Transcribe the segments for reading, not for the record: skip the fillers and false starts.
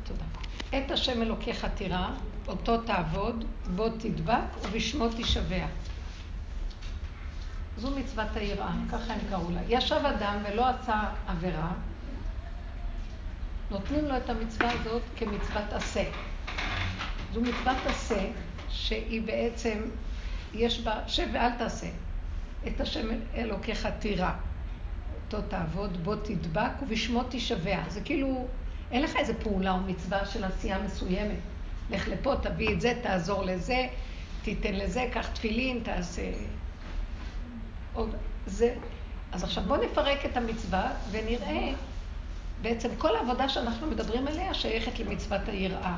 תודה. את השם אלוקיך תירא, אותו תעבוד, בו תדבק ובשמו תשבע. זו מצוות היראה, ככה הם קראו לה. ישב אדם ולא עשה עבירה, נותנים לו את המצווה הזאת כמצוות עשה. זו מצוות עשה שהיא בעצם, יש בה שב ואל תעשה. את השם אלוקיך תירא, אותו תעבוד, בו תדבק ובשמו תשבע. זה כאילו, אין לך איזה פעולה או מצווה של עשייה מסוימת. לך לפה, תביא את זה, תעזור לזה, תיתן לזה, קח תפילין, תעשה... זה... אז עכשיו בוא נפרק את המצווה ונראה בעצם כל העבודה שאנחנו מדברים עליה שייכת למצוות היראה.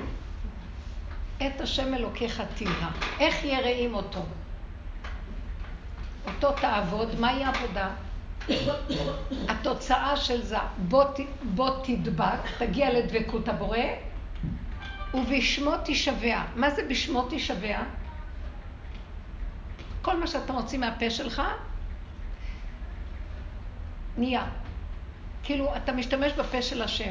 את השם אלוקיך תירא. איך יראים אותו? אותו תעבוד, מהי העבודה? התוצאה של זה, בוא תדבק, תגיע לדבקות הבורא, ובשמו תשבע. מה זה בשמו תשבע? כל מה שאתה רוצים מהפה שלך, נהיה. כאילו, אתה משתמש בפה של השם.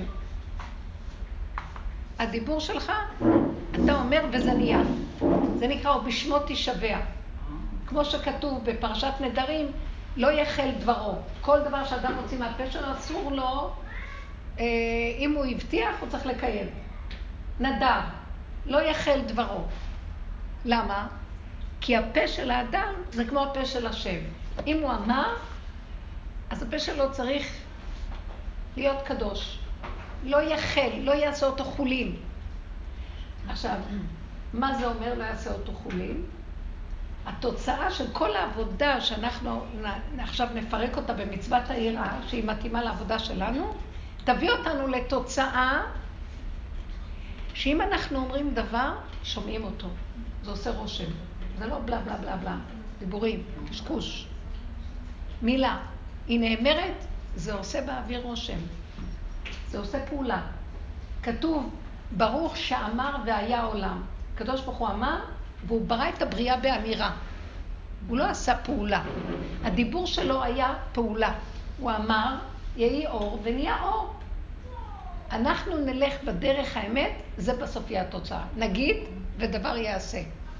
הדיבור שלך, אתה אומר וזה נהיה. זה נקרא, ובשמו תשבע. כמו שכתוב בפרשת נדרים, לא יחל דברו. כל דבר שאדם מוציא מהפה שלו, אסור לו, אם הוא הבטיח, הוא צריך לקיים. נדר, לא יחל דברו. למה? כי הפה של האדם זה כמו הפה של השם. אם הוא אמר, אז הפה שלו צריך להיות קדוש. לא יחל, לא יעשה אותו חולין. עכשיו, מה זה אומר לא יעשה אותו חולין? התוצאה של כל העבודה שאנחנו עכשיו נפרק אותה במצוות היראה, שהיא מתאימה לעבודה שלנו, תביא אותנו לתוצאה שאם אנחנו אומרים דבר, שומעים אותו. זה עושה רושם. זה לא בלה בלה בלה בלה. דיבורים, קשקוש. מילה. היא נאמרת, זה עושה באוויר רושם. זה עושה פעולה. כתוב, ברוך שאמר והיה עולם. הקדוש ברוך הוא אמר, והוא ברא את הבריאה באמירה. הוא לא עשה פעולה. הדיבור שלו היה פעולה. הוא אמר, יהי אור ונהיה אור. אנחנו נלך בדרך האמת, זה בסוף יהיה התוצאה. נגיד ודבר יעשה.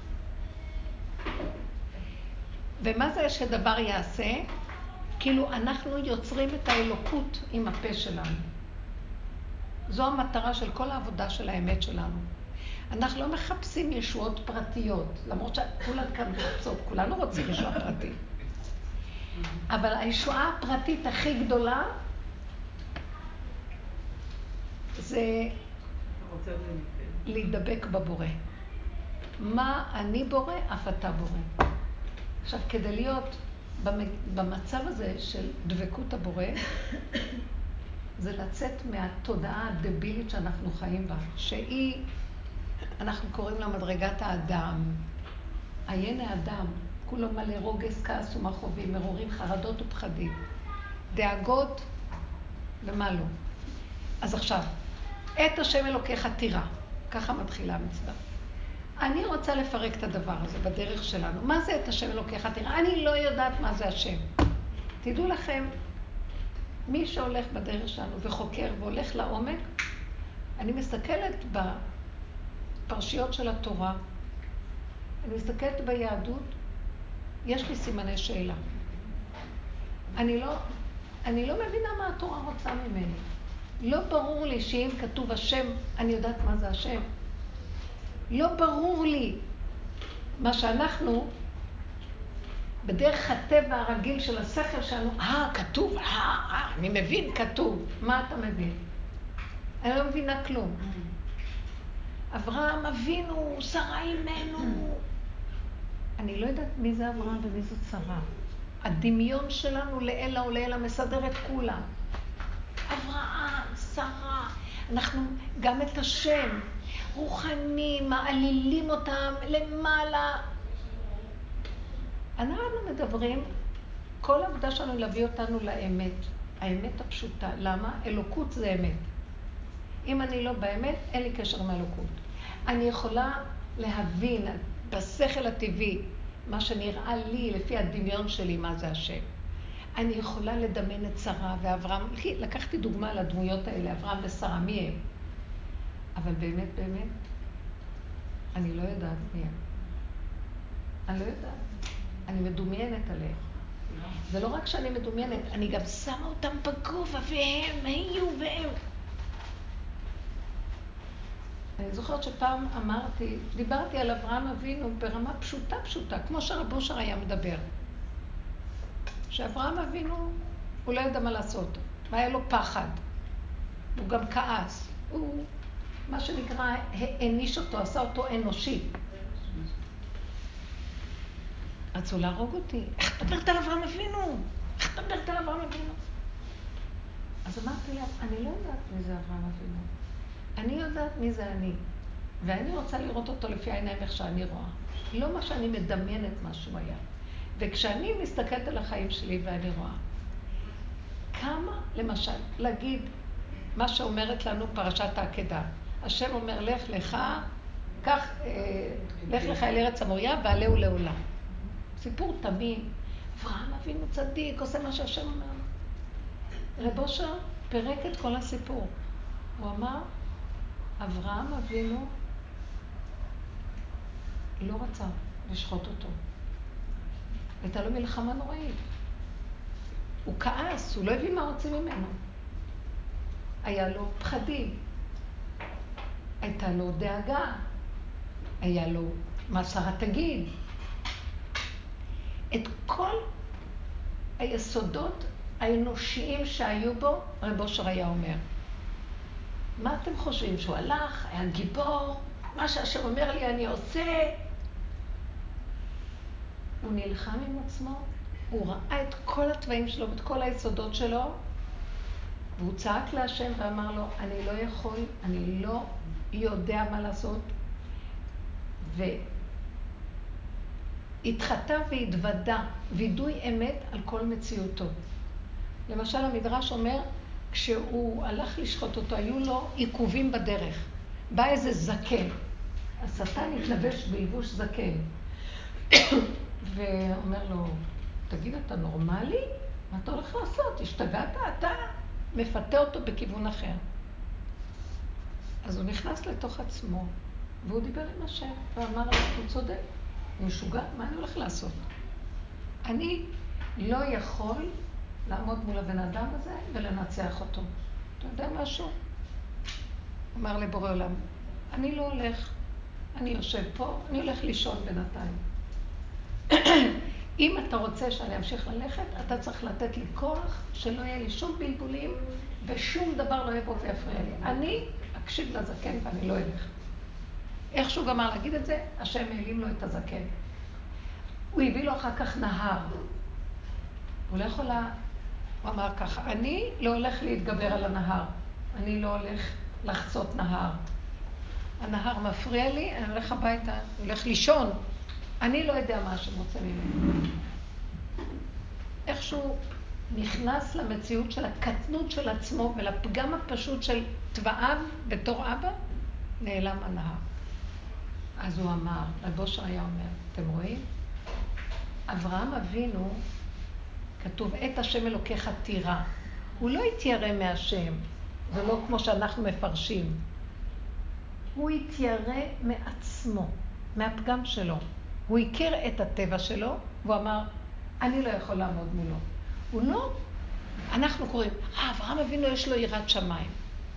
ומה זה שדבר יעשה? כאילו אנחנו יוצרים את האלוקות עם הפה שלנו. זו המטרה של כל העבודה של האמת שלנו. אנחנו לא מחפשים ישועות פרטיות, למרות שכולן כאן מחפשות, כולנו רוצים ישועה פרטית. אבל הישועה הפרטית הכי גדולה זה להידבק בבורא. מה אני בורא, אף אתה בורא. עכשיו, כדי להיות במצב הזה של דבקות הבורא, זה לצאת מהתודעה הדבילית שאנחנו חיים בה, שהיא, אנחנו קוראים לה מדרגת האדם. עיין האדם, כולו מלא רוגז, כעס ומכאובים, מרורים, חרדות ופחדים, דאגות ומה לא. אז עכשיו, את השם אלוקיך תירא, ככה מתחילה המצווה. אני רוצה לפרק את הדבר הזה בדרך שלנו. מה זה את השם אלוקיך תירא? אני לא יודעת מה זה השם. תדעו לכם, מי שהולך בדרך שלנו וחוקר והולך לעומק, אני מסתכלת בפרשיות של התורה, אני מסתכלת ביהדות, יש לי סימני שאלה. אני לא מבינה מה התורה רוצה ממני. לא ברור לי שאם כתוב השם, אני יודעת מה זה השם. לא ברור לי מה שאנחנו, בדרך הטבע הרגיל של השכל שלנו, כתוב, אני מבין, כתוב. מה אתה מבין? אני לא מבינה כלום. אברהם אבינו, שרה אימנו. אני לא יודעת מי זה אברהם ומי זאת שרה. הדמיון שלנו לאלה או לאלה מסדר את כולם. אברהם, שרה, אנחנו גם את השם, רוחנים, מעלילים אותם למעלה. אנחנו מדברים, כל העבודה שלנו להביא אותנו לאמת, האמת הפשוטה. למה? אלוקות זה אמת. אם אני לא באמת, אין לי קשר מהאלוקות. אני יכולה להבין בשכל הטבעי, מה שנראה לי לפי הדמיון שלי, מה זה השם. אני יכולה לדמיין את שרה ואברהם. לקחתי דוגמה לדמויות האלה, אברהם ושרה, מי הם? אבל באמת, באמת, אני לא יודעת מי הם. אני לא יודעת. אני מדומיינת עליהם. ולא רק שאני מדומיינת, אני גם שמה אותם בגובה, והם היו והם. אני זוכרת שפעם דיברתי על אברהם אבינו ברמה פשוטה, כמו שרב אושר היה מדבר. שאברהם אבינו, הוא לא ידע מה לעשות, והיה לו פחד. הוא גם כעס. הוא, מה שנקרא, העניש אותו, עשה אותו אנושי. רצו להרוג אותי. איך תדברת על אברהם אבינו? איך תדברת על אברהם אבינו? אז אמרתי להם, אני לא יודעת מי זה אברהם אבינו. אני יודעת מי זה אני. ואני רוצה לראות אותו לפי העיניים איך שאני רואה. לא מה שאני מדמיינת מה שהוא היה. וכשאני מסתכלת על החיים שלי ואני רואה, כמה, למשל, להגיד מה שאומרת לנו פרשת העקדה. השם אומר, לך לך, לך לך אל ארץ המוריה ועלהו לעולם. סיפור תמים. אברהם אבינו צדיק, עושה מה שהשם אומר לו. רב אושר פירק את כל הסיפור. הוא אמר, אברהם אבינו לא רצה לשחוט אותו. הייתה לו מלחמה נוראית. הוא כעס, הוא לא הבין מה רוצים ממנו. היה לו פחדים. הייתה לו דאגה. היה לו מה שרה תגיד. את כל היסודות האנושיים שהיו בו, רב אושר היה אומר. מה אתם חושבים? שהוא הלך, היה גיבור, מה שהשם אומר לי אני עושה. הוא נלחם עם עצמו, הוא ראה את כל התוואים שלו ואת כל היסודות שלו, והוא צעק להשם ואמר לו, אני לא יכול, אני לא יודע מה לעשות. והתחתה והתוודה, וידוי אמת על כל מציאותו. למשל המדרש אומר, כשהוא הלך לשחוט אותו, היו לו עיכובים בדרך. בא איזה זקן, השטן התלבש בלבוש זקן, ואומר לו, תגיד, אתה נורמלי? מה אתה הולך לעשות? השתגעת? אתה מפתה אותו בכיוון אחר. אז הוא נכנס לתוך עצמו, והוא דיבר עם השם, ואמר לו, הוא צודק, אני משוגע, מה אני הולך לעשות? אני לא יכול לעמוד מול הבן אדם הזה ולנצח אותו. אתה יודע משהו? אמר לבורא עולם, אני לא הולך, אני יושב פה, אני הולך לישון בינתיים. אם אתה רוצה שאני אמשיך ללכת, אתה צריך לתת לי כוח שלא יהיה לי שום בלבולים ושום דבר לא יבוא ויפריע לי. אני אקשיב לזקן ואני לא אלך. איך שהוא גמר להגיד את זה, השם העלים לו את הזקן. הוא הביא לו אחר כך נהר. הוא לא יכולה, הוא אמר ככה, אני לא הולך להתגבר על הנהר. אני לא הולך לחצות נהר. הנהר מפריע לי, אני הולך הביתה, אני הולך לישון. אני לא יודע מה השם רוצה ממנו. איכשהו נכנס למציאות של הקטנות של עצמו ולפגם הפשוט של תוואיו בתור אבא, נעלם הנהר. אז הוא אמר, רב אושר היה אומר, אתם רואים? אברהם אבינו, כתוב, את השם אלוקיך תירא. הוא לא התיירא מהשם, זה לא כמו שאנחנו מפרשים. הוא התיירא מעצמו, מהפגם שלו. הוא הכיר את הטבע שלו, והוא אמר, אני לא יכול לעמוד מולו. הוא לא, אנחנו קוראים, אברהם אבינו יש לו יראת שמיים.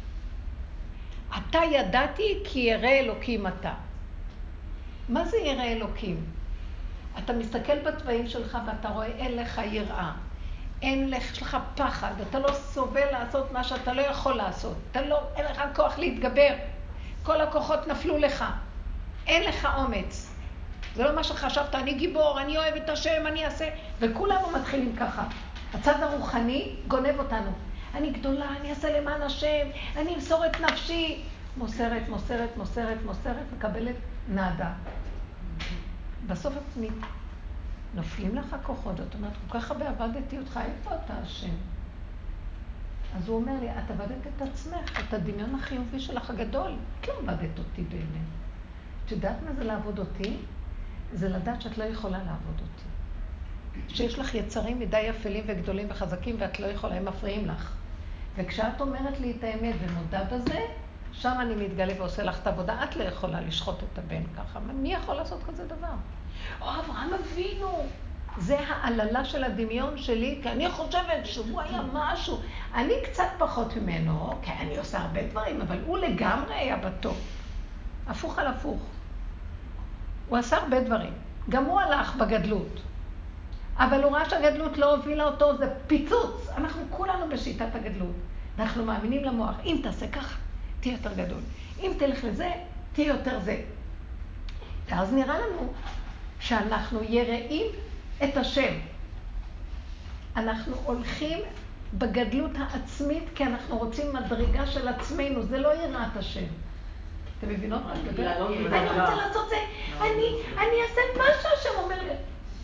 אתה ידעתי כי ירא אלוקים אתה. מה זה ירא אלוקים? אתה מסתכל בתוואים שלך ואתה רואה אין לך יראה. אין לך פחד, אתה לא סובל לעשות מה שאתה לא יכול לעשות. אין לך כוח להתגבר. כל הכוחות נפלו לך. אין לך אומץ. זה לא מה שחשבת, אני גיבור, אני אוהב את השם, אני אעשה. וכולנו מתחילים ככה. הצד הרוחני גונב אותנו. אני גדולה, אני אעשה למען השם, אני אמסור את נפשי. מוסרת, מקבלת נאדה. בסוף את נופלים לך כוחות, את אומרת, כל כך הרבה עבדתי אותך, איפה אתה השם? אז הוא אומר לי, את עבדת את עצמך, את הדמיון החיובי שלך הגדול. את לא עבדת אותי באמת. את יודעת מה זה לעבוד אותי? זה לדעת שאת לא יכולה לעבוד אותי. שיש לך יצרים מדי אפלים וגדולים וחזקים ואת לא יכולה, הם מפריעים לך. וכשאת אומרת לי את האמת ומודה בזה, שם אני מתגלה ועושה לך את העבודה, את לא יכולה לשחוט את הבן ככה, מי יכול לעשות כזה דבר? או אברהם אבינו, זה העללה של הדמיון שלי, כי אני חושבת שהוא היה משהו, אני קצת פחות ממנו, כי אני עושה הרבה דברים, אבל הוא לגמרי היה בטוב, הפוך על הפוך. הוא עשה הרבה דברים, גם הוא הלך בגדלות, אבל הוא ראה שהגדלות לא הובילה אותו, זה פיצוץ, אנחנו כולנו בשיטת הגדלות, אנחנו מאמינים למוח, אם תעשה ככה, תהיה יותר גדול. אם תלך לזה, תהיה יותר זה. ואז נראה לנו שאנחנו יראים את השם. אנחנו הולכים בגדלות העצמית, כי אנחנו רוצים מדרגה של עצמנו. זה לא יראת השם. אתם מבינות מה אני מדברת? אני רוצה לעשות זה. אני אעשה מה שהשם אומר לי.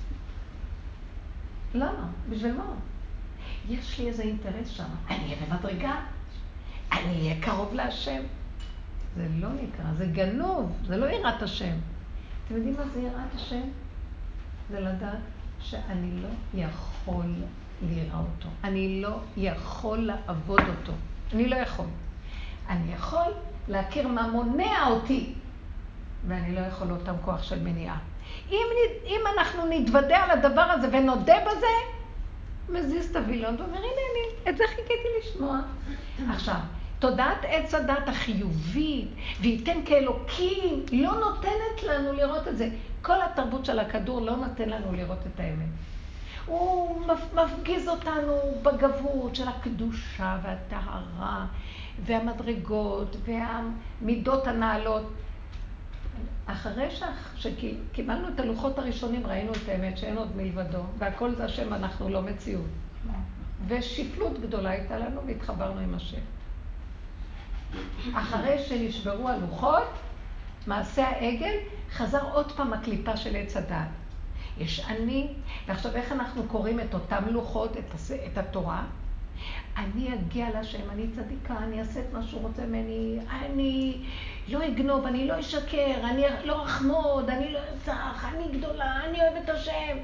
למה? בשביל מה? יש לי איזה אינטרס שם. אני אהיה במדרגה. אני אהיה קרוב להשם. זה לא נקרא, זה גנוב, זה לא יראת השם. אתם יודעים מה זה יראת השם? זה לדעת שאני לא יכול לראות אותו. אני לא יכול לעבוד אותו. אני לא יכול. אני יכול להכיר מה מונע אותי, ואני לא יכול אותם כוח של מניעה. אם אנחנו נתוודע על הדבר הזה ונודה בזה, מזיז את הווילון ואומר, הנה, את זה חיכיתי לשמוע. עכשיו, תודעת עץ הדת החיובית, וייתן כאלוקים, לא נותנת לנו לראות את זה. כל התרבות של הכדור לא נותן לנו לראות את האמת. הוא מפגיז אותנו בגבות של הקדושה והטהרה, והמדרגות, והמידות הנעלות. אחרי שקיבלנו את הלוחות הראשונים, ראינו את האמת שאין עוד מלבדו, והכל זה השם, אנחנו לא מציאות. ושפלות גדולה הייתה לנו והתחברנו עם השם. אחרי שנשברו הלוחות, מעשה העגל, חזר עוד פעם הקליפה של עץ הדעת. יש אני, ועכשיו איך אנחנו קוראים את אותם לוחות, את התורה? אני אגיע להשם, אני צדיקה, אני אעשה את מה שהוא רוצה ממני, אני לא אגנוב, אני לא אשקר, אני לא אחמוד, אני לא ארצח, אני גדולה, אני אוהב את השם.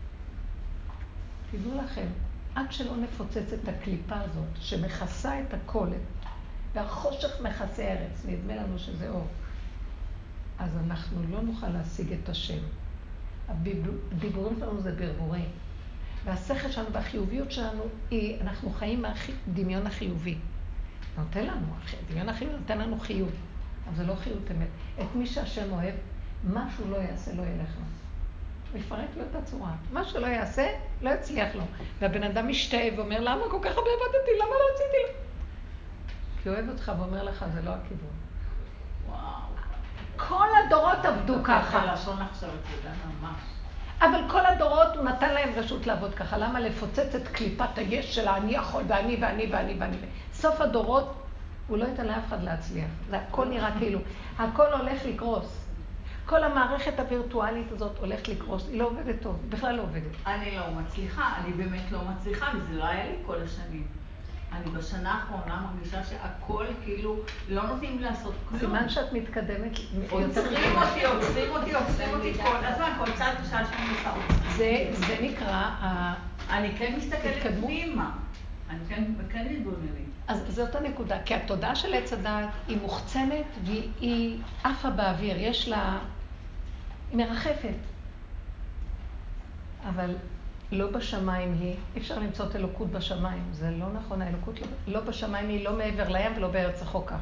תדעו לכם, עד שלא נפוצץ את הקליפה הזאת, שמכסה את הכל, והחושך מכסה ארץ, נדמה לנו שזה אור, אז אנחנו לא נוכל להשיג את השם. הדיבורים שלנו זה ברבורים. והשכל שלנו והחיוביות שלנו, אנחנו חיים מהדמיון החיובי. נותן לנו, דמיון החיובי נותן לנו חיות. אבל זה לא חיות אמת. את מי שהשם אוהב, מה שהוא לא יעשה, לא ילך לו. הוא יפרק לו את הצורה. מה שלא יעשה, לא יצליח לו. והבן אדם משתאה ואומר, למה כל כך הרבה עבדתי? למה לא רציתי לו? כי הוא אוהב אותך ואומר לך, זה לא הכיוון. וואו. כל הדורות עבדו ככה. לשון עכשיו, אתה יודע ממש. אבל כל הדורות הוא נתן להם רשות לעבוד ככה. למה לפוצץ את קליפת היש שלה, אני יכול, ואני, ואני, ואני, ואני. סוף הדורות, הוא לא ייתן לאף אחד להצליח. זה הכל נראה כאילו. הכל הולך לקרוס. כל המערכת הווירטואלית הזאת הולכת לקרוס. היא לא עובדת טוב, בכלל לא עובדת. אני לא מצליחה, אני באמת לא מצליחה, וזה לא היה לי כל השנים. אני בשנה האחרונה מרגישה שהכל כאילו לא נותנים לעשות כלום. סימן שאת מתקדמת עוצרים אותי כל הזמן, כל צעד ושעה שאני עושה. זה נקרא אני כן מסתכלת פנימה. אני כן מתבוננת. אז זאת הנקודה, כי התודעה של עץ הדעת היא מוחצנת והיא עפה באוויר, יש לה, היא מרחפת. אבל לא בשמיים היא, אי אפשר למצוא את אלוקות בשמיים, זה לא נכון, האלוקות לא בשמיים היא לא מעבר לים ולא בארץ רחוקה.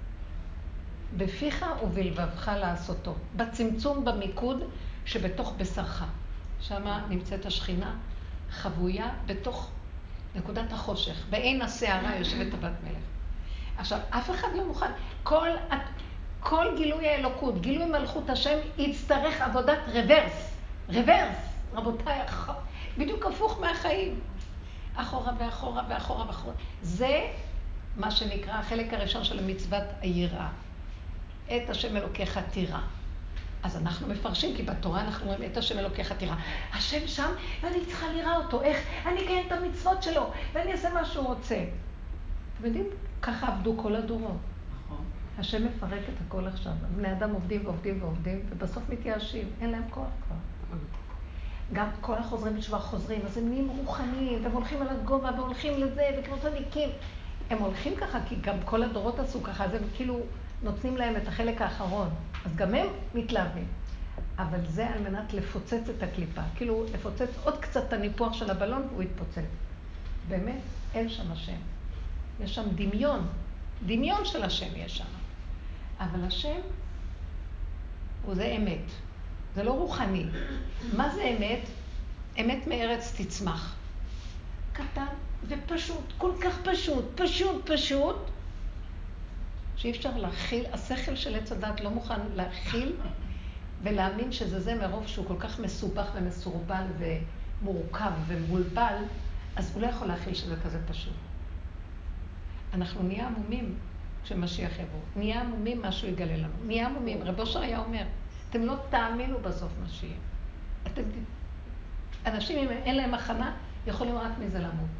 בפיך ובלבבך לעשותו, בצמצום במיקוד שבתוך בשרך. שם נמצאת השכינה חבויה בתוך נקודת החושך, בעין השערה יושבת הבת מלך. עכשיו, אף אחד לא מוכן, כל גילוי האלוקות, גילוי מלכות השם, יצטרך עבודת רוורס, רבותיי, בדיוק הפוך מהחיים. אחורה ואחורה ואחורה ואחורה. זה מה שנקרא החלק הראשון של המצוות היראה. את השם אלוקיך תירא. אז אנחנו מפרשים, כי בתורה אנחנו רואים את השם אלוקיך תירא. השם שם, ואני צריכה לראה אותו. איך? אני אקיים את המצוות שלו, ואני אעשה מה שהוא רוצה. אתם יודעים? ככה עבדו כל הדורות. השם מפרק את הכל עכשיו. בני אדם עובדים ועובדים ועובדים, ובסוף מתייאשים. אין להם כוח כבר. גם כל החוזרים בתשובה חוזרים, אז הם נהיים רוחניים, והם הולכים על הגובה, והולכים לזה, וכמו צדיקים. הם הולכים ככה, כי גם כל הדורות עשו ככה, אז הם כאילו נותנים להם את החלק האחרון. אז גם הם מתלהבים. אבל זה על מנת לפוצץ את הקליפה. כאילו, לפוצץ עוד קצת את הניפוח של הבלון והוא יתפוצץ. באמת, אין שם השם. יש שם דמיון. דמיון של השם יש שם. אבל השם זה אמת. זה לא רוחני. מה זה אמת? אמת מארץ תצמח. קטן ופשוט, כל כך פשוט, פשוט, שאי אפשר להכיל, השכל של עץ הדת לא מוכן להכיל ולהאמין שזה זה מרוב שהוא כל כך מסובך ומסורבל ומורכב ומבולבל, אז הוא לא יכול להכיל שזה כזה פשוט. אנחנו נהיה עמומים כשמשיח יבוא. נהיה עמומים מה שהוא יגלה לנו. נהיה עמומים. רב אושר היה אומר, אתם לא תאמינו בסוף משיח. אנשים אם אין להם הכנה, יכולים רק מזה למות.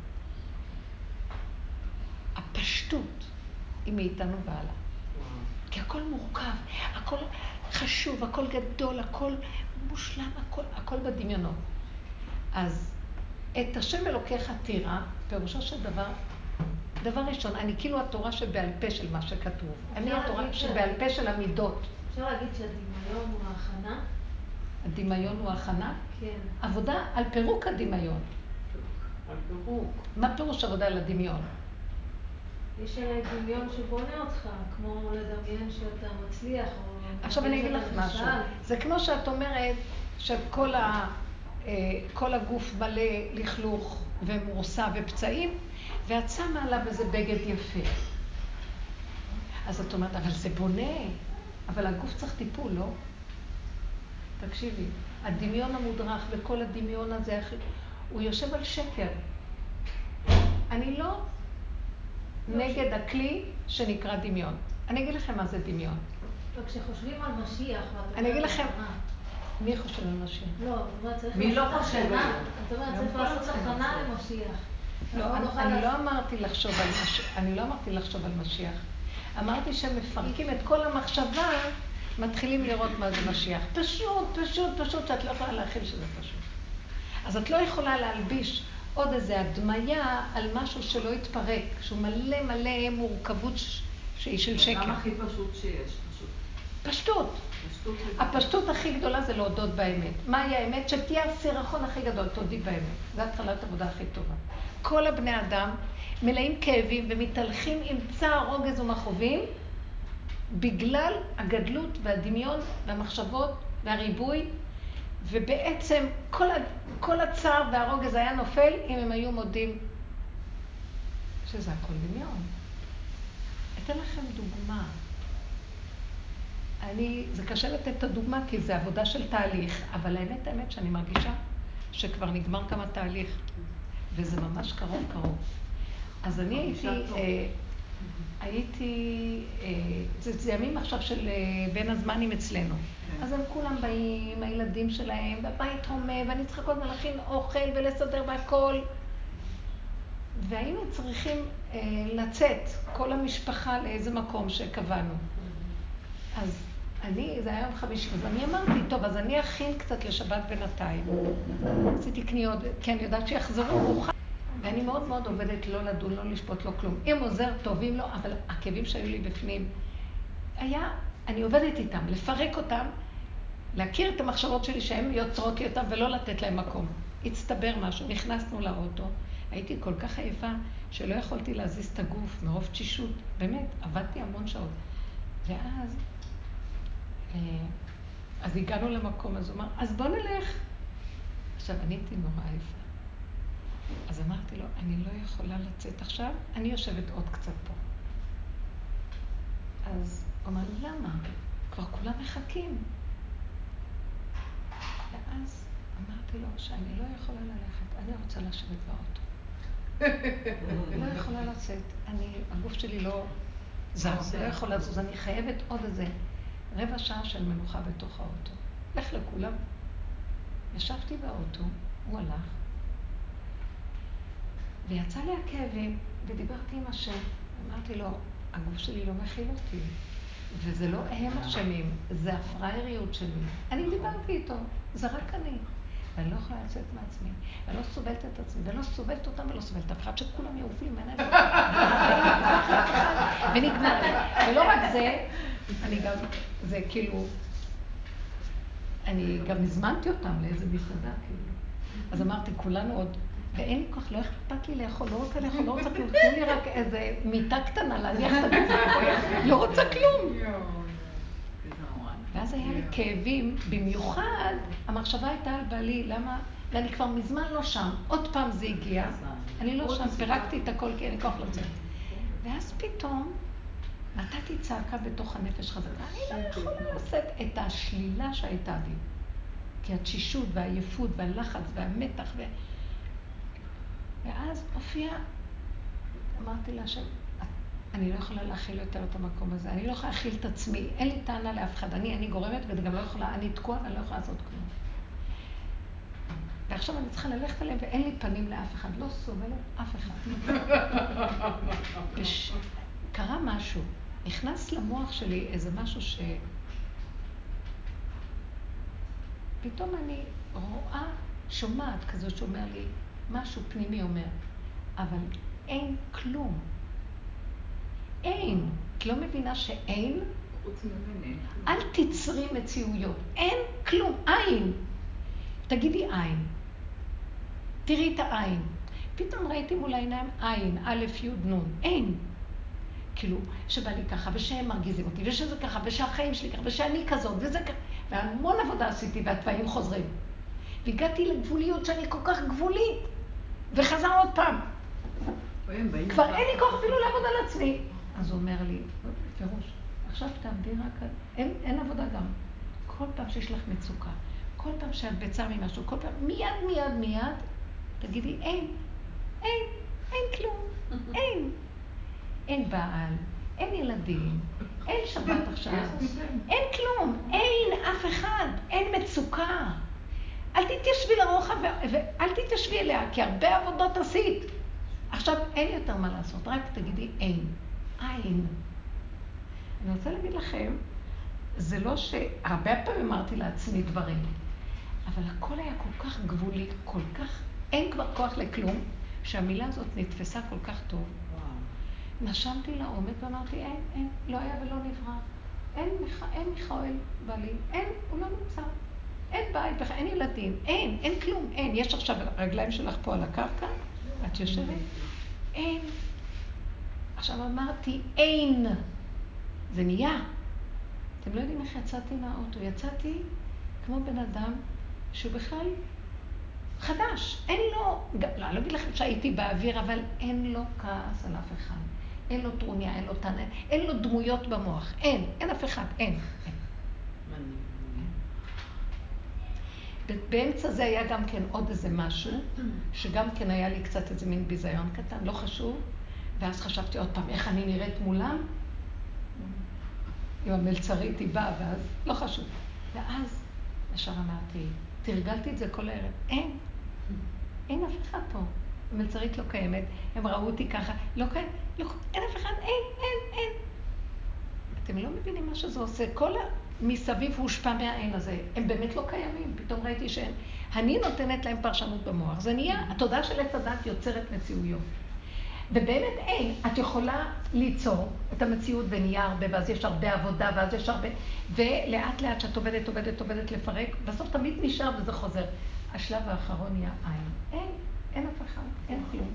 הפשטות היא מאיתנו והלאה. כי הכל מורכב, הכל חשוב, הכל גדול, הכל מושלם, הכל בדמיונות. אז את השם אלוקיך תירא, פירושו של דבר ראשון, אני כאילו התורה שבעל פה של מה שכתוב. אני התורה שבעל פה של המידות. אפשר להגיד שהדמיון הוא ההכנה? הדמיון הוא ההכנה? כן. עבודה על פירוק הדמיון. על פירוק. מה פירוש עבודה על הדמיון? יש דמיון שבונה אותך, כמו לדמיין שאתה מצליח או... עכשיו אני אגיד לך משהו. זה כמו שאת אומרת שכל הגוף מלא לכלוך ומורסה ופצעים, ואת שמה עליו איזה בגד יפה. אז את אומרת, אבל זה בונה, אבל הגוף צריך טיפול, לא? תקשיבי, הדמיון המודרך וכל הדמיון הזה, הוא יושב על שקר. אני לא נגד הכלי שנקרא דמיון. אני אגיד לכם מה זה דמיון. וכשחושבים על משיח, אני אגיד לכם, מי חושב על משיח? לא, צריך מי לא לעשות חושב הכנה. על זאת אומרת, צריך לעשות הכנה למשיח. לא, אני לא אמרתי לחשוב על משיח. אני לא אמרתי לחשוב על משיח. אמרתי שמפרקים את כל המחשבה, מתחילים לראות מה זה משיח. פשוט, שאת לא יכולה להכיל שזה פשוט. אז את לא יכולה להלביש עוד איזה הדמיה על משהו שלא יתפרק, שהוא מלא מורכבות שהיא של שקר. גם הכי פשוט שיש, פשוט. פשטות. הפשטות הכי גדולה זה להודות באמת. מהי האמת? שתהיה הסירחון הכי גדול, תודי באמת. זו התחלת עבודה הכי טובה. כל הבני אדם מלאים כאבים ומתהלכים עם צער, רוגז ומכאובים, בגלל הגדלות והדמיון והמחשבות והריבוי, ובעצם כל הצער והרוגז היה נופל אם הם היו מודים שזה הכל דמיון. אתן לכם דוגמה. זה קשה לתת את הדוגמה כי זה עבודה של תהליך, אבל האמת שאני מרגישה שכבר נגמר כמה תהליך, וזה ממש קרוב. אז אני זה ימים עכשיו של בין הזמנים אצלנו. אז הם כולם באים, הילדים שלהם, בבית הומה, ואני צריכה כל הזמן להכין אוכל ולסדר והכל. והיינו צריכים לצאת, כל המשפחה לאיזה מקום שקבענו. אז זה היה יום חמישי, אז אני אמרתי, טוב, אז אני אכין קצת לשבת בינתיים. עשיתי קניות, כי אני יודעת שיחזרו מאוחר. ואני מאוד מאוד עובדת לא לדון, לא לשפוט, לא כלום. אם עוזר, טוב, אם לא, אבל הכאבים שהיו לי בפנים, אני עובדת איתם, לפרק אותם, להכיר את המחשבות שלי שהן יוצרות לי אותם ולא לתת להם מקום. הצטבר משהו, נכנסנו לאוטו, הייתי כל כך עייפה שלא יכולתי להזיז את הגוף מרוב תשישות. באמת, עבדתי המון שעות. אז הגענו למקום, אז הוא אמר, אז בוא נלך. עכשיו, אני הייתי נורא עייפה. אז אמרתי לו, אני לא יכולה לצאת עכשיו, אני יושבת עוד קצת פה. אז הוא אמר, למה? כבר כולם מחכים. ואז אמרתי לו שאני לא יכולה ללכת, אני רוצה לשבת באוטו. לא יכולה לצאת, הגוף שלי לא זז, לא יכולה לזוז, אני חייבת עוד איזה רבע שעה של מנוחה בתוך האוטו. לך לכולם. ישבתי באוטו, הוא הלך, ויצא לי הכאבים, ודיברתי עם השם. אמרתי לו, הגוף שלי לא מכיל אותי, וזה לא הם אשמים, זה הפראייריות שלי. אני דיברתי איתו, זה רק אני. ואני לא יכולה לצאת מעצמי, ואני לא סובלת את עצמי, ואני לא סובלת אותם ולא סובלת אף אחד, שכולם יעופו לי מעיניי. ונגמר. ולא רק זה, אני גם, זה כאילו, אני גם הזמנתי אותם לאיזה מסעדה, כאילו. אז אמרתי, כולנו עוד, ואין לי כוח, לא אכפת לי לאכול, לא רוצה לאכול, לא רוצה כלום, תנו לי רק איזה מיטה קטנה להניח את הגוף, לא רוצה כלום. ואז היה לי כאבים, במיוחד, המחשבה הייתה על בעלי, למה? ואני כבר מזמן לא שם, עוד פעם זה הגיע, אני לא שם, פירקתי את הכל כי אין לי כוח לצאת. ואז פתאום נתתי צעקה בתוך הנפש חזקה, אני לא יכולה לשאת את השלילה שהייתה בי. כי התשישות והעייפות והלחץ והמתח ואז הופיע, אמרתי לה אני לא יכולה להכיל יותר את המקום הזה, אני לא יכולה להכיל את עצמי, אין לי טענה לאף אחד, אני גורמת וגם לא יכולה, אני תקועה ואני לא יכולה לעשות כלום. ועכשיו אני צריכה ללכת עליהם ואין לי פנים לאף אחד, לא סובלת אף אחד. קרה משהו, נכנס למוח שלי איזה משהו פתאום אני רואה, שומעת כזאת שאומר לי, משהו פנימי אומר, אבל אין כלום. אין. את לא מבינה שאין? אל תצרי מציאויות. אין כלום. אין. תגידי אין. תראי את העין. פתאום ראיתי מול העיניים עין, א', י', נ'. אין. כאילו, שבא לי ככה, ושהם מרגיזים אותי, ושזה ככה, ושהחיים שלי ככה, ושאני כזאת, וזה ככה. והמון עבודה עשיתי, והתוואים חוזרים. והגעתי לגבוליות שאני כל כך גבולית, וחזר עוד פעם. כבר אין לי כוח אפילו לעבוד על עצמי. אז הוא אומר לי, פירוש, עכשיו תעבדי רק על... אין עבודה גם. כל פעם שיש לך מצוקה, כל פעם שאת בצער ממשהו, כל פעם, מיד, תגידי, אין כלום, אין. אין בעל, אין ילדים, אין שבת עכשיו, אין כלום, אין אף אחד, אין מצוקה. אל תתיישבי לרוחב ואל תתיישבי אליה, כי הרבה עבודות עשית. עכשיו אין יותר מה לעשות, רק תגידי אין. אני רוצה להגיד לכם, זה לא שהרבה פעמים אמרתי לעצמי דברים, אבל הכל היה כל כך גבולי, כל כך, אין כבר כוח לכלום, שהמילה הזאת נתפסה כל כך טוב. נשמתי לעומק ואמרתי, אין, לא היה ולא נברא. אין מיכאל בעלי, אין, הוא לא נמצא. אין בית, אין ילדים, אין כלום, אין. יש עכשיו רגליים שלך פה על הקרקע, את יושבת, אין. עכשיו אמרתי, אין. זה נהיה. אתם לא יודעים איך יצאתי מהאוטו. יצאתי כמו בן אדם שהוא בכלל חדש. אין לו, לא, אני לא אגיד לכם שהייתי באוויר, אבל אין לו כעס על אף אחד. אין לו טרוניה, אין לו טענה, אין לו דמויות במוח. אין אף אחד, אין. באמצע זה היה גם כן עוד איזה משהו, שגם כן היה לי קצת איזה מין ביזיון קטן, לא חשוב. ואז חשבתי עוד פעם, איך אני נראית מולם? עם המלצרית היא באה, ואז לא חשוב. ואז ישר אמרתי, תרגלתי את זה כל הערב, אין אף אחד פה. המלצרית לא קיימת, הם ראו אותי ככה, לא קיימת, אין אף אחד, אין. אתם לא מבינים מה שזה עושה, כל מסביב הושפע מהאין הזה, הם באמת לא קיימים, פתאום ראיתי שאין. אני נותנת להם פרשנות במוח, זה נהיה, התודעה של עץ הדת יוצרת מציאויות. ובאמת אין, את יכולה ליצור את המציאות ונהיה הרבה, ואז יש הרבה עבודה, ואז יש הרבה, ולאט לאט שאת עובדת לפרק, בסוף תמיד נשאר וזה חוזר. השלב האחרון נהיה אין אף אחד, אין כלום.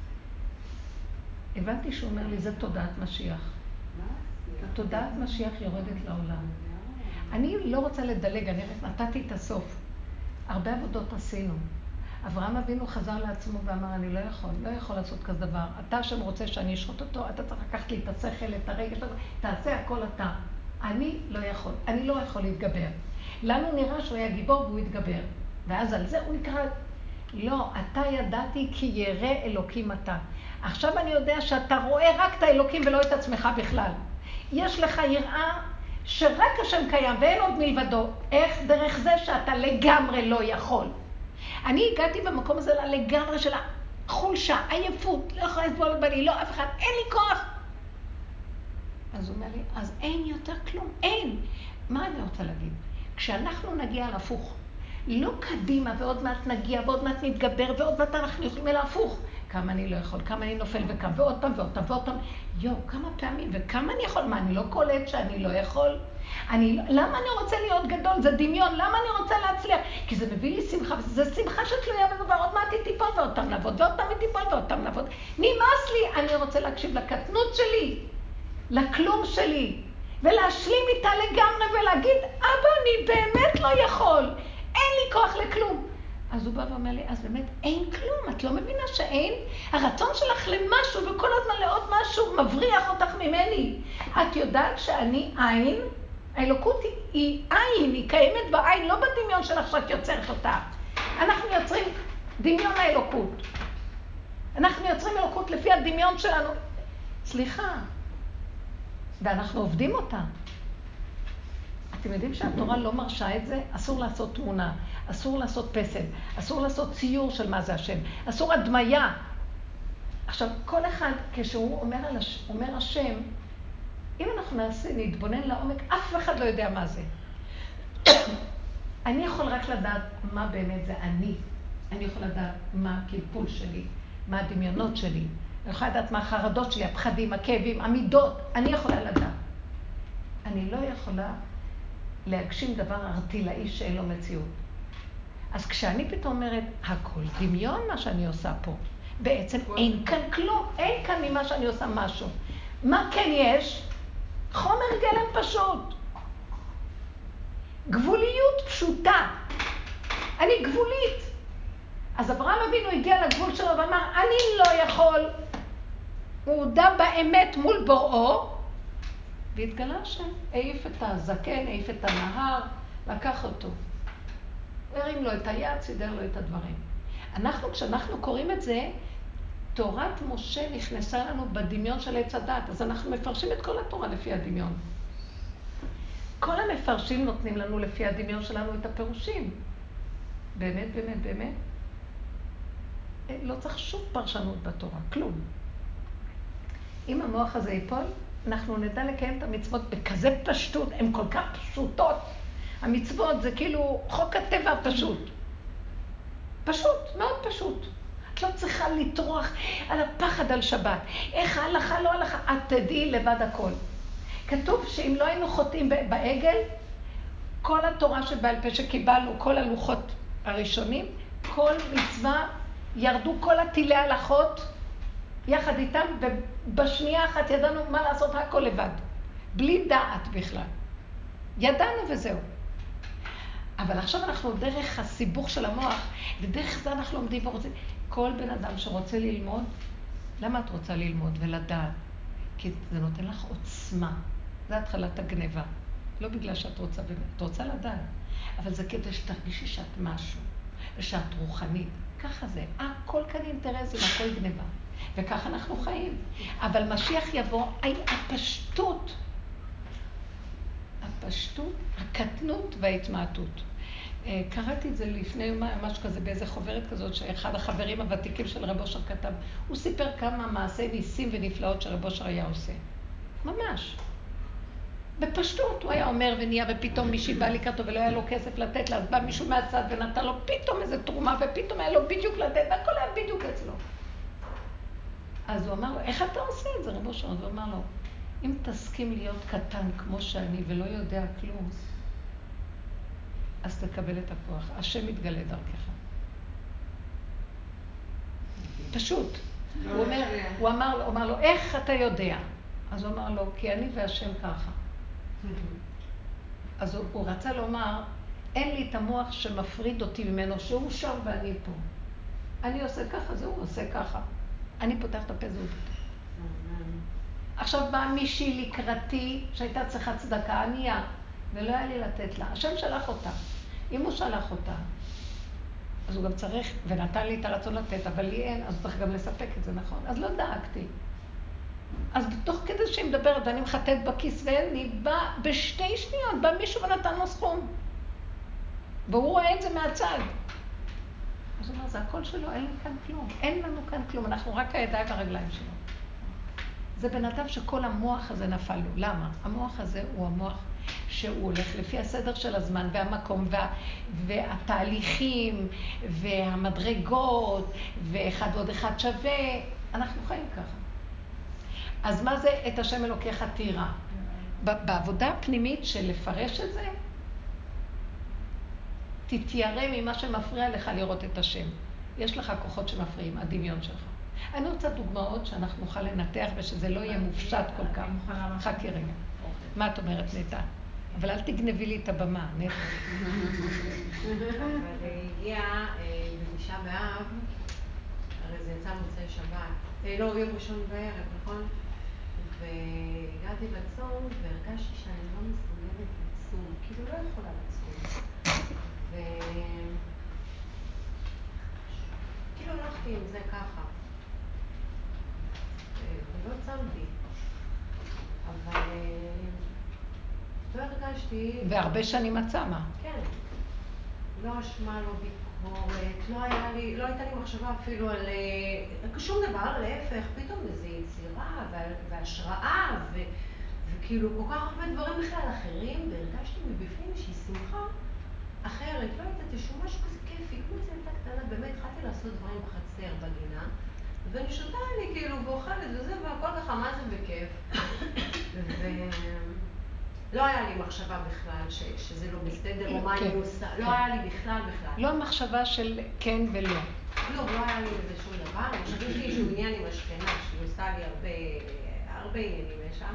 הבנתי שהוא אומר לי, זה תודעת משיח. תודעת משיח יורדת לעולם. אני לא רוצה לדלג, אני נתתי את הסוף. הרבה עבודות עשינו. אברהם אבינו חזר לעצמו ואמר, אני לא יכול לעשות כזה דבר. אתה שם רוצה שאני אשחוט אותו, אתה צריך לקחת לי את השכל, את הרגש, תעשה הכל אתה. אני לא יכול להתגבר. לנו נראה שהוא היה גיבור והוא התגבר. ואז על זה הוא נקרא, לא, אתה ידעתי כי ירא אלוקים אתה. עכשיו אני יודע שאתה רואה רק את האלוקים ולא את עצמך בכלל. יש לך יראה שרק השם קיים ואין עוד מלבדו. איך? דרך זה שאתה לגמרי לא יכול. אני הגעתי במקום הזה לגמרי של החולשה, עייפות, לא יכולה לסבול בני, לא אף אחד, אין לי כוח. אז הוא אומר לי, אז אין יותר כלום, אין. מה אני רוצה להגיד? כשאנחנו נגיע להפוך, לא קדימה ועוד מעט נגיע ועוד מעט נתגבר ועוד מעט אנחנו יכולים, אלא הפוך. כמה אני לא יכול, כמה אני נופל וקם, ועוד פעם ועוד פעם ועוד פעם. כמה פעמים וכמה אני יכול? מה, אני לא קולט שאני לא יכול? למה אני רוצה להיות גדול? זה דמיון. למה אני רוצה להצליח? כי זה מביא לי שמחה, וזה שמחה שתלויה בדבר. עוד מעט היא תיפול ועוד פעם לעבוד, ועוד פעם היא תיפול ועוד פעם לעבוד. נמאס לי, אני רוצה להקשיב לקטנות שלי, לכלום שלי, ולהשלים איתה לגמרי ולהגיד, אבא, אני באמת לא יכול. אין לי כוח לכלום. אז הוא בא ואומר לי, אז באמת אין כלום, את לא מבינה שאין? הרצון שלך למשהו וכל הזמן לעוד משהו מבריח אותך ממני. את יודעת שאני עין? האלוקות היא עין, היא קיימת בעין, לא בדמיון שלך שאת יוצרת אותה. אנחנו יוצרים דמיון האלוקות. אנחנו יוצרים אלוקות לפי הדמיון שלנו. סליחה. ואנחנו עובדים אותה. אתם יודעים שהתורה לא מרשה את זה? אסור לעשות תמונה, אסור לעשות פסל, אסור לעשות ציור של מה זה השם, אסור הדמיה. עכשיו, כל אחד, כשהוא אומר השם, אם אנחנו נתבונן לעומק, אף אחד לא יודע מה זה. אני יכול רק לדעת מה באמת זה אני. אני יכול לדעת מה הפלפול שלי, מה הדמיונות שלי. אני יכולה לדעת מה החרדות שלי, הפחדים, הכאבים, המידות. אני יכולה לדעת. אני לא יכולה להגשים דבר ארטילאי שאין לו מציאות. אז כשאני פתאום אומרת, הכל דמיון מה שאני עושה פה. בעצם אין כאן כלום, אין כאן ממה שאני עושה משהו. מה כן יש? חומר גלם פשוט. גבוליות פשוטה. אני גבולית. אז אברהם אבינו הגיע לגבול שלו ואמר, אני לא יכול. הוא הודע באמת מול בוראו, והתגלה השם. העיף את הזקן, העיף את הנהר, לקח אותו. הוא הרים לו את היד, סידר לו את הדברים. כשאנחנו קוראים את זה, תורת משה נכנסה לנו בדמיון של עץ הדת, אז אנחנו מפרשים את כל התורה לפי הדמיון. כל המפרשים נותנים לנו לפי הדמיון שלנו את הפירושים. באמת, באמת, באמת. לא צריך שום פרשנות בתורה, כלום. אם המוח הזה ייפול, אנחנו נדע לקיים את המצוות בכזה פשטות, הן כל כך פשוטות. המצוות זה כאילו חוק הטבע פשוט. פשוט, מאוד פשוט. את לא צריכה לטרוח על הפחד על שבת. איך ההלכה לא הלכה, את תדעי לבד הכל. כתוב שאם לא היינו חוטאים בעגל, כל התורה שבעל פה שקיבלנו, כל הלוחות הראשונים, כל מצווה, ירדו כל הטילי הלכות יחד איתם, ובשנייה אחת ידענו מה לעשות הכל לבד. בלי דעת בכלל. ידענו וזהו. אבל עכשיו אנחנו דרך הסיבוך של המוח, ודרך זה אנחנו לומדים ורוצים. כל בן אדם שרוצה ללמוד, למה את רוצה ללמוד ולדעת? כי זה נותן לך עוצמה. זה התחלת הגניבה. לא בגלל שאת רוצה באמת, את רוצה לדעת. אבל זה כדי שתרגישי שאת משהו, ושאת רוחנית. ככה זה. הכל כאן אינטרסים, הכל גניבה. וככה אנחנו חיים. אבל משיח יבוא, הפשטות, הקטנות וההתמעטות. קראתי את זה לפני ממש כזה באיזה חוברת כזאת שאחד החברים הוותיקים של רב אושר כתב. הוא סיפר כמה מעשי ניסים ונפלאות שרב אושר היה עושה. ממש. בפשטות הוא היה אומר ונהיה ופתאום מישהי בא לקראתו ולא היה לו כסף לתת לה, אז בא מישהו מהצד ונתן לו פתאום איזה תרומה ופתאום היה לו בדיוק לתת והכל היה בדיוק אצלו. אז הוא אמר לו, איך אתה עושה את זה רב אושר? אז הוא אמר לו, אם תסכים להיות קטן כמו שאני ולא יודע כלום, אז תקבל את הכוח. השם מתגלה דרכך. פשוט. הוא אמר לו, איך אתה יודע? אז הוא אמר לו, כי אני והשם ככה. אז הוא רצה לומר, אין לי את המוח שמפריד אותי ממנו, שהוא שם ואני פה. אני עושה ככה, זה הוא עושה ככה. אני פותח את הפה, זה הוא פותח. עכשיו באה מישהי לקראתי שהייתה צריכה צדקה ענייה, ולא היה לי לתת לה. השם שלח אותה. אם הוא שלח אותה, אז הוא גם צריך, ונתן לי את הרצון לתת, אבל לי אין, אז הוא צריך גם לספק את זה, נכון? אז לא דאגתי. אז בתוך כדי שהיא מדברת, ואני מחטאת בכיס ואין לי, בא בשתי שניות, בא מישהו ונתן לו סכום. והוא רואה את זה מהצד. אז הוא אומר, זה הכל שלו, אין לי כאן כלום. אין לנו כאן כלום, אנחנו רק הידיים והרגליים שלו. זה בן אדם שכל המוח הזה נפל לו. למה? המוח הזה הוא המוח שהוא הולך לפי הסדר של הזמן והמקום והתהליכים והמדרגות ואחד ועוד אחד שווה. אנחנו חיים ככה. אז מה זה את השם אלוקיך תירא? בעבודה הפנימית של לפרש את זה, תתיירא ממה שמפריע לך לראות את השם. יש לך כוחות שמפריעים, הדמיון שלך. אני רוצה דוגמאות שאנחנו נוכל לנתח ושזה לא יהיה מופשט כל כך. חכי רגע. מה את אומרת נטע? אבל אל תגנבי לי את הבמה, נטע. אבל הגיעה בתשעה באב, הרי זה יצא מוצאי שבת, לא, יום ראשון בערב, נכון? והגעתי לצום והרגשתי שאני לא מסוגלת לצום, כאילו לא יכולה לצום. כאילו הלכתי עם זה ככה. ולא צמתי. אבל לא הרגשתי... והרבה שנים את צמה. כן. לא אשמה, לא ביקורת, לא הייתה לי מחשבה אפילו על שום דבר, להפך, פתאום איזו יצירה והשראה וכאילו כל כך הרבה דברים בכלל אחרים, והרגשתי מבפנים איזושהי שמחה אחרת, לא יודעת, איזשהו משהו כזה כיפי, כמו איזה ילדה קטנה, באמת התחלתי לעשות דברים בחצר בגינה, ואני שותה לי כאילו ואוכלת וזה, והכל ככה, מה זה בכיף. לא היה לי מחשבה בכלל שזה לא בסדר, או מה אני עושה, לא היה לי בכלל. לא המחשבה של כן ולא. לא היה לי לזה שום דבר, אני חושבת שיש לי איזשהו עניין עם השכנה, שהיא עושה לי הרבה עניינים שם,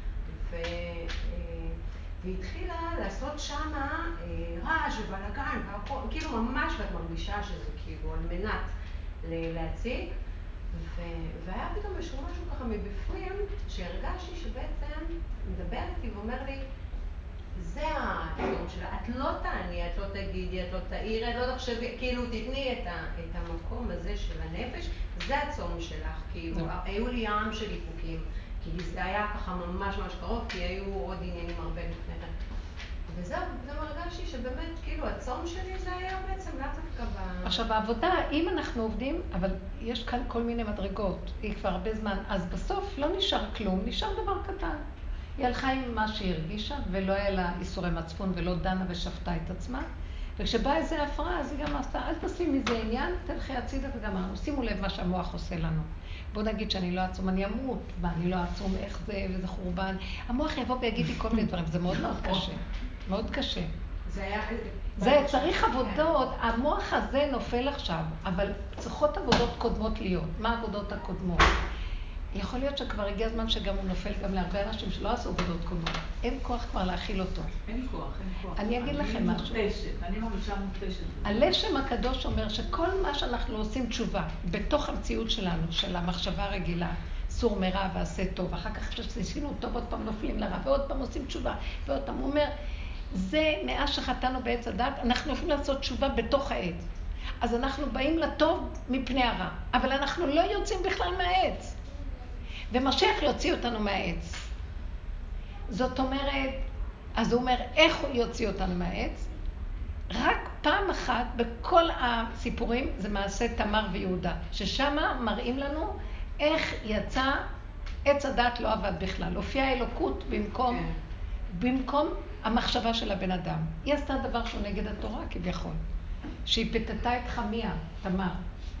והתחילה לעשות שמה רעש ובלגן, כאילו ממש ואת מרגישה שזה כאילו על מנת להציג, והיה פתאום איזשהו משהו ככה מבפנים, שהרגשתי שבעצם מדבר איתי ואומר לי, זה הצום שלה, את לא תעני, את לא תגידי, את לא תעירי, את לא תחשבי, כאילו תתני את המקום הזה של הנפש, זה הצום שלך, כאילו היו לי ים של איפוקים, כי זה היה ככה ממש קרוב, כי היו עוד עניינים הרבה לפני כן. וזהו, זה מרגשתי שבאמת, כאילו, הצום שלי זה היה בעצם לא דווקא עכשיו, העבודה, אם אנחנו עובדים, אבל יש כאן כל מיני מדרגות, היא כבר הרבה זמן, אז בסוף לא נשאר כלום, נשאר דבר קטן. היא הלכה עם מה שהיא הרגישה, ולא היה לה איסורי מצפון, ולא דנה ושפטה את עצמה. וכשבאה איזו הפרעה, אז היא גם עשתה, אל תשים מזה עניין, תלכי הצידה וגמרנו. שימו לב מה שהמוח עושה לנו. בוא נגיד שאני לא אעצום, אני אמות, ואני לא אעצום, איך זה, וזה חורבן. המוח יבוא ויגיד לי כל מיני דברים, זה מאוד קשה. מאוד קשה. זה צריך עבודות, המוח הזה נופל עכשיו, אבל צריכות עבודות קודמות להיות. מה העבודות הקודמות? יכול להיות שכבר הגיע הזמן שגם הוא נופל גם להרבה אנשים שלא עשו עבודות קודמות. אין כוח כבר להכיל אותו. אין כוח. אני אגיד לכם משהו. אני מרגישה מותשת. הלשם הקדוש אומר שכל מה שאנחנו עושים תשובה, בתוך המציאות שלנו, של המחשבה הרגילה, סור מרע ועשה טוב, אחר כך כשעשינו טוב, עוד פעם נופלים לרע, ועוד פעם עושים תשובה, ועוד פעם הוא אומר, זה מאז שחטאנו בעץ הדת, אנחנו יכולים לעשות תשובה בתוך העץ. אז אנחנו באים לטוב מפני הרע, אבל אנחנו לא יוצאים בכלל מהעץ. ומשיח יוציא אותנו מהעץ. זאת אומרת, אז הוא אומר, איך הוא יוציא אותנו מהעץ? רק פעם אחת בכל הסיפורים זה מעשה תמר ויהודה, ששם מראים לנו איך יצא עץ הדת לא עבד בכלל. הופיעה אלוקות במקום המחשבה של הבן אדם. היא עשתה דבר שהוא נגד התורה כביכול, שהיא פתתה את חמיה, תמר,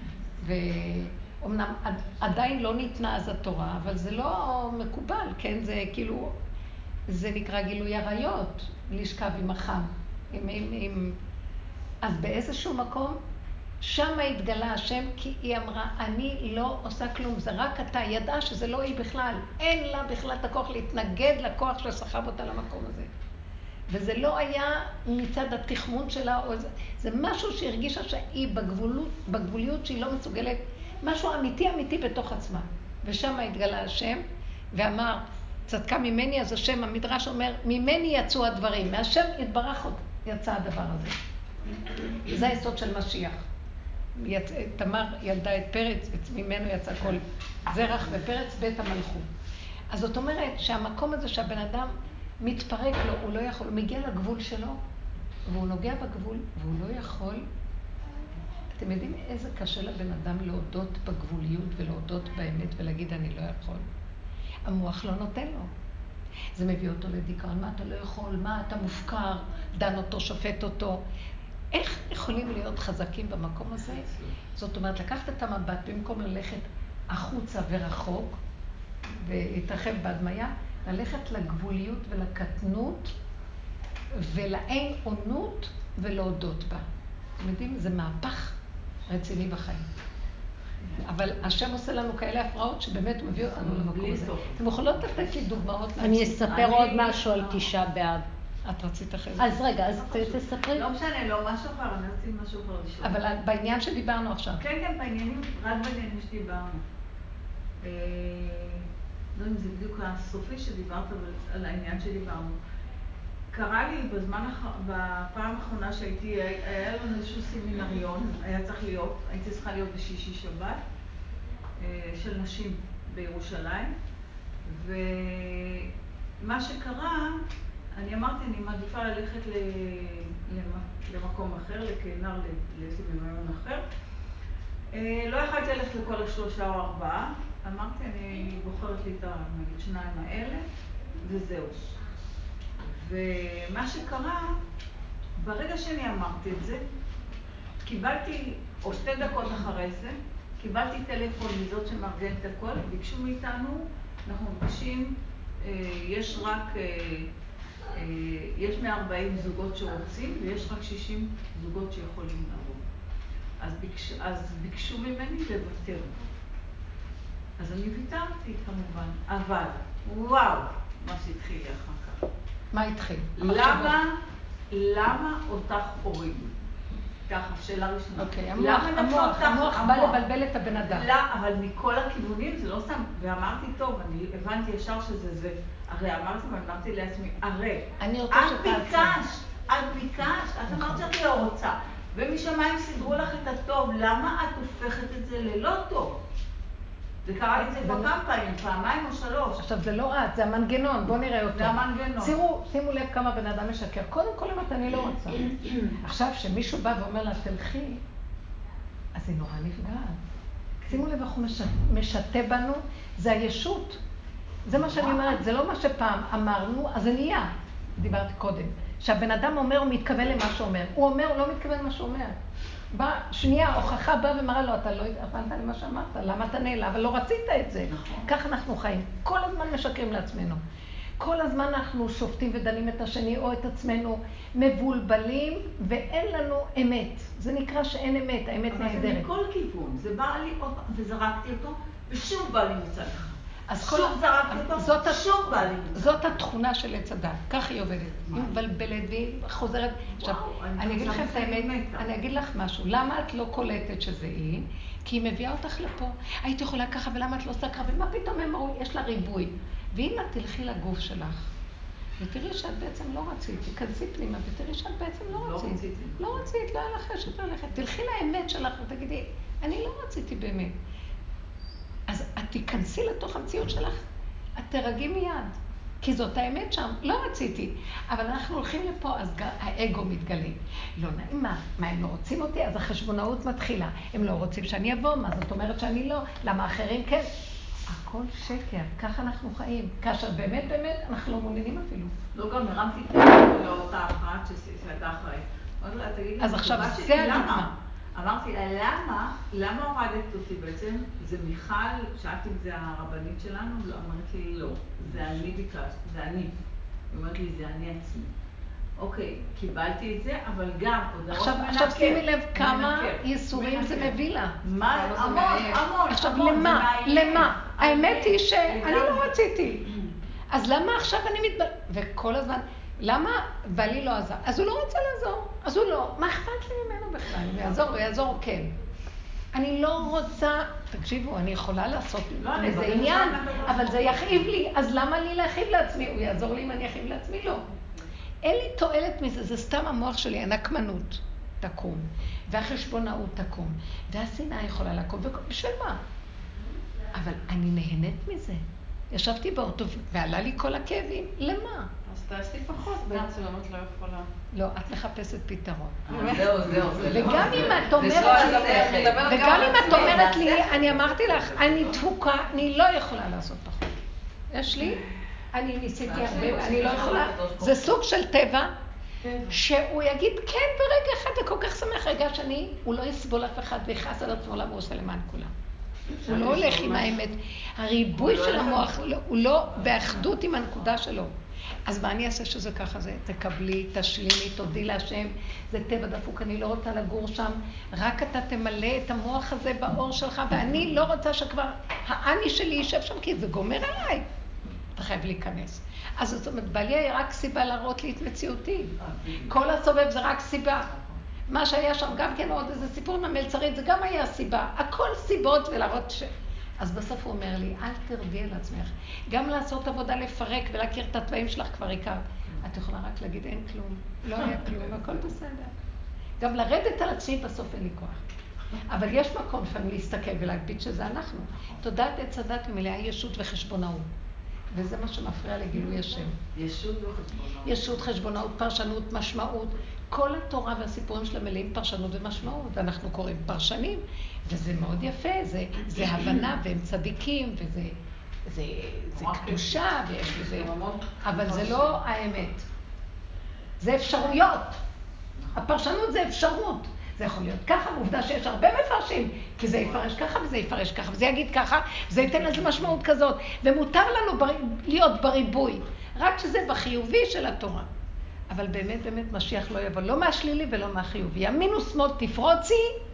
ואומנם עדיין לא ניתנה אז התורה, אבל זה לא מקובל, כן? זה כאילו, זה נקרא גילוי עריות, לשכב עם החם, אז באיזשהו מקום, שם התגלה השם, כי היא אמרה, אני לא עושה כלום, זה רק אתה, ידעה שזה לא היא בכלל, אין לה בכלל את הכוח להתנגד לכוח שסחב אותה למקום הזה. וזה לא היה מצד התחמון שלה, זה משהו שהרגישה שהיא בגבוליות שהיא לא מסוגלת, משהו אמיתי בתוך עצמה. ושם התגלה השם, ואמר, צדקה ממני, אז השם, המדרש אומר, ממני יצאו הדברים, מהשם יתברך יצא הדבר הזה. זה היסוד של משיח. תמר ילדה את פרץ, ממנו יצא כל זרח ופרץ, בית המלכות. אז זאת אומרת שהמקום הזה שהבן אדם מתפרק לו, הוא לא יכול, הוא מגיע לגבול שלו, והוא נוגע בגבול, והוא לא יכול. אתם יודעים איזה קשה לבן אדם להודות בגבוליות ולהודות באמת ולהגיד אני לא יכול. המוח לא נותן לו. זה מביא אותו לדיכאון, מה אתה לא יכול, מה אתה מופקר, דן אותו, שופט אותו. איך יכולים להיות חזקים במקום הזה? זאת אומרת, לקחת את המבט במקום ללכת החוצה ורחוק, ולהתרחב בהדמיה, ללכת לגבוליות ולקטנות, ולאין עונות ולהודות בה. אתם יודעים, זה מהפך רציני בחיים. אבל השם עושה לנו כאלה הפרעות שבאמת הוא מביא אותנו למקום הזה. אתם יכולות לתת לי דוגמאות? אני אספר עוד משהו על תשעה באב. את רצית אחרי זה. אז רגע, אז תספרי. לא משנה, לא משהו אחר, אני רציתי משהו אחר לשאול. אבל בעניין שדיברנו עכשיו. כן, כן, בעניינים, רק בעניינים שדיברנו. לא אם זה בדיוק הסופי שדיברת, אבל על העניין שדיברנו. קרה לי בפעם האחרונה שהייתי, היה לנו איזשהו סמינריון, הייתי צריכה להיות בשישי שבת, של נשים בירושלים, ומה שקרה, אני אמרתי, אני מעדיפה ללכת למקום אחר, לכנר, לסמינריון אחר. לא יכולתי ללכת לכל 3 או 4, אמרתי, אני בוחרת לי את השניים האלה, וזהו. ומה שקרה, ברגע שאני אמרתי את זה, קיבלתי, או 2 דקות אחרי זה, קיבלתי טלפון מזאת שמארגנת הכל, ביקשו מאיתנו, אנחנו מבקשים, יש 140 זוגות שרוצים, ויש רק 60 זוגות שיכולים לעבוד. אז ביקשו ממני לוותר. אז אני ויתרתי כמובן, אבל וואו, מה שהתחיל לי אחר כך. מה התחיל? למה אותך הורידו? ככה, שאלה ראשונה. אוקיי, המוח בא לבלבל את הבן אדם. לא, אבל מכל הכיוונים זה לא סתם. ואמרתי, טוב, אני הבנתי ישר שזה זה. הרי אמרתי לעצמי, הרי, את ביקשת, את אמרת שאת לא רוצה. ומשמיים סידרו לך את הטוב, למה את הופכת את זה ללא טוב? זה קרה לי זה כבר כמה פעמים, 2 או 3. עכשיו זה לא את, זה המנגנון, בוא נראה אותו. זה המנגנון. שימו לב כמה בן אדם משקר. קודם כל אם אני לא רוצה. עכשיו שמישהו בא ואומר לה תלכי, אז היא נורא נפגעת. שימו לב איך הוא משתה בנו, זה הישות. זה מה שאני אומרת, זה לא מה שפעם אמרנו, אז זה נהיה. דיברתי קודם. שהבן אדם אומר, הוא מתכוון למה שאומר. הוא אומר, הוא לא מתכוון למה שאומר. שנייה, ההוכחה באה ומראה לו, אתה לא התכוונת למה שאמרת, למה אתה נעלב, אבל לא רצית את זה. כך אנחנו חיים. כל הזמן משקרים לעצמנו. כל הזמן אנחנו שופטים ודנים את השני או את עצמנו, מבולבלים, ואין לנו אמת. זה נקרא שאין אמת, האמת נהדרת. אבל זה מכל כיוון, זה בא לי עוד פעם, וזרקתי אותו, ושוב בא לי מצד אחד. שוב זרקתי אותו, שוב בא לי מצד. זאת התכונה של עץ הדת, כך היא עובדת. היא מבלבלת והיא חוזרת. עכשיו, אני אגיד לכם את האמת, אני אגיד לך משהו. למה את לא קולטת שזה היא? כי היא מביאה אותך לפה. היית יכולה ככה, ולמה את לא עושה ככה? ומה פתאום הם ראו? יש לה ריבוי. ואם את תלכי לגוף שלך, ותראי שאת בעצם לא רצית, תיכנסי פנימה, ותראי שאת בעצם לא רצית. לא רצית, לא היה לך חשת ללכת. תלכי לאמת שלך ותגידי, אני לא רציתי באמת. אז את תיכנסי לתוך המציאות שלך, את תרגי מיד, כי זאת האמת שם, לא רציתי. אבל אנחנו הולכים לפה, אז האגו מתגלה. לא נעים מה הם לא רוצים אותי? אז החשבונאות מתחילה. הם לא רוצים שאני אבוא, מה זאת אומרת שאני לא? למה אחרים כן? הכל שקר, ככה אנחנו חיים. כאשר באמת אנחנו לא מעוניינים אפילו. לא, גם הרמתי טלפון לאותה אחת שהייתה אחראית. אז עכשיו זה הדוגמה. אמרתי לה, למה הורדת אותי בעצם? זה מיכל, שאלתי אם זה הרבנית שלנו, לא, אמרת לי לא, זה אני ביקשת, זה אני. היא אומרת לי, זה אני עצמי. אוקיי, קיבלתי את זה, אבל גם עוד הראש מנקר. עכשיו שימי לב כמה ייסורים זה מביא לה. המון. עכשיו למה? האמת היא שאני לא רציתי. אז למה עכשיו אני וכל הזמן, למה בעלי לא עזר? אז הוא לא רוצה לעזור. אז הוא לא. מה אכפת לי ממנו בכלל? הוא יעזור, כן. אני לא רוצה, תקשיבו, אני יכולה לעשות איזה עניין, אבל זה יכאיב לי. אז למה לי להכאיב לעצמי? הוא יעזור לי אם אני אכאיב לעצמי? לא. אין לי תועלת מזה, זה סתם המוח שלי, הנקמנות תקום, והחשבונאות תקום, והשנאה יכולה לקום, בשביל מה? אבל אני נהנית מזה. ישבתי באוטו ועלה לי כל הכאבים, למה? אז תעשי פחות, בעצם את לא יכולה. לא, את מחפשת פתרון. זהו. וגם אם את אומרת לי, אני אמרתי לך, אני דפוקה, אני לא יכולה לעשות פחות. יש לי, אני ניסיתי הרבה, אני לא יכולה, זה סוג של טבע, שהוא יגיד כן ברגע אחד, וכל כך שמח רגע שני, הוא לא יסבול אף אחד ויחס על עצמו למה הוא עושה למען כולם. הוא לא הולך עם האמת. הריבוי של המוח, הוא לא באחדות עם הנקודה שלו. אז מה אני אעשה שזה ככה זה? תקבלי, תשלימי, תודי להשם, זה טבע דפוק, אני לא רוצה לגור שם, רק אתה תמלא את המוח הזה באור שלך, ואני לא רוצה שכבר האני שלי יישב שם, כי זה גומר עליי. אתה חייב להיכנס. אז זאת אומרת, בעלי היה רק סיבה להראות לי את מציאותי. כל הסובב זה רק סיבה. מה שהיה שם גם כן עוד איזה סיפור עם המלצרית, זה גם היה סיבה. הכל סיבות ולהראות ש... אז בסוף הוא אומר לי, אל תרדי על עצמך. גם לעשות עבודה לפרק ולהכיר את התוואים שלך כבר עיקר. את יכולה רק להגיד, אין כלום, לא היה כלום, הכל בסדר. גם לרדת על עצמי בסוף אין לי כוח. אבל יש מקום לפעמים להסתכל ולהגביט שזה אנחנו. תודעת עץ הדת היא מלאה ישות וחשבונאות. וזה מה שמפריע לגילוי השם. ישות וחשבונאות. ישות, חשבונאות, פרשנות, משמעות. כל התורה והסיפורים שלה מלאים פרשנות ומשמעות. ואנחנו קוראים פרשנים, וזה מאוד יפה. זה הבנה, והם צדיקים, וזה קדושה, ויש לזה... אבל זה לא האמת. זה אפשרויות. הפרשנות זה אפשרות. זה יכול להיות ככה, עובדה שיש הרבה מפרשים, כי זה יפרש ככה וזה יפרש ככה, וזה יגיד ככה, זה ייתן לזה משמעות כזאת, ומותר לנו להיות בריבוי, רק שזה בחיובי של התורה. אבל באמת, באמת משיח לא יבוא, לא מהשלילי ולא מהחיובי. המינוס מוד תפרוצי,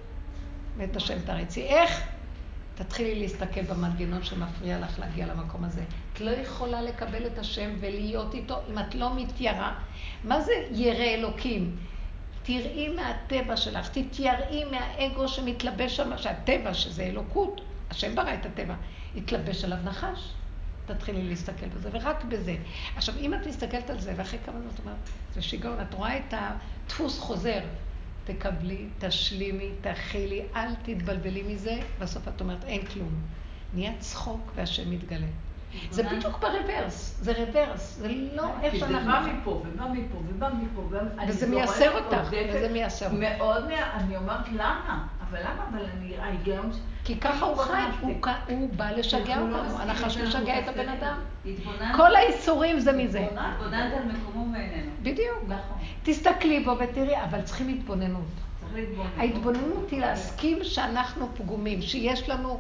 ואת השם תריצי. איך? תתחילי להסתכל במנגנון שמפריע לך להגיע למקום הזה. את לא יכולה לקבל את השם ולהיות איתו אם את לא מתיירה. מה זה ירא אלוקים? תראי מהטבע שלך, תתייראי מהאגו שמתלבש שם, שהטבע שזה אלוקות, השם ברא את הטבע, יתלבש עליו נחש. תתחילי להסתכל בזה, ורק בזה. עכשיו, אם את מסתכלת על זה, ואחרי כמה זאת אומרת, זה שיגעון, את רואה את הדפוס חוזר, תקבלי, תשלימי, תכילי, אל תתבלבלי מזה, בסוף את אומרת, אין כלום. נהיה צחוק והשם מתגלה. זה בדיוק ברוורס, זה רוורס, זה לא איפה שאנחנו... זה בא מפה, ובא מפה, ובא מפה, וזה מייסר אותך, וזה מייסר אותך. מאוד, אני אומרת למה? אבל למה? אבל ההיגיון... כי ככה הוא חי, הוא בא לשגע אותנו, הנחש משגע את הבן אדם. כל האיסורים זה מזה. התבוננת על מקומו ואיננו. בדיוק. תסתכלי בו ותראי, אבל צריכים התבוננות. ההתבוננות היא להסכים שאנחנו פגומים, שיש לנו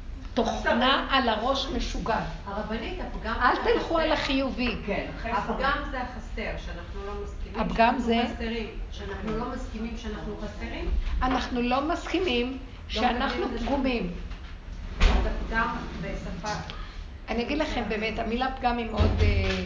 תוכנה על הראש משוגעת. הרבנית, הפגם... אל תלכו על החיובי. הפגם זה החסר, שאנחנו לא מסכימים. הפגם זה... שאנחנו לא מסכימים שאנחנו חסרים. אנחנו לא מסכימים שאנחנו פגומים. אז הפגם בשפה... אני אגיד לכם באמת, המילה פגם היא מאוד...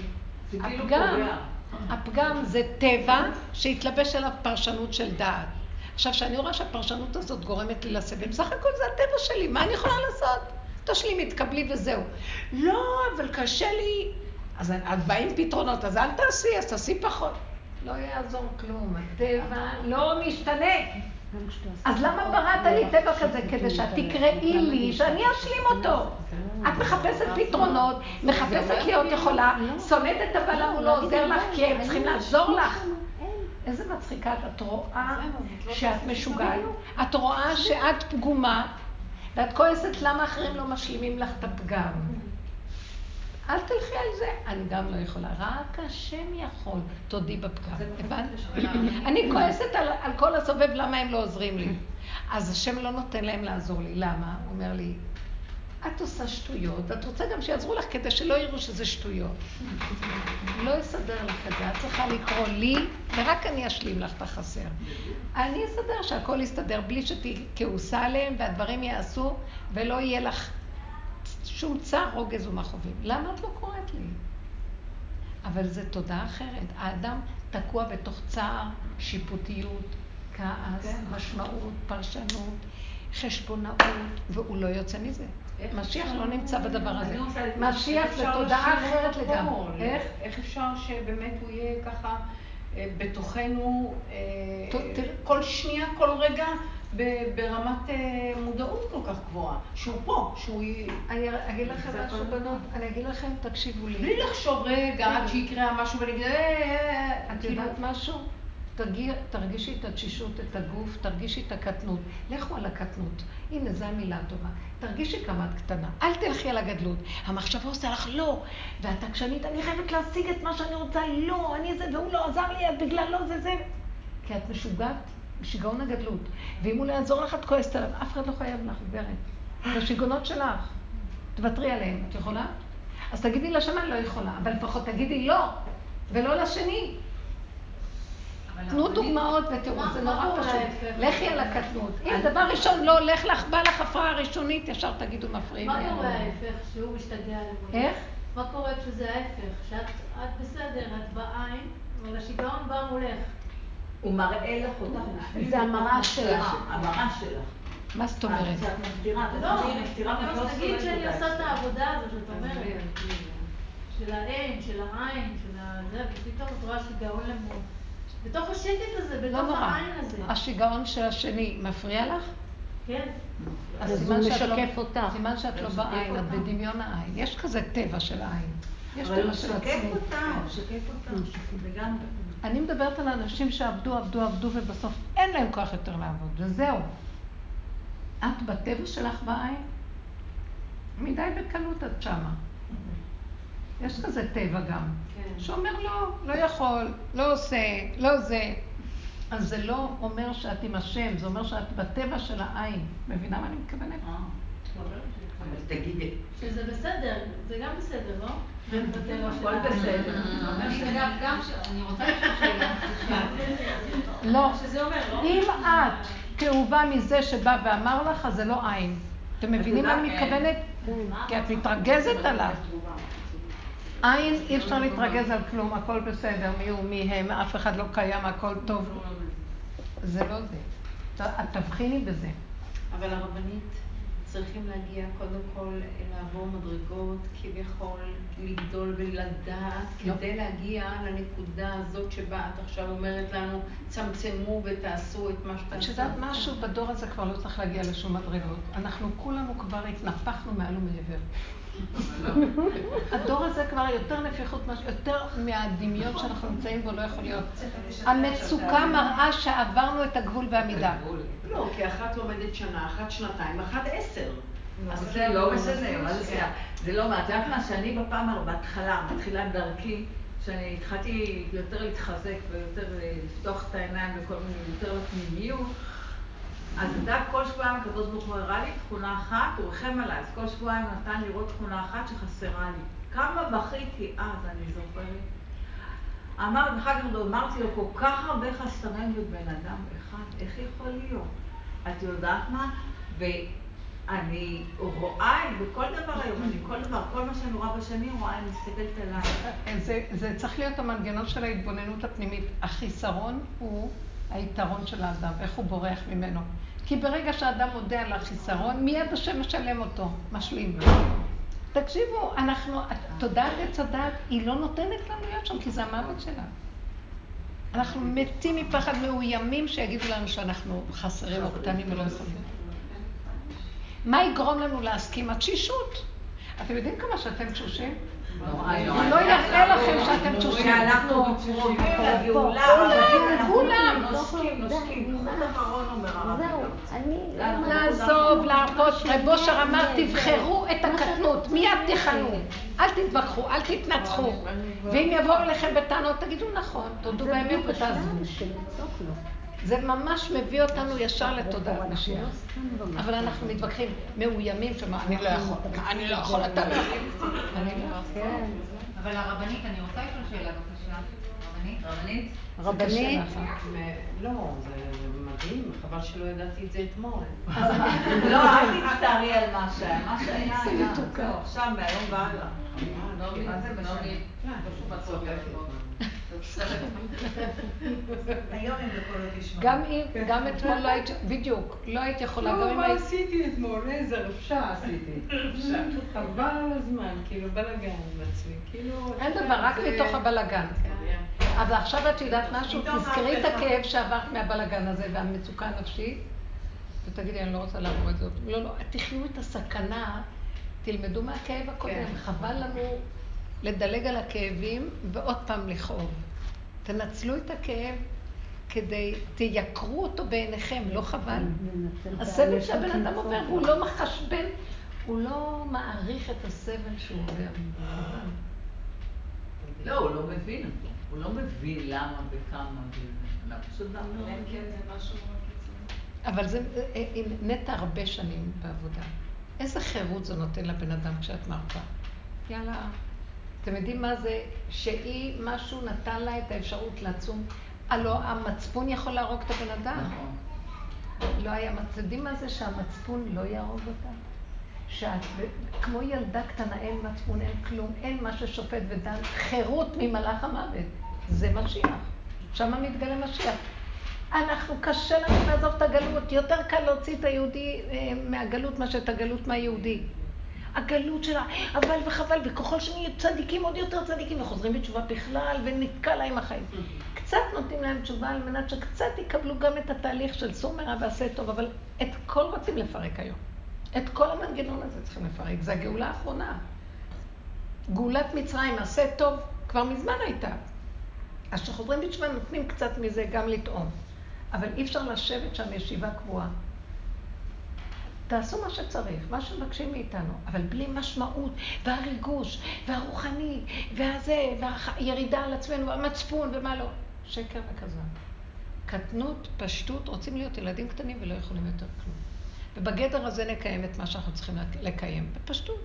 הפגם זה טבע שהתלבש עליו פרשנות של דעת. עכשיו, שאני רואה שהפרשנות הזאת גורמת לי לסבל, בסך הכל זה הטבע שלי, מה אני יכולה לעשות? תשלימי, תקבלי וזהו. לא, אבל קשה לי. אז את באה עם פתרונות, אז אל תעשי, אז תעשי פחות. לא יעזור כלום, הטבע לא משתנה. אז למה בראת לי טבע כזה? כדי שאת תקראי לי, שאני אשלים אותו. את מחפשת פתרונות, מחפשת להיות יכולה, שונאת את הבעל הוא לא עוזר לך, כי הם צריכים לעזור לך. איזה מצחיקה, את רואה שאת משוגעת, את רואה שאת פגומה, ואת כועסת למה אחרים לא משלימים לך את הפגם. אל תלכי על זה, אני גם לא יכולה, רק השם יכול, תודי בפגם, הבנת? אני כועסת על כל הסובב, למה הם לא עוזרים לי? אז השם לא נותן להם לעזור לי, למה? הוא אומר לי, את עושה שטויות, ואת רוצה גם שיעזרו לך כדי שלא יראו שזה שטויות. לא אסדר לך את זה, את צריכה לקרוא לי, ורק אני אשלים לך את החסר. אני אסדר שהכל יסתדר בלי שתכעוסה עליהם, והדברים יעשו, ולא יהיה לך שום צער, רוגז ומכאובים. למה את לא קוראת לי? אבל זה תודעה אחרת. האדם תקוע בתוך צער, שיפוטיות, כעס, משמעות, פרשנות, חשבונאות, והוא לא יוצא מזה. משיח לא נמצא בדבר הזה. משיח זה תודעה אחרת לגמרי. איך אפשר שבאמת הוא יהיה ככה בתוכנו כל שנייה, כל רגע, ברמת מודעות כל כך גבוהה, שהוא פה, שהוא יהיה... אני אגיד לכם משהו בנות, אני אגיד לכם, תקשיבו לי. בלי לחשוב רגע עד שיקרה משהו ואני אגיד... את יודעת משהו? תרגישי את התשישות, את הגוף, תרגישי את הקטנות. לכו על הקטנות. הנה, זו המילה טובה. תרגישי כמה את קטנה. אל תלכי על הגדלות. המחשבה עושה לך לא. והתקשנית, אני חייבת להשיג את מה שאני רוצה. לא, אני זה, והוא לא עזר לי, אז בגלל לא זה. כי את משוגעת, שיגעון הגדלות. ואם הוא לא יעזור לך, את כועסת עליו. אף אחד לא חייב לך, גברת. זה שיגעונות שלך. תוותרי עליהם. את יכולה? אז תגידי לשם, אני לא יכולה. אבל לפחות תגידי לא. ולא לשני. תנו דוגמאות ותראו, זה נורא פשוט. לכי על הקטנות. אם דבר ראשון לא הולך לך, בא לך הפרעה ראשונית, ישר תגידו מפריעים. מה קורה ההפך שהוא משתגע למולך? איך? מה קורה כשזה ההפך? שאת בסדר, את בעין, אבל השיגעון בא מולך. הוא מראה לך אותך בפנים. זה המראה שלך. המראה שלך. מה זאת אומרת? שאת מסתירה. לא, תגיד שאני עושה את העבודה הזאת, שאת אומרת. של העין, של העין, של זה, ופתאום את רואה שיגעון למול. בתוך השקט הזה, בתוך העין הזה. השיגעון של השני מפריע לך? כן. אז הוא משקף אותך. סימן שאת לא בעין, את בדמיון העין. יש כזה טבע של עין. יש טבע של עצמות. הוא שקף אותה. לגמרי. אני מדברת על אנשים שעבדו, ובסוף אין להם כוח יותר לעבוד. וזהו. את בטבע שלך בעין? מדי בקלות את שמה. יש כזה טבע גם. שאומר לא יכול, לא עושה, לא זה. אז זה לא אומר שאת עם השם, זה אומר שאת בטבע של העין. מבינה מה אני מתכוונת? אבל תגידי. שזה בסדר, זה גם בסדר, לא? זה בטבע של הכל בסדר. אני רוצה לשאול שאלה. לא. שזה אומר, לא? אם את כאובה מזה שבא ואמר לך, אז זה לא עין. אתם מבינים מה אני מתכוונת? כי את מתרגזת עליו. עין אי אפשר להתרגז על כלום, הכל בסדר, מי הוא, מי הם, אף אחד לא קיים, הכל טוב. זה לא זה. את תבחיני בזה. אבל הרבנית צריכים להגיע קודם כל לעבור מדרגות, כביכול לגדול ולדעת, כדי להגיע לנקודה הזאת שבה את עכשיו אומרת לנו, צמצמו ותעשו את מה שאתה עושה. את יודעת משהו, בדור הזה כבר לא צריך להגיע לשום מדרגות. אנחנו כולנו כבר התנפחנו מעל ומעבר. הדור הזה כבר יותר נפיחות, יותר מהדמיון שאנחנו נמצאים בו לא יכול להיות. המצוקה מראה שעברנו את הגבול והמידה. לא, כי אחת לומדת שנה, אחת שנתיים, אחת 10. אז זה לא משנה, מה זה סייע? זה לא מעט. רק מה שאני בהתחלה, מתחילת דרכי, שאני התחלתי יותר להתחזק ויותר לפתוח את העיניים וכל מיני, יותר לפנימיות, אז אתה כל שבועיים הקדוש ברוך הוא הראה לי תכונה אחת, הוא רחם עליי, אז כל שבועיים נתן לראות תכונה אחת שחסרה לי. כמה בכיתי אז, אני זוכרת. אמרתי לו, כל כך הרבה חסרים בבן אדם אחד, איך יכול להיות? את יודעת מה? ואני רואה את בכל דבר היום, כל מה שאני רואה בשני, רואה, אני מסתכלת עליי. זה צריך להיות המנגנון של ההתבוננות הפנימית. החיסרון הוא היתרון של האדם, איך הוא בורח ממנו. כי ברגע שהאדם מודה על החיסרון, מיד השם משלם אותו, משלים. תקשיבו, תודעת עץ הדת, היא לא נותנת לנו להיות שם, כי זה המוות שלה. אנחנו מתים מפחד מאוימים שיגידו לנו שאנחנו חסרים או קטנים ולא יכולים. מה יגרום לנו להסכים? התשישות. אתם יודעים כמה שאתם תשושים? הוא לא יראה לכם שאתם תשושים. אנחנו רואים לגאולה, כולם. נושקים. חוט אחרון אומר הרב. לעזוב, להרפות. רב אושר אמר, תבחרו את הקטנות. מיד תכנו. אל תתווכחו, אל תתנצחו. ואם יבואו אליכם בטענות, תגידו נכון, תודו באמת ותעזבו. זה ממש מביא אותנו ישר לתודעת משיח. אבל אנחנו מתווכחים, מאוימים שמה, אני לא יכול, אתה לא יכול. אבל הרבנית, אני רוצה לשאול שאלה, בבקשה. רבנית? לא, זה מדהים, חבל שלא ידעתי את זה אתמול. לא, אל תצטערי על מה שהיה. מה שהיה, עכשיו, מהיום והלאה. מה זה משנה? לא שום היום הם בקולות ישמעו. גם אתמול לא היית, בדיוק, לא היית יכולה. לא, מה עשיתי אתמול? איזה רפשה עשיתי. חבל על הזמן, כאילו בלגן עם עצמי. אין דבר, רק מתוך הבלגן. אז עכשיו את יודעת משהו, תזכרי את הכאב שעברת מהבלגן הזה והמצוקה הנפשית, ותגידי, אני לא רוצה לעבור את זה. לא, תחיו את הסכנה, תלמדו מהכאב הקודם. חבל לנו לדלג על הכאבים ועוד פעם לכאוב. תנצלו את הכאב כדי תייקרו אותו בעיניכם, לא חבל? הסבל שהבן אדם עובר, והוא לא מחשבן, הוא לא מעריך את הסבל שהוא עובר. לא, הוא לא מבין אותו. הוא לא מבין למה וכמה וזה. פשוט גם לא מבין. אבל זה נטע הרבה שנים בעבודה. איזה חירות זה נותן לבן אדם כשאת מרפה? יאללה. אתם יודעים מה זה? שהיא משהו נתן לה את האפשרות לעצום. הלא, המצפון יכול להרוג את הבן אדם. לא היה מצפון. מה זה שהמצפון לא יהרוג אותה? שאת, כמו ילדה קטנה, אין מצפון, אין כלום, אין מה ששופט ודן. חירות ממלאך המוות. זה משיח. שם מתגלה משיח. אנחנו קשה לנו לעזוב את הגלות. יותר קל להוציא את היהודי מהגלות מה שאת הגלות מהיהודי. הגלות שלה, אבל וחבל, וככל שנהיה צדיקים, עוד יותר צדיקים, וחוזרים בתשובה בכלל, ונתקע להם החיים. קצת נותנים להם תשובה על מנת שקצת יקבלו גם את התהליך של סור מרע ועשה טוב, אבל את כל רוצים לפרק היום. את כל המנגנון הזה צריכים לפרק, זה הגאולה האחרונה. גאולת מצרים, עשה טוב, כבר מזמן הייתה. אז שחוזרים בתשובה נותנים קצת מזה גם לטעום. אבל אי אפשר לשבת שם ישיבה קבועה. תעשו מה שצריך, מה שמבקשים מאיתנו, אבל בלי משמעות, והריגוש, והרוחני, והזה, והירידה על עצמנו, והמצפון, ומה לא. שקר וכזב. קטנות, פשטות, רוצים להיות ילדים קטנים ולא יכולים יותר כלום. ובגדר הזה נקיים את מה שאנחנו צריכים לקיים, בפשטות.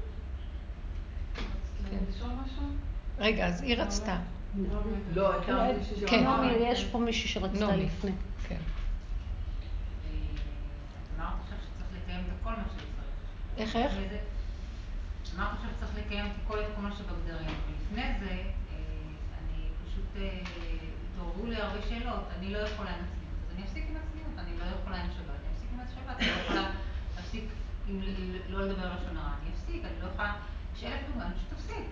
רגע, אז היא רצתה. לא, כן, יש פה מישהי שרצתה לפני. כן. אמרת עכשיו שצריך לקיים את כל מה שצריך. איך? אמרת עכשיו שצריך לקיים את כל מה שבגדרים. ולפני זה, אני פשוט, התעוררו לי הרבה שאלות. אני לא יכולה עם הצניעות. אז אני אפסיק עם הצניעות. אני לא יכולה עם שבת. אני אפסיק עם השבת. אני לא יכולה להפסיק, אם לא לדבר לשון הרע. אני אפסיק. אני לא יכולה, יש 1000 דוגמה, אני פשוט אפסיק.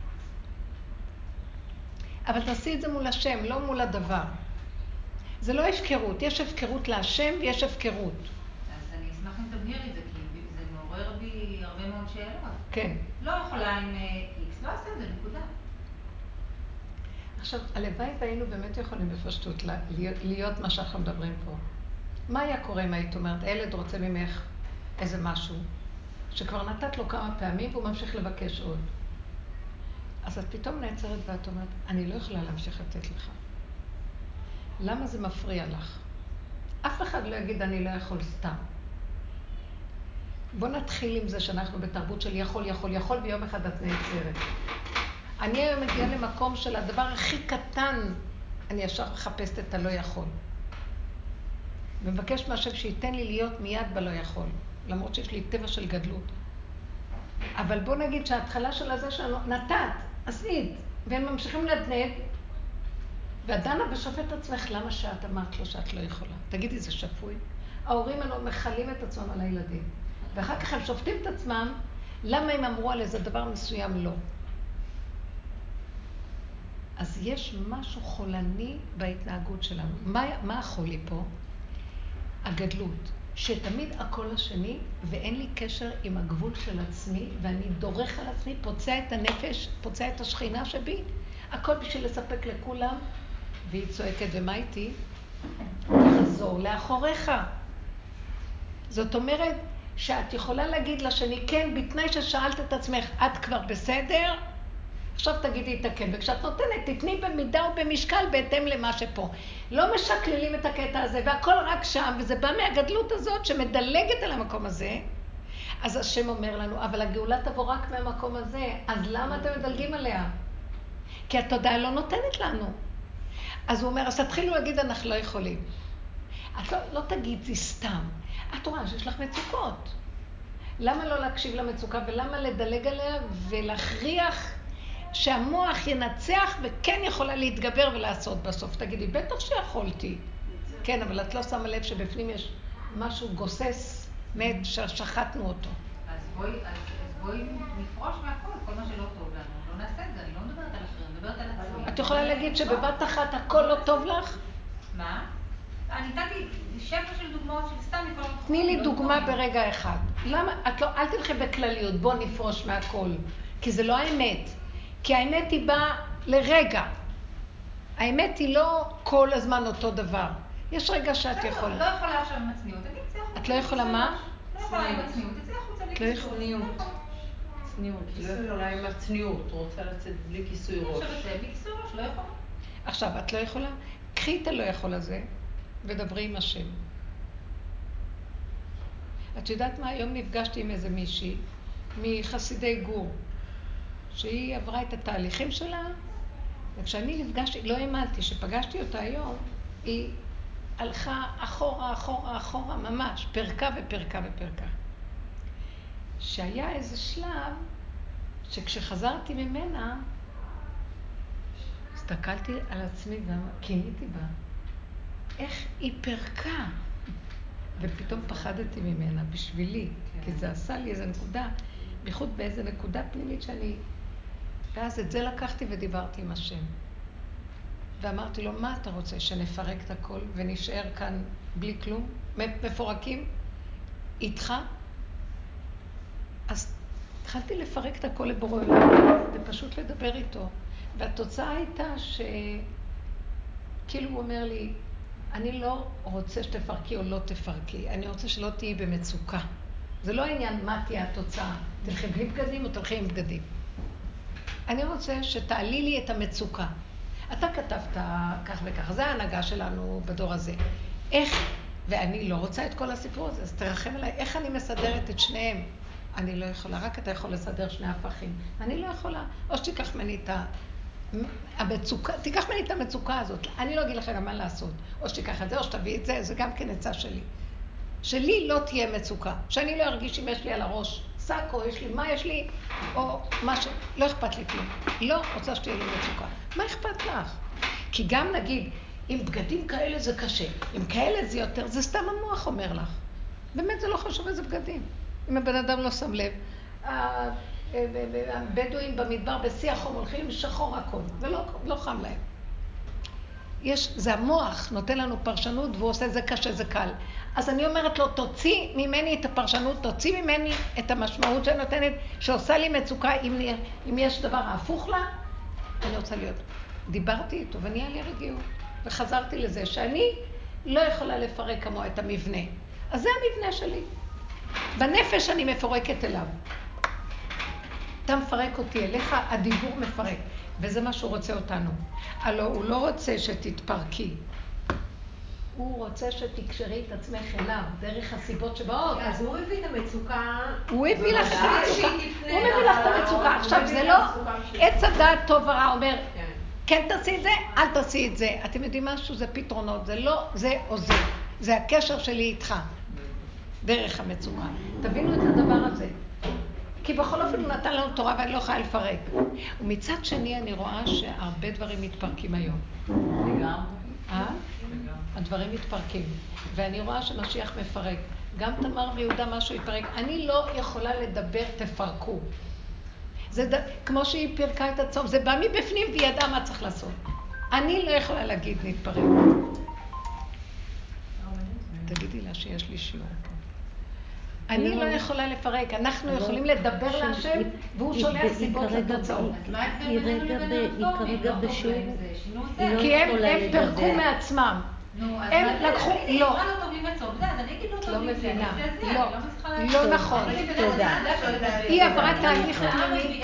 אבל תעשי את זה מול השם, לא מול הדבר. זה לא הפקרות. יש הפקרות להשם ויש הפקרות. אז אני אשמח אם תבהירי את זה, כי זה מעורר בי הרבה מאוד שאלות. כן. לא יכולה עם איקס, לא עושה את זה, נקודה. עכשיו, הלוואי והיינו באמת יכולים בפשטות להיות מה שאנחנו מדברים פה. מה היה קורה אם היית אומרת, הילד רוצה ממך איזה משהו, שכבר נתת לו כמה פעמים והוא ממשיך לבקש עוד. אז את פתאום נעצרת ואת אומרת, אני לא יכולה להמשיך לתת לך. למה זה מפריע לך? אף אחד לא יגיד, אני לא יכול סתם. בוא נתחיל עם זה שאנחנו בתרבות של יכול, ויום אחד את נעצרת. אני היום מגיעה למקום של הדבר הכי קטן, אני ישר מחפשת את הלא יכול. ומבקש מהשם שייתן לי להיות מיד בלא יכול, למרות שיש לי טבע של גדלות. אבל בוא נגיד שההתחלה של הזה שלנו, נתת, עשית, והם ממשיכים לדנד, והדנה ושופט עצמך, למה שאת אמרת לו שאת לא יכולה? תגידי, זה שפוי? ההורים האלו מחלים את עצמם על הילדים, ואחר כך הם שופטים את עצמם, למה הם אמרו על איזה דבר מסוים לא? אז יש משהו חולני בהתנהגות שלנו. מה החולי פה? הגדלות. שתמיד הכל השני, ואין לי קשר עם הגבול של עצמי, ואני דורך על עצמי, פוצע את הנפש, פוצע את השכינה שבי, הכל בשביל לספק לכולם, והיא צועקת, ומה איתי? תחזור לאחוריך. זאת אומרת, שאת יכולה להגיד לשני, כן, בתנאי ששאלת את עצמך, את כבר בסדר? עכשיו תגידי את הכן, וכשאת נותנת, תתני במידה ובמשקל בהתאם למה שפה. לא משקללים את הקטע הזה, והכל רק שם, וזה בא מהגדלות הזאת שמדלגת על המקום הזה. אז השם אומר לנו, אבל הגאולה תבוא רק מהמקום הזה, אז למה אתם מדלגים עליה? כי התודעה לא נותנת לנו. אז הוא אומר, אז תתחילו להגיד, אנחנו לא יכולים. את לא תגידי סתם. את רואה שיש לך מצוקות. למה לא להקשיב למצוקה, ולמה לדלג עליה ולהכריח שהמוח ינצח וכן יכולה להתגבר ולעשות בסוף. תגידי, בטח שיכולתי. כן, אבל את לא שמה לב שבפנים יש משהו גוסס, מת, ששחטנו אותו. אז בואי נפרוש מהכל, כל מה שלא טוב לנו. לא נעשה את זה, אני לא מדברת על אחרים, אני מדברת על עצמי. את יכולה להגיד שבבת אחת הכל לא טוב לך? מה? אני נתתי שפע של דוגמאות של סתם מכל התחומים. תני לי דוגמה ברגע אחד. למה? אל תלכי בכלליות, בוא נפרוש מהכל. כי זה לא האמת. כי האמת היא באה לרגע. האמת היא לא כל הזמן אותו דבר. יש רגע שאת יכולה. לא יכולה עכשיו עם הצניעות, אני אצא החוצה. את לא יכולה מה? לא יכולה עם הצניעות, תצא החוצה בלי כיסוי. צניעות, לא יכולה עם הצניעות, רוצה לצאת בלי כיסוי ראש. עכשיו לצאת בלי כיסוי ראש, לא יכולה. עכשיו, את לא יכולה? קחי את הלא יכול הזה, ודברי עם השם. את יודעת מה? היום נפגשתי עם איזה מישהי, מחסידי גור, שהיא עברה את התהליכים שלה, וכשאני נפגשתי, לא האמנתי, שפגשתי אותה היום, היא הלכה אחורה, אחורה, אחורה, ממש, פרקה ופרקה ופרקה. שהיה איזה שלב, שכשחזרתי ממנה, הסתכלתי על עצמי וקינאתי בה. איך היא פרקה? ופתאום פחדתי ממנה, בשבילי, כי זה עשה לי איזו נקודה, בייחוד באיזו נקודה פנימית שאני... ואז את זה לקחתי ודיברתי עם השם. ואמרתי לו, מה אתה רוצה? שנפרק את הכל ונשאר כאן בלי כלום? מפורקים? איתך? אז התחלתי לפרק את הכל לבורא עולם, ופשוט לדבר איתו. והתוצאה הייתה כאילו הוא אומר לי, אני לא רוצה שתפרקי או לא תפרקי, אני רוצה שלא תהיי במצוקה. זה לא העניין מה תהיה התוצאה, תלכי בלי בגדים או תלכי עם בגדים. אני רוצה שתעלי לי את המצוקה. אתה כתבת כך וכך, זה ההנהגה שלנו בדור הזה. איך, ואני לא רוצה את כל הסיפור הזה, אז תרחם עליי, איך אני מסדרת את שניהם? אני לא יכולה, רק אתה יכול לסדר שני הפכים. אני לא יכולה, או שתיקח ממני את המצוקה, תיקח ממני את המצוקה הזאת. אני לא אגיד לך גם מה לעשות. או שתיקח את זה, או שתביא את זה, זה גם כן עצה שלי. שלי לא תהיה מצוקה. שאני לא ארגיש אם יש לי על הראש שק, או יש לי מה יש לי, או מה ש... לא אכפת לי כלום. לא רוצה שתהיה לי מצוקה. מה אכפת לך? כי גם נגיד, אם בגדים כאלה זה קשה, אם כאלה זה יותר, זה סתם המוח אומר לך. באמת זה לא חשוב איזה בגדים. אם הבן אדם לא שם לב. הבדואים במדבר בשיא החום הולכים שחור הכל, ולא חם להם. זה המוח נותן לנו פרשנות והוא עושה זה קשה, זה קל. אז אני אומרת לו, תוציא ממני את הפרשנות, תוציא ממני את המשמעות שנותנת, שעושה לי מצוקה, אם יש דבר ההפוך לה, אני רוצה להיות. דיברתי איתו ונהיה לי רגיעות, וחזרתי לזה שאני לא יכולה לפרק כמו את המבנה. אז זה המבנה שלי. בנפש אני מפורקת אליו. אתה מפרק אותי אליך, הדיבור מפרק. וזה מה שהוא רוצה אותנו. הלוא הוא לא רוצה שתתפרקי. הוא רוצה שתקשרי את עצמך אליו, דרך הסיבות שבאות. אז הוא הביא את המצוקה. הוא הביא לך את המצוקה. הוא מביא לך את המצוקה. עכשיו זה לא... עץ הדעת טוב ורע אומר, כן תעשי את זה, אל תעשי את זה. אתם יודעים משהו? זה פתרונות. זה לא זה או זה. זה הקשר שלי איתך. דרך המצוקה. תבינו את הדבר הזה. כי בכל אופן הוא נתן לנו תורה ואני לא יכולה לפרק. ומצד שני אני רואה שהרבה דברים מתפרקים היום. הדברים מתפרקים. ואני רואה שמשיח מפרק. גם תמר ויהודה משהו יפרק. אני לא יכולה לדבר, תפרקו. זה כמו שהיא פרקה את הצום. זה בא מבפנים והיא ידעה מה צריך לעשות. אני לא יכולה להגיד נתפרק. תגידי לה שיש לי שיעור פה. אני לא יכולה לפרק, אנחנו יכולים לדבר להשם והוא שולח סיבות לתוצאות. היא כרגע בשיעור, כי הם פרקו מעצמם. הם לקחו, לא. לא מבינה, לא נכון. היא עברה תהליך פנימי,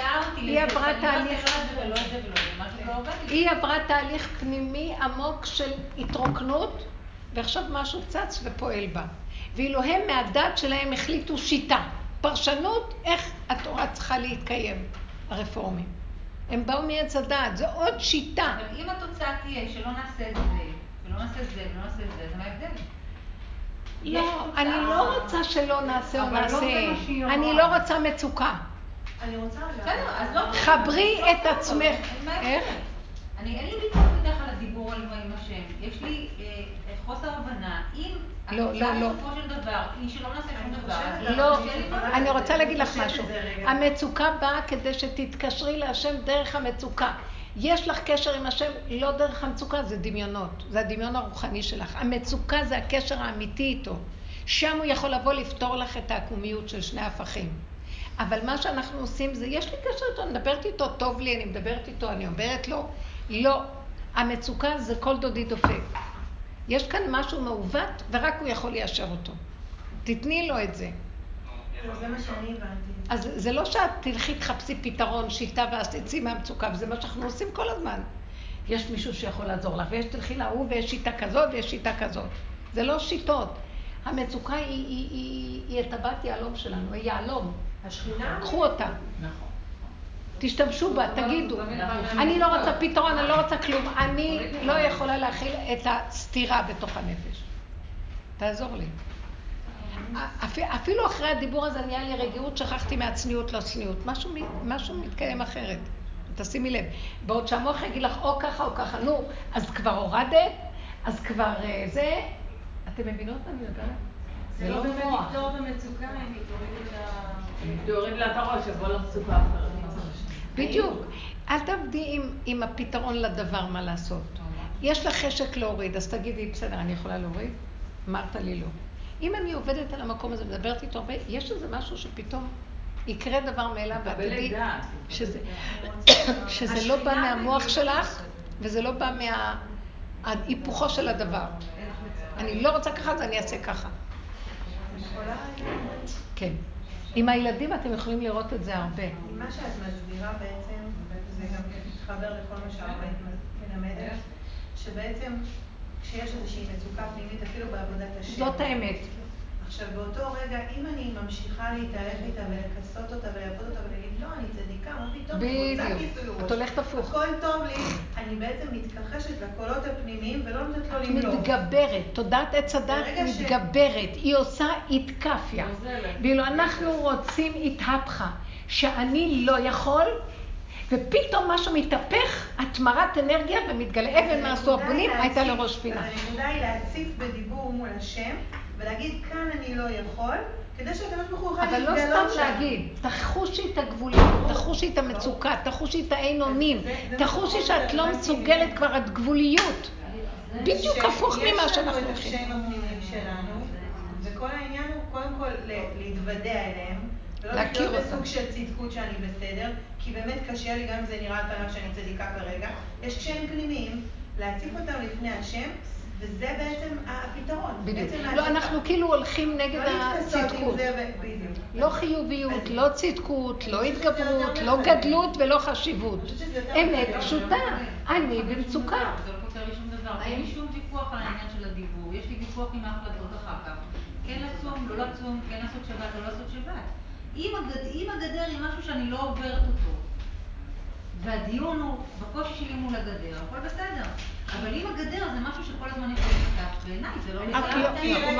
היא עברה תהליך פנימי עמוק של התרוקנות, ועכשיו משהו צץ ופועל בה. ואילו הם מהדת שלהם החליטו שיטה, פרשנות, איך התורה צריכה להתקיים, הרפורמים. הם באו מעץ הדת, זה עוד שיטה. אבל אם התוצאה תהיה שלא נעשה את זה, ולא נעשה את זה, ולא נעשה את זה, זה מה ההבדל? לא, אני לא רוצה שלא נעשה או נעשה, אני לא רוצה מצוקה. אני רוצה חברי את עצמך. איך? אין לי ביקורת איתך על הדיבור על השם. יש לי חוסר הבנה. אם התוצאה בסופו של דבר היא שלא נעשה שום דבר, לא, אני רוצה להגיד לך משהו. המצוקה באה כדי שתתקשרי להשם דרך המצוקה. יש לך קשר עם השם לא דרך המצוקה, זה דמיונות. זה הדמיון הרוחני שלך. המצוקה זה הקשר האמיתי איתו. שם הוא יכול לבוא לפתור לך את העקומיות של שני הפכים. אבל מה שאנחנו עושים זה, יש לי קשר איתו, אני מדברת איתו, טוב לי, אני מדברת איתו, אני אומרת לו, לא. המצוקה זה כל דודי דופק. יש כאן משהו מעוות, ורק הוא יכול ליישר אותו. תתני לו את זה. זה מה שאני הבנתי. אז זה לא שאת תלכי תחפשי פתרון, שיטה ואז תצאי מהמצוקה, וזה מה שאנחנו עושים כל הזמן. יש מישהו שיכול לעזור לך, ויש תלכי להוא, ויש שיטה כזאת, ויש שיטה כזאת. זה לא שיטות. המצוקה היא את הבת יעלום שלנו, היא יעלום. השכינה? קחו אותה. נכון. תשתמשו בה, תגידו. אני לא רוצה פתרון, אני לא רוצה כלום. אני לא יכולה להכיל את הסתירה בתוך הנפש. תעזור לי. אפילו אחרי הדיבור הזה נהיה לי רגיעות, שכחתי מהצניעות לצניעות. משהו מתקיים אחרת. תשימי לב. בעוד שהמוח יגיד לך או ככה או ככה, נו, אז כבר הורדת, אז כבר זה. אתם מבינות מה אני מדברת? זה לא באמת לפתור במצוקה, אם תוריד לה את הראש, יבוא לך מצוקה אחרת. בדיוק. אל תעבדי עם הפתרון לדבר מה לעשות. יש לך חשק להוריד, אז תגידי, בסדר, אני יכולה להוריד? אמרת לי לא. אם אני עובדת על המקום הזה, מדברת איתו הרבה, יש איזה משהו שפתאום יקרה דבר מאליו, ואת תדעי שזה לא בא מהמוח שלך, וזה לא בא מההיפוכו של הדבר. אני לא רוצה ככה, אז אני אעשה ככה. כן. עם הילדים אתם יכולים לראות את זה הרבה. מה שאת מסבירה בעצם, זה גם מתחבר לכל מה שהרבנית מלמדת, שבעצם כשיש איזושהי מצוקה פנימית, אפילו בעבודת השם. זאת האמת. עכשיו, באותו רגע, אם אני ממשיכה להתערב איתה ולכסות אותה ולעבוד אותה ולהגיד, לא, אני צדיקה, מה פתאום, בדיוק. את הולכת הפוך. הכל טוב לי, אני בעצם מתכחשת לקולות הפנימיים ולא נותנת לו למלוך. את מתגברת, תודעת עץ הדת מתגברת, היא עושה התקפיה. ואילו אנחנו רוצים התהפכה, שאני לא יכול, ופתאום משהו מתהפך, התמרת אנרגיה ומתגלה אבן מעשו הבונים, הייתה לראש פינה. אז הנקודה היא להציף בדיבור מול השם, ולהגיד כאן אני לא יכול, כדי שאתם תוכלו להתגלות שם. אבל לא סתם להגיד, תחושי את הגבוליות, תחושי את המצוקה, תחושי את האין אונים, תחושי שאת לא מסוגלת כבר את גבוליות. בדיוק הפוך ממה שאנחנו הולכים. יש לנו את השם הפנימיים שלנו, וכל העניין הוא קודם כל להתוודע אליהם, ולא לחיות בסוג של צדקות שאני בסדר, כי באמת קשה לי, גם אם זה נראה על פניו שאני צדיקה כרגע. יש קשיים פנימיים, להציף אותם לפני השם, וזה בעצם הפתרון. בדיוק. לא, אנחנו כאילו הולכים נגד הצדקות. לא חיוביות, לא צדקות, לא התגברות, לא גדלות ולא חשיבות. אמת פשוטה. אני במצוקה. זה לא פותר לי שום דבר. אין לי שום ויכוח על העניין של הדיבור. יש לי ויכוח עם ההחלטות אחר כך. כן לצום, לא לצום, כן לעשות שבת, לא לעשות שבת. אם הגדר היא משהו שאני לא עוברת אותו, והדיון הוא בקושי שלי מול הגדר, הכל בסדר. אבל אם הגדר זה משהו שכל הזמן יכול להתפתח, בעיניי זה לא נקרא.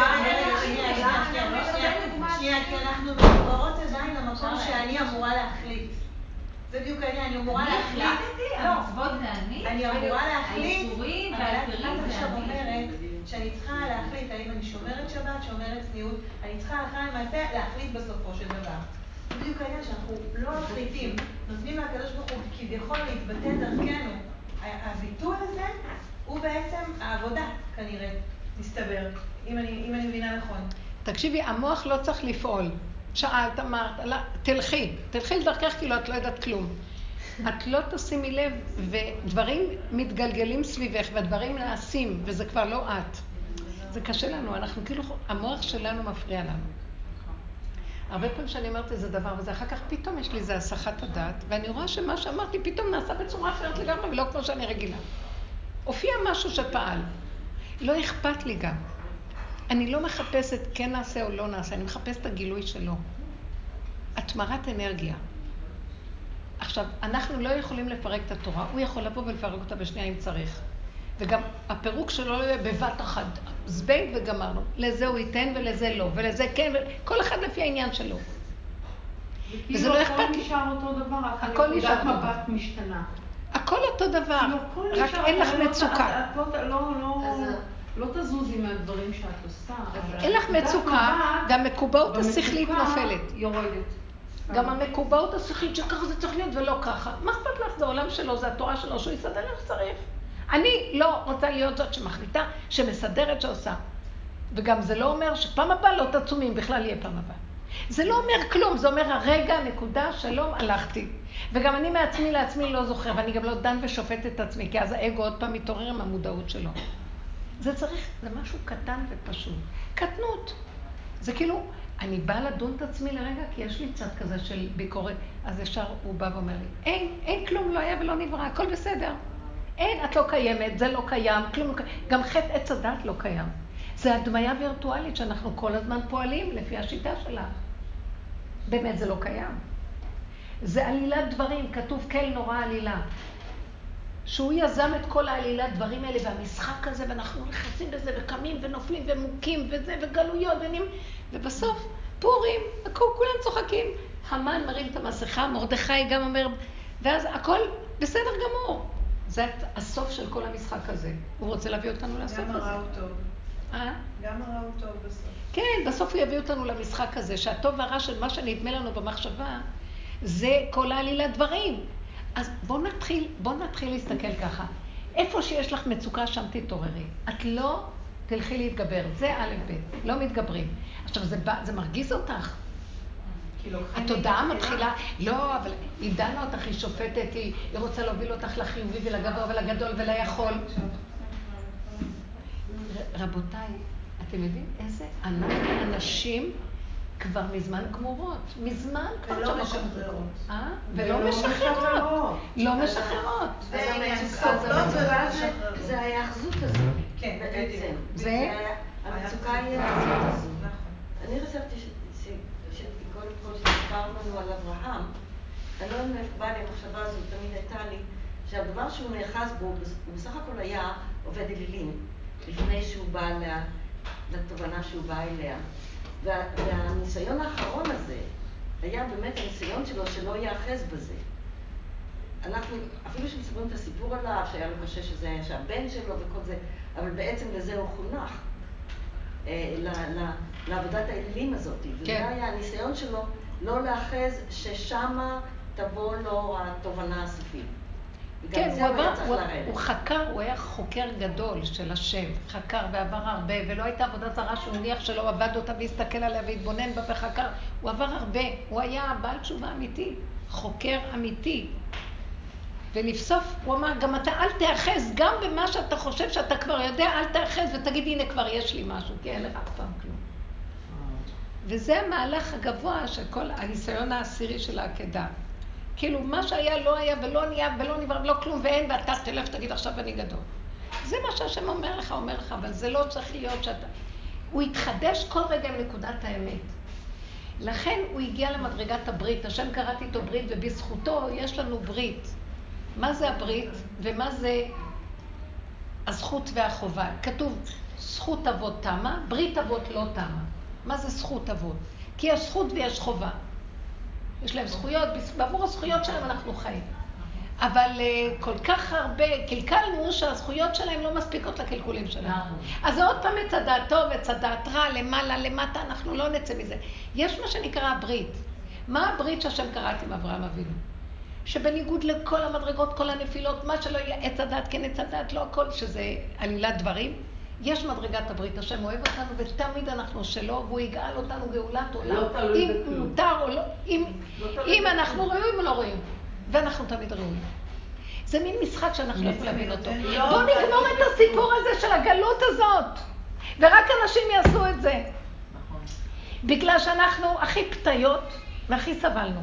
שנייה, כי אנחנו מחוברות עדיין למקום שאני אמורה להחליט. זה בדיוק העניין, אני אמורה להחליט. אני החלטתי, המצוות זה אני אמורה להחליט, האיסורים אבל וההיתרים את זה עכשיו אני. אומרת שאני צריכה להחליט האם אני שומרת שבת, שומרת צניעות, אני צריכה הלכה למעשה להחליט בסופו של דבר. זה בדיוק העניין שאנחנו לא מחליטים, נותנים לקדוש ברוך הוא כביכול להתבטא דרכנו. הביטוי הזה הוא בעצם העבודה, כנראה, מסתבר, אם אני מבינה נכון. תקשיבי, המוח לא צריך לפעול. שאלת, אמרת, תלכי לדרכך כאילו את לא יודעת כלום. את לא תשימי לב, ודברים מתגלגלים סביבך, והדברים נעשים, וזה כבר לא את. זה קשה לנו, אנחנו כאילו, המוח שלנו מפריע לנו. הרבה פעמים שאני אומרת איזה דבר, וזה אחר כך פתאום יש לי איזה הסחת הדעת, ואני רואה שמה שאמרתי פתאום נעשה בצורה אחרת לגמרי, ולא כמו שאני רגילה. הופיע משהו שפעל. לא אכפת לי גם. אני לא מחפשת כן נעשה או לא נעשה, אני מחפשת את הגילוי שלו. התמרת אנרגיה. עכשיו, אנחנו לא יכולים לפרק את התורה, הוא יכול לבוא ולפרק אותה בשנייה אם צריך. וגם הפירוק שלו לא יהיה בבת אחת, זבנג וגמרנו. לזה הוא ייתן ולזה לא, ולזה כן, כל אחד לפי העניין שלו. וזה לא אכפת לי. הכל נשאר אותו דבר, רק נקודת מבט משתנה. הכל אותו דבר, רק אין לך מצוקה. לא תזוזי מהדברים שאת עושה. אין לך מצוקה, והמקובעות השכלית נופלת. יורדת. גם המקובעות השכלית שככה זה צריך להיות ולא ככה. מה אכפת לך? זה העולם שלו, זה התורה שלו, שהוא יסדר איך שצריך. אני לא רוצה להיות זאת שמחליטה, שמסדרת שעושה. וגם זה לא אומר שפעם הבאה לא תצומים, בכלל יהיה פעם הבאה. זה לא אומר כלום, זה אומר הרגע, נקודה, שלום, הלכתי. וגם אני מעצמי לעצמי לא זוכר, ואני גם לא דן ושופט את עצמי, כי אז האגו עוד פעם מתעורר עם המודעות שלו. זה צריך, זה משהו קטן ופשוט. קטנות. זה כאילו, אני באה לדון את עצמי לרגע, כי יש לי צד כזה של ביקורת. אז ישר הוא בא ואומר לי, אין כלום, לא היה ולא נברא, הכל בסדר. אין, את לא קיימת, זה לא קיים, כלום לא קיים. גם חטא עץ הדת לא קיים. זה הדמיה וירטואלית שאנחנו כל הזמן פועלים לפי השיטה שלה. באמת זה לא קיים. זה עלילת דברים, כתוב כל נורא עלילה. שהוא יזם את כל העלילת דברים האלה והמשחק הזה, ואנחנו נכנסים בזה וקמים ונופלים ומוכים וזה וגלויות ובסוף פורים, כולם צוחקים. המן מרים את המסכה, מרדכי גם אומר, ואז הכל בסדר גמור. זה הסוף של כל המשחק הזה. הוא רוצה להביא אותנו לסוף הזה. גם הרע הוא טוב. גם הרע הוא טוב בסוף. כן, בסוף הוא יביא אותנו למשחק הזה, שהטוב והרע של מה שנדמה לנו במחשבה, זה כל העלילת דברים. אז בוא נתחיל להסתכל ככה. איפה שיש לך מצוקה, שם תתעוררי. את לא תלכי להתגבר. זה א' ב', לא מתגברים. עכשיו, זה מרגיז אותך. התודעה מתחילה, לא, אבל היא דנה אותך, היא שופטת, היא רוצה להוביל אותך לחיובי ולגבוה ולגדול וליכול. רבותיי, אתם יודעים איזה אנשים כבר מזמן גמורות, מזמן כבר ולא משחררות. ולא משחררות. לא משחררות. זה ההיאחזות הזאת. כן, בעצם. המצוקה היא ההיאחזות הזאת. אני חשבתי שקודם כל שדיברנו על אברהם, אני לא יודעת מאיפה באה לי המחשבה הזאת, תמיד הייתה לי, שהדבר שהוא נאחז בו, הוא בסך הכל היה עובד אלילים, לפני שהוא בא לתובנה שהוא בא אליה. והניסיון האחרון הזה היה באמת הניסיון שלו שלא יאחז בזה. אנחנו, אפילו שמספרים את הסיפור עליו, שהיה לו קשה שהבן שלו וכל זה, אבל בעצם לזה הוא חונך, לעבודת האלילים הזאת. וזה היה הניסיון שלו לא לאחז ששמה תבוא לו התובנה הסופית. כן, הוא חקר, הוא היה חוקר גדול של השם, חקר ועבר הרבה, ולא הייתה עבודה זרה שהוא הניח שלא עבד אותה והסתכל עליה והתבונן בה וחקר. הוא עבר הרבה, הוא היה בעל תשובה אמיתי, חוקר אמיתי. ולבסוף הוא אמר, גם אתה אל תאחז, גם במה שאתה חושב שאתה כבר יודע, אל תאחז ותגיד, הנה כבר יש לי משהו, כי אין לך אף פעם כלום. וזה המהלך הגבוה של כל הניסיון העשירי של העקדה. כאילו, מה שהיה לא היה ולא נהיה ולא נברא ולא כלום ואין, ואתה תלך תגיד עכשיו אני גדול. זה מה שהשם אומר לך, אבל זה לא צריך להיות שאתה... הוא התחדש כל רגע עם נקודת האמת. לכן הוא הגיע למדרגת הברית. השם קראתי איתו ברית, ובזכותו יש לנו ברית. מה זה הברית ומה זה הזכות והחובה? כתוב, זכות אבות תמה, ברית אבות לא תמה. מה זה זכות אבות? כי יש זכות ויש חובה. יש להם זכויות, בעבור הזכויות שלהם אנחנו חיים. אבל כל כך הרבה, קלקלנו שהזכויות שלהם לא מספיקות לקלקולים שלהם. אז זה עוד פעם מצדעת טוב, מצדעת רע, למעלה, למטה, אנחנו לא נצא מזה. יש מה שנקרא הברית. מה הברית שהשם קראת עם אברהם אבינו? שבניגוד לכל המדרגות, כל הנפילות, מה שלא יהיה, עץ הדת, כן עץ הדת, לא הכל, שזה עלילת דברים. יש מדרגת הברית, השם אוהב אותנו, ותמיד אנחנו שלו, והוא יגאל אותנו גאולת עולם. אם מותר או לא, אם אנחנו ראויים או לא ראויים. ואנחנו תמיד ראויים. זה מין משחק שאנחנו לא יכולים להבין אותו. בואו נגמור את הסיפור הזה של הגלות הזאת. ורק אנשים יעשו את זה. בגלל שאנחנו הכי פתיות והכי סבלנו.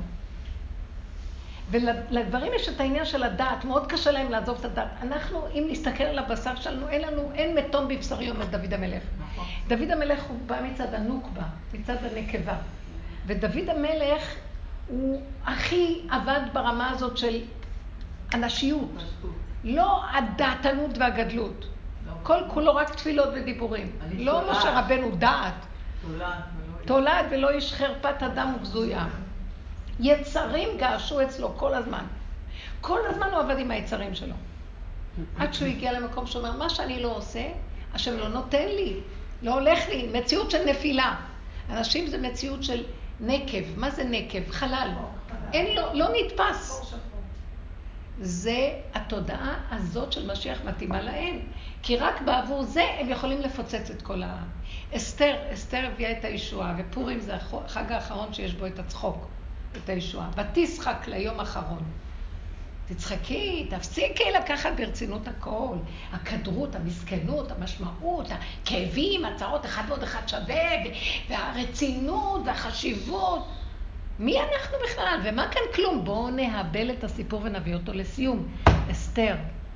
ולדברים יש את העניין של הדעת, מאוד קשה להם לעזוב את הדעת. אנחנו, אם נסתכל על הבשר שלנו, אין מתום בבשרי, אומר דוד המלך. דוד המלך הוא בא מצד הנוקבה, מצד הנקבה. ודוד המלך הוא הכי עבד ברמה הזאת של אנשיות. לא הדעתנות והגדלות. כל כולו רק תפילות ודיבורים. לא משה רבנו דעת. תולד ולא איש חרפת אדם ובזויה. יצרים געשו אצלו כל הזמן. כל הזמן הוא עבד עם היצרים שלו. עד שהוא הגיע למקום שאומר, מה שאני לא עושה, השם לא נותן לי, לא הולך לי, מציאות של נפילה. אנשים זה מציאות של נקב. מה זה נקב? חלל. אין לו, לא נתפס. זה התודעה הזאת של משיח מתאימה להם. כי רק בעבור זה הם יכולים לפוצץ את כל העם. אסתר הביאה את הישועה, ופורים זה החג האחרון שיש בו את הצחוק. את הישועה. ותשחק ליום אחרון. תצחקי, תפסיקי לקחת ברצינות הכל. הכדרות, המסכנות, המשמעות, הכאבים, הצעות, 1 ועוד 1 שווה, והרצינות והחשיבות. מי אנחנו בכלל? ומה כאן כלום? בואו נהבל את הסיפור ונביא אותו לסיום. אסתר.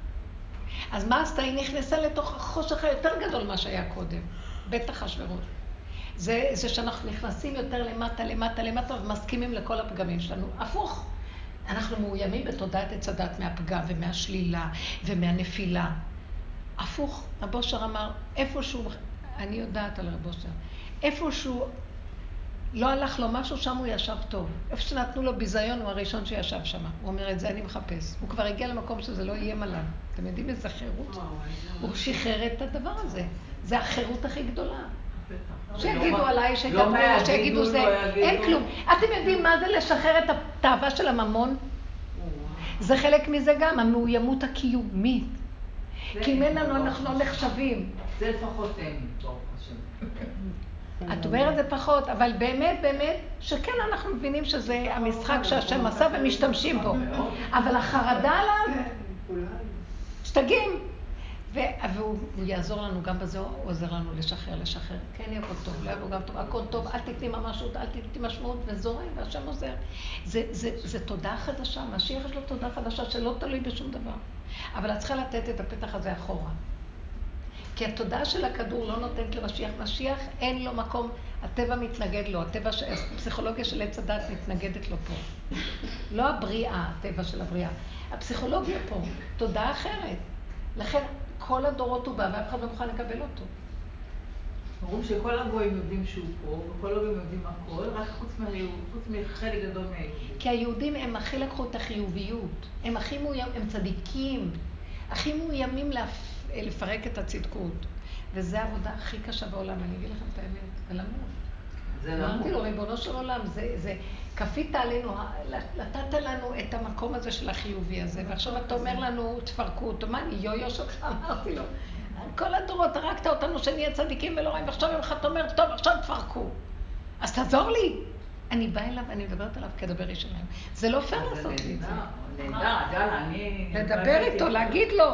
אז מה עשתה? היא נכנסה לתוך החושך היותר גדול מה שהיה קודם. בית אחשוורוש. זה שאנחנו נכנסים יותר למטה, ומסכימים לכל הפגמים שלנו. הפוך. אנחנו מאוימים בתודעת עץ הדת מהפגם ומהשלילה ומהנפילה. הפוך. רב אושר אמר, איפשהו, אני יודעת על רב אושר, איפשהו לא הלך לו משהו, שם הוא ישב טוב. איפה שנתנו לו ביזיון, הוא הראשון שישב שם. הוא אומר, את זה אני מחפש. הוא כבר הגיע למקום שזה לא יהיה עליו. אתם יודעים איזה חירות? הוא שחרר את הדבר הזה. זה החירות הכי גדולה. שיגידו עליי, שידברו, שיגידו זה, אין כלום. אתם יודעים מה זה לשחרר את התאווה של הממון? זה חלק מזה גם, המאוימות הקיומית. כי אם אין לנו, אנחנו לא נחשבים. זה לפחות אין, ברוך השם. את אומרת זה פחות, אבל באמת, שכן אנחנו מבינים שזה המשחק שהשם עשה ומשתמשים בו. אבל החרדה עליו, שתגים. והוא יעזור לנו גם בזה, הוא עוזר לנו לשחרר. כן יבוא טוב, לא יבוא גם טוב, הכל טוב, אל תתני ממשות, אל תתני משמעות, וזורם, והשם עוזר. זה תודה חדשה, משיח יש לו תודה חדשה שלא תלוי בשום דבר. אבל את צריכה לתת את הפתח הזה אחורה. כי התודעה של הכדור לא נותנת למשיח. משיח אין לו מקום, הטבע מתנגד לו, הפסיכולוגיה של עץ הדת מתנגדת לו פה. לא הבריאה, הטבע של הבריאה. הפסיכולוגיה פה, תודעה אחרת. לכן כל הדורות הוא בא ואף אחד לא מוכן לקבל אותו. אומרים שכל הגויים יודעים שהוא פה, וכל הגויים יודעים הכל, רק חוץ מחלק גדול מהיהודים. כי היהודים הם הכי לקחו את החיוביות. הם הכי מאוימים, הם צדיקים. הכי מאוימים לפרק את הצדקות. וזו העבודה הכי קשה בעולם. אני אגיד לכם את האמת, זה למות. זה למות. אמרתי לו, ריבונו של עולם, זה כפית עלינו, נתת לנו את המקום הזה של החיובי הזה, ועכשיו אתה אומר לנו, תפרקו אותו. מה, אני יו שלך? אמרתי לו, כל הדורות הרגת אותנו שנהיה צדיקים ולא רואים, ועכשיו יום אחד אומר, טוב, עכשיו תפרקו. אז תעזור לי. אני באה אליו, אני מדברת עליו כדבר איש שלהם. זה לא פייר לעשות לי את זה. לדבר איתו, להגיד לו.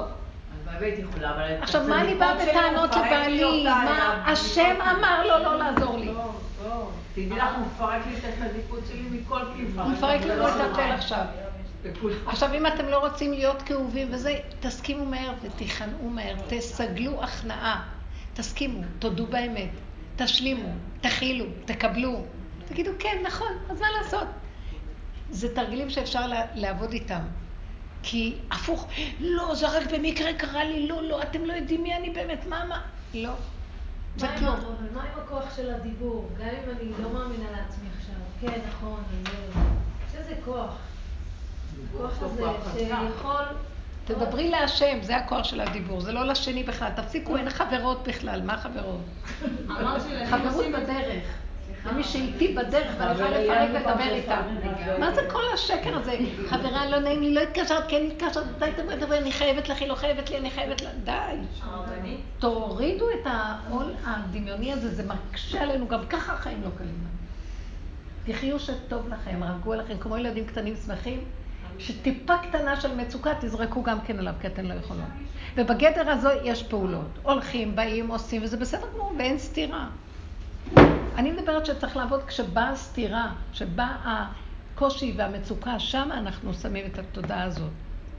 עכשיו, מה אני באה בטענות לבעלי? מה השם אמר לו לא לעזור לי? תדעי לך, הוא מפרק לי את הצדיקות שלי מכל כיוון. הוא מפרק לנו את הכל עכשיו. עכשיו, אם אתם לא רוצים להיות כאובים וזה, תסכימו מהר ותיכנעו מהר, תסגלו הכנעה, תסכימו, תודו באמת, תשלימו, תכילו, תקבלו. תגידו, כן, נכון, אז מה לעשות? זה תרגילים שאפשר לעבוד איתם. כי הפוך, לא, זה רק במקרה קרה לי, לא, אתם לא יודעים מי אני באמת, מה? לא. זה כלום. מה עם הכוח של הדיבור? גם אם אני לא מאמינה לעצמי עכשיו. כן, נכון, שזה כוח. הכוח הזה שיכול... תדברי להשם, זה הכוח של הדיבור, זה לא לשני בכלל. תפסיקו, אין חברות בכלל, מה חברות? חברות בדרך. למי שאיתי בדרך ואני יכולה לפרק ולדבר איתה. מה זה כל השקר הזה? חברה, לא נעים לי, לא התקשרת, כן התקשרת, די תדבר, אני חייבת לך, היא לא חייבת לי, אני חייבת לה, די. תורידו את העול הדמיוני הזה, זה מקשה עלינו, גם ככה החיים לא קלים לנו. תחיו שטוב לכם, רגעו לכם, כמו ילדים קטנים שמחים, שטיפה קטנה של מצוקה תזרקו גם כן עליו, כי אתן לא יכולות. ובגדר הזו יש פעולות, הולכים, באים, עושים, וזה בסדר כמו, ואין סתירה. אני מדברת שצריך לעבוד כשבאה סתירה, שבא הקושי והמצוקה, שם אנחנו שמים את התודעה הזאת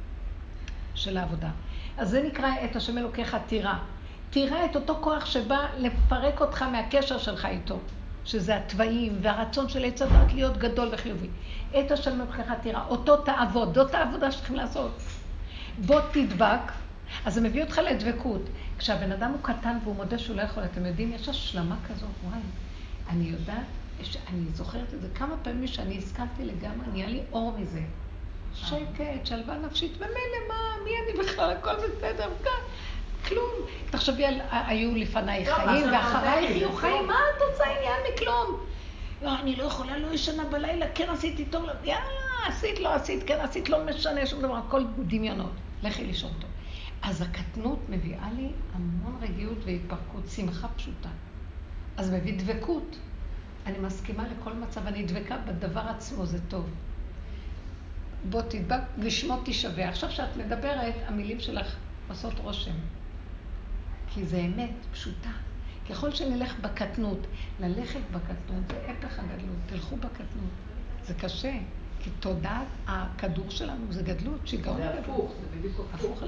של העבודה. אז זה נקרא את השם אלוקיך תירה. תירה את אותו כוח שבא לפרק אותך מהקשר שלך איתו, שזה הטבעים והרצון של עץ הדת להיות גדול וחיובי. את השם אלוקיך תירה, אותו תעבוד, זאת העבודה שצריכים לעשות. בוא תדבק, אז זה מביא אותך לדבקות. כשהבן אדם הוא קטן והוא מודה שהוא לא יכול, אתם יודעים, יש השלמה כזאת, וואי. אני יודעת, אני זוכרת את זה כמה פעמים שאני הסכמתי לגמרי, נהיה לי אור מזה. שקט, שלווה נפשית, ומילא מה, מי אני בכלל, הכל בסדר, כלום. תחשבי, היו לפניי חיים, ואחריי יהיו חיים, מה את עושה עניין מכלום? לא, אני לא יכולה, לא ישנה בלילה, כן עשיתי טוב, יאללה, עשית, לא עשית, כן עשית, לא משנה שום דבר, הכל דמיונות, לכי לישון טוב. אז הקטנות מביאה לי המון רגיעות והתפרקות, שמחה פשוטה. אז מביא דבקות. אני מסכימה לכל מצב, אני דבקה בדבר עצמו, זה טוב. בוא תדבק, לשמות תשווה. עכשיו שאת מדברת, המילים שלך עושות רושם. כי זה אמת פשוטה. ככל שנלך בקטנות, ללכת בקטנות, זה הפך הגדלות, תלכו בקטנות. זה קשה, כי תודעת הכדור שלנו זה גדלות, שיגעון גדלות. זה הפוך, זה בדיוק הפוך.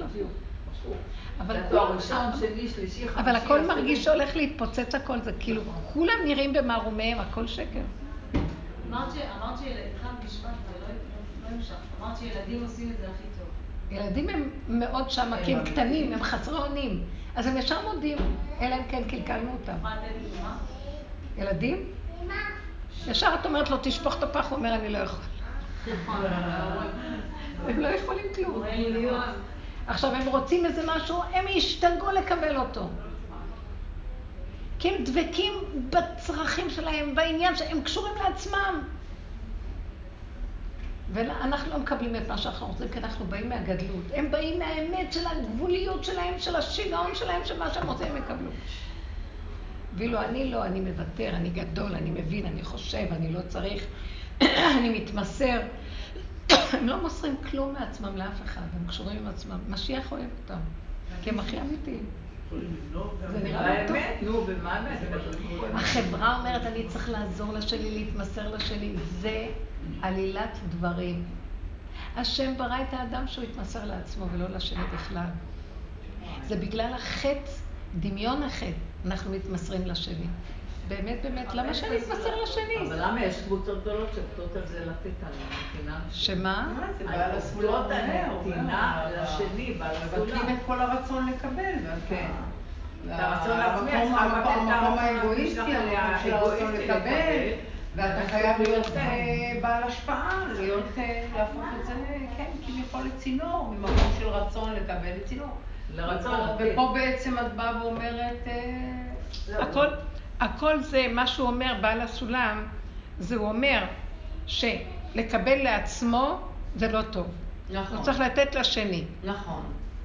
אבל הכל מרגיש שהולך להתפוצץ הכל, זה כאילו, כולם נראים במערומיהם, הכל שקר. אמרת שהתחלת משפט, לא המשך, אמרת שילדים עושים את זה הכי טוב. ילדים הם מאוד שם, כי הם קטנים, הם חסרי אונים. אז הם ישר מודים, אלא אם כן קלקלנו אותם. מה לתת דוגמה? ילדים? ישר את אומרת לו, תשפוך את הפח, הוא אומר, אני לא יכול. הם לא יכולים כלום. עכשיו הם רוצים איזה משהו, הם ישתגעו לקבל אותו. כי הם דבקים בצרכים שלהם, בעניין שהם קשורים לעצמם. ואנחנו לא מקבלים את מה שאנחנו רוצים, כי אנחנו באים מהגדלות. הם באים מהאמת של הגבוליות שלהם, של השיגעון שלהם, של מה שהם רוצים, הם יקבלו. ואילו אני לא, אני מוותר, אני גדול, אני מבין, אני חושב, אני לא צריך, אני מתמסר. הם לא מוסרים כלום מעצמם לאף אחד, הם קשורים עם עצמם. משיח אוהב אותם, כי הם הכי אמיתיים. זה נראה לא טוב. החברה אומרת, אני צריך לעזור לשני, להתמסר לשני. זה עלילת דברים. השם ברא את האדם שהוא יתמסר לעצמו ולא לשני בכלל. זה בגלל החטא, דמיון החטא, אנחנו מתמסרים לשני. באמת, באמת, למה שאני אתמסר לשני? אבל למה יש קבוצות גדולות שעובדות על זה לתת על הנתינה? שמה? זה בעל הסגולות הנתינה לשני, בעל הסגולה. מבטלים את כל הרצון לקבל. כן. הרצון לעצמי, המקום האגואיסטי, המקום של הרצון לקבל, ואתה חייב להיות בעל השפעה, להפוך את זה, כן, כביכול לצינור, ממקום של רצון לקבל לצינור. ופה בעצם את באה ואומרת, הכל זה, מה שהוא אומר, בעל הסולם, זה הוא אומר שלקבל לעצמו זה לא טוב. נכון. הוא צריך לתת לשני. נכון.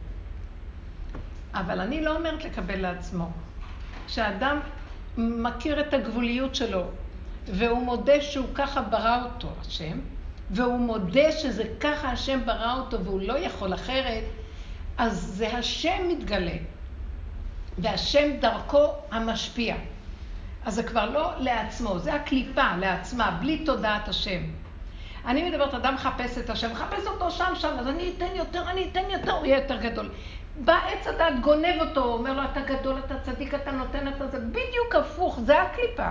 אבל אני לא אומרת לקבל לעצמו. כשאדם מכיר את הגבוליות שלו, והוא מודה שהוא ככה ברא אותו, השם, והוא מודה שזה ככה השם ברא אותו, והוא לא יכול אחרת, אז זה השם מתגלה. והשם דרכו המשפיע. אז זה כבר לא לעצמו, זה הקליפה לעצמה, בלי תודעת השם. אני מדברת, אדם מחפש את השם, מחפש אותו שם, אז אני אתן יותר, הוא יהיה יותר גדול. בא עץ הדת, גונב אותו, אומר לו, אתה גדול, אתה צדיק, אתה נותן את זה, בדיוק הפוך, זה הקליפה.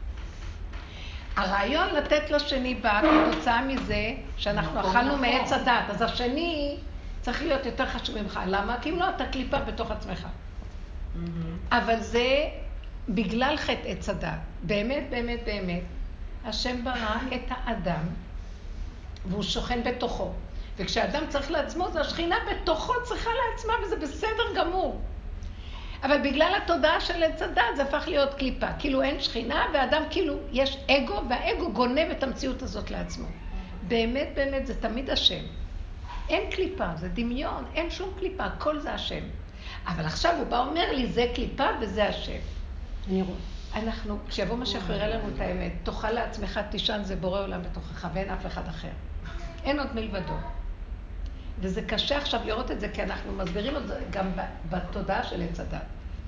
הרעיון לתת לשני בא כתוצאה מזה שאנחנו אכלנו מעץ הדת, אז השני צריך להיות יותר חשוב ממך. למה? כי אם לא, אתה קליפה בתוך עצמך. אבל זה בגלל חטא עץ הדת. באמת, באמת, באמת, השם ברא את האדם, והוא שוכן בתוכו. וכשאדם צריך לעצמו, זה השכינה בתוכו צריכה לעצמה, וזה בסדר גמור. אבל בגלל התודעה של עץ הדת, זה הפך להיות קליפה. כאילו אין שכינה, והאדם כאילו יש אגו, והאגו גונב את המציאות הזאת לעצמו. באמת, באמת, זה תמיד השם. אין קליפה, זה דמיון, אין שום קליפה, כל זה השם. אבל עכשיו הוא בא אומר לי, זה קליפה וזה השם. אנחנו, כשיבוא משיח יראה לנו את האמת, תאכל לעצמך, תישן, זה בורא עולם בתוכך, ואין אף אחד אחר. אין עוד מלבדו. וזה קשה עכשיו לראות את זה, כי אנחנו מסבירים את זה גם בתודעה של עץ הדת.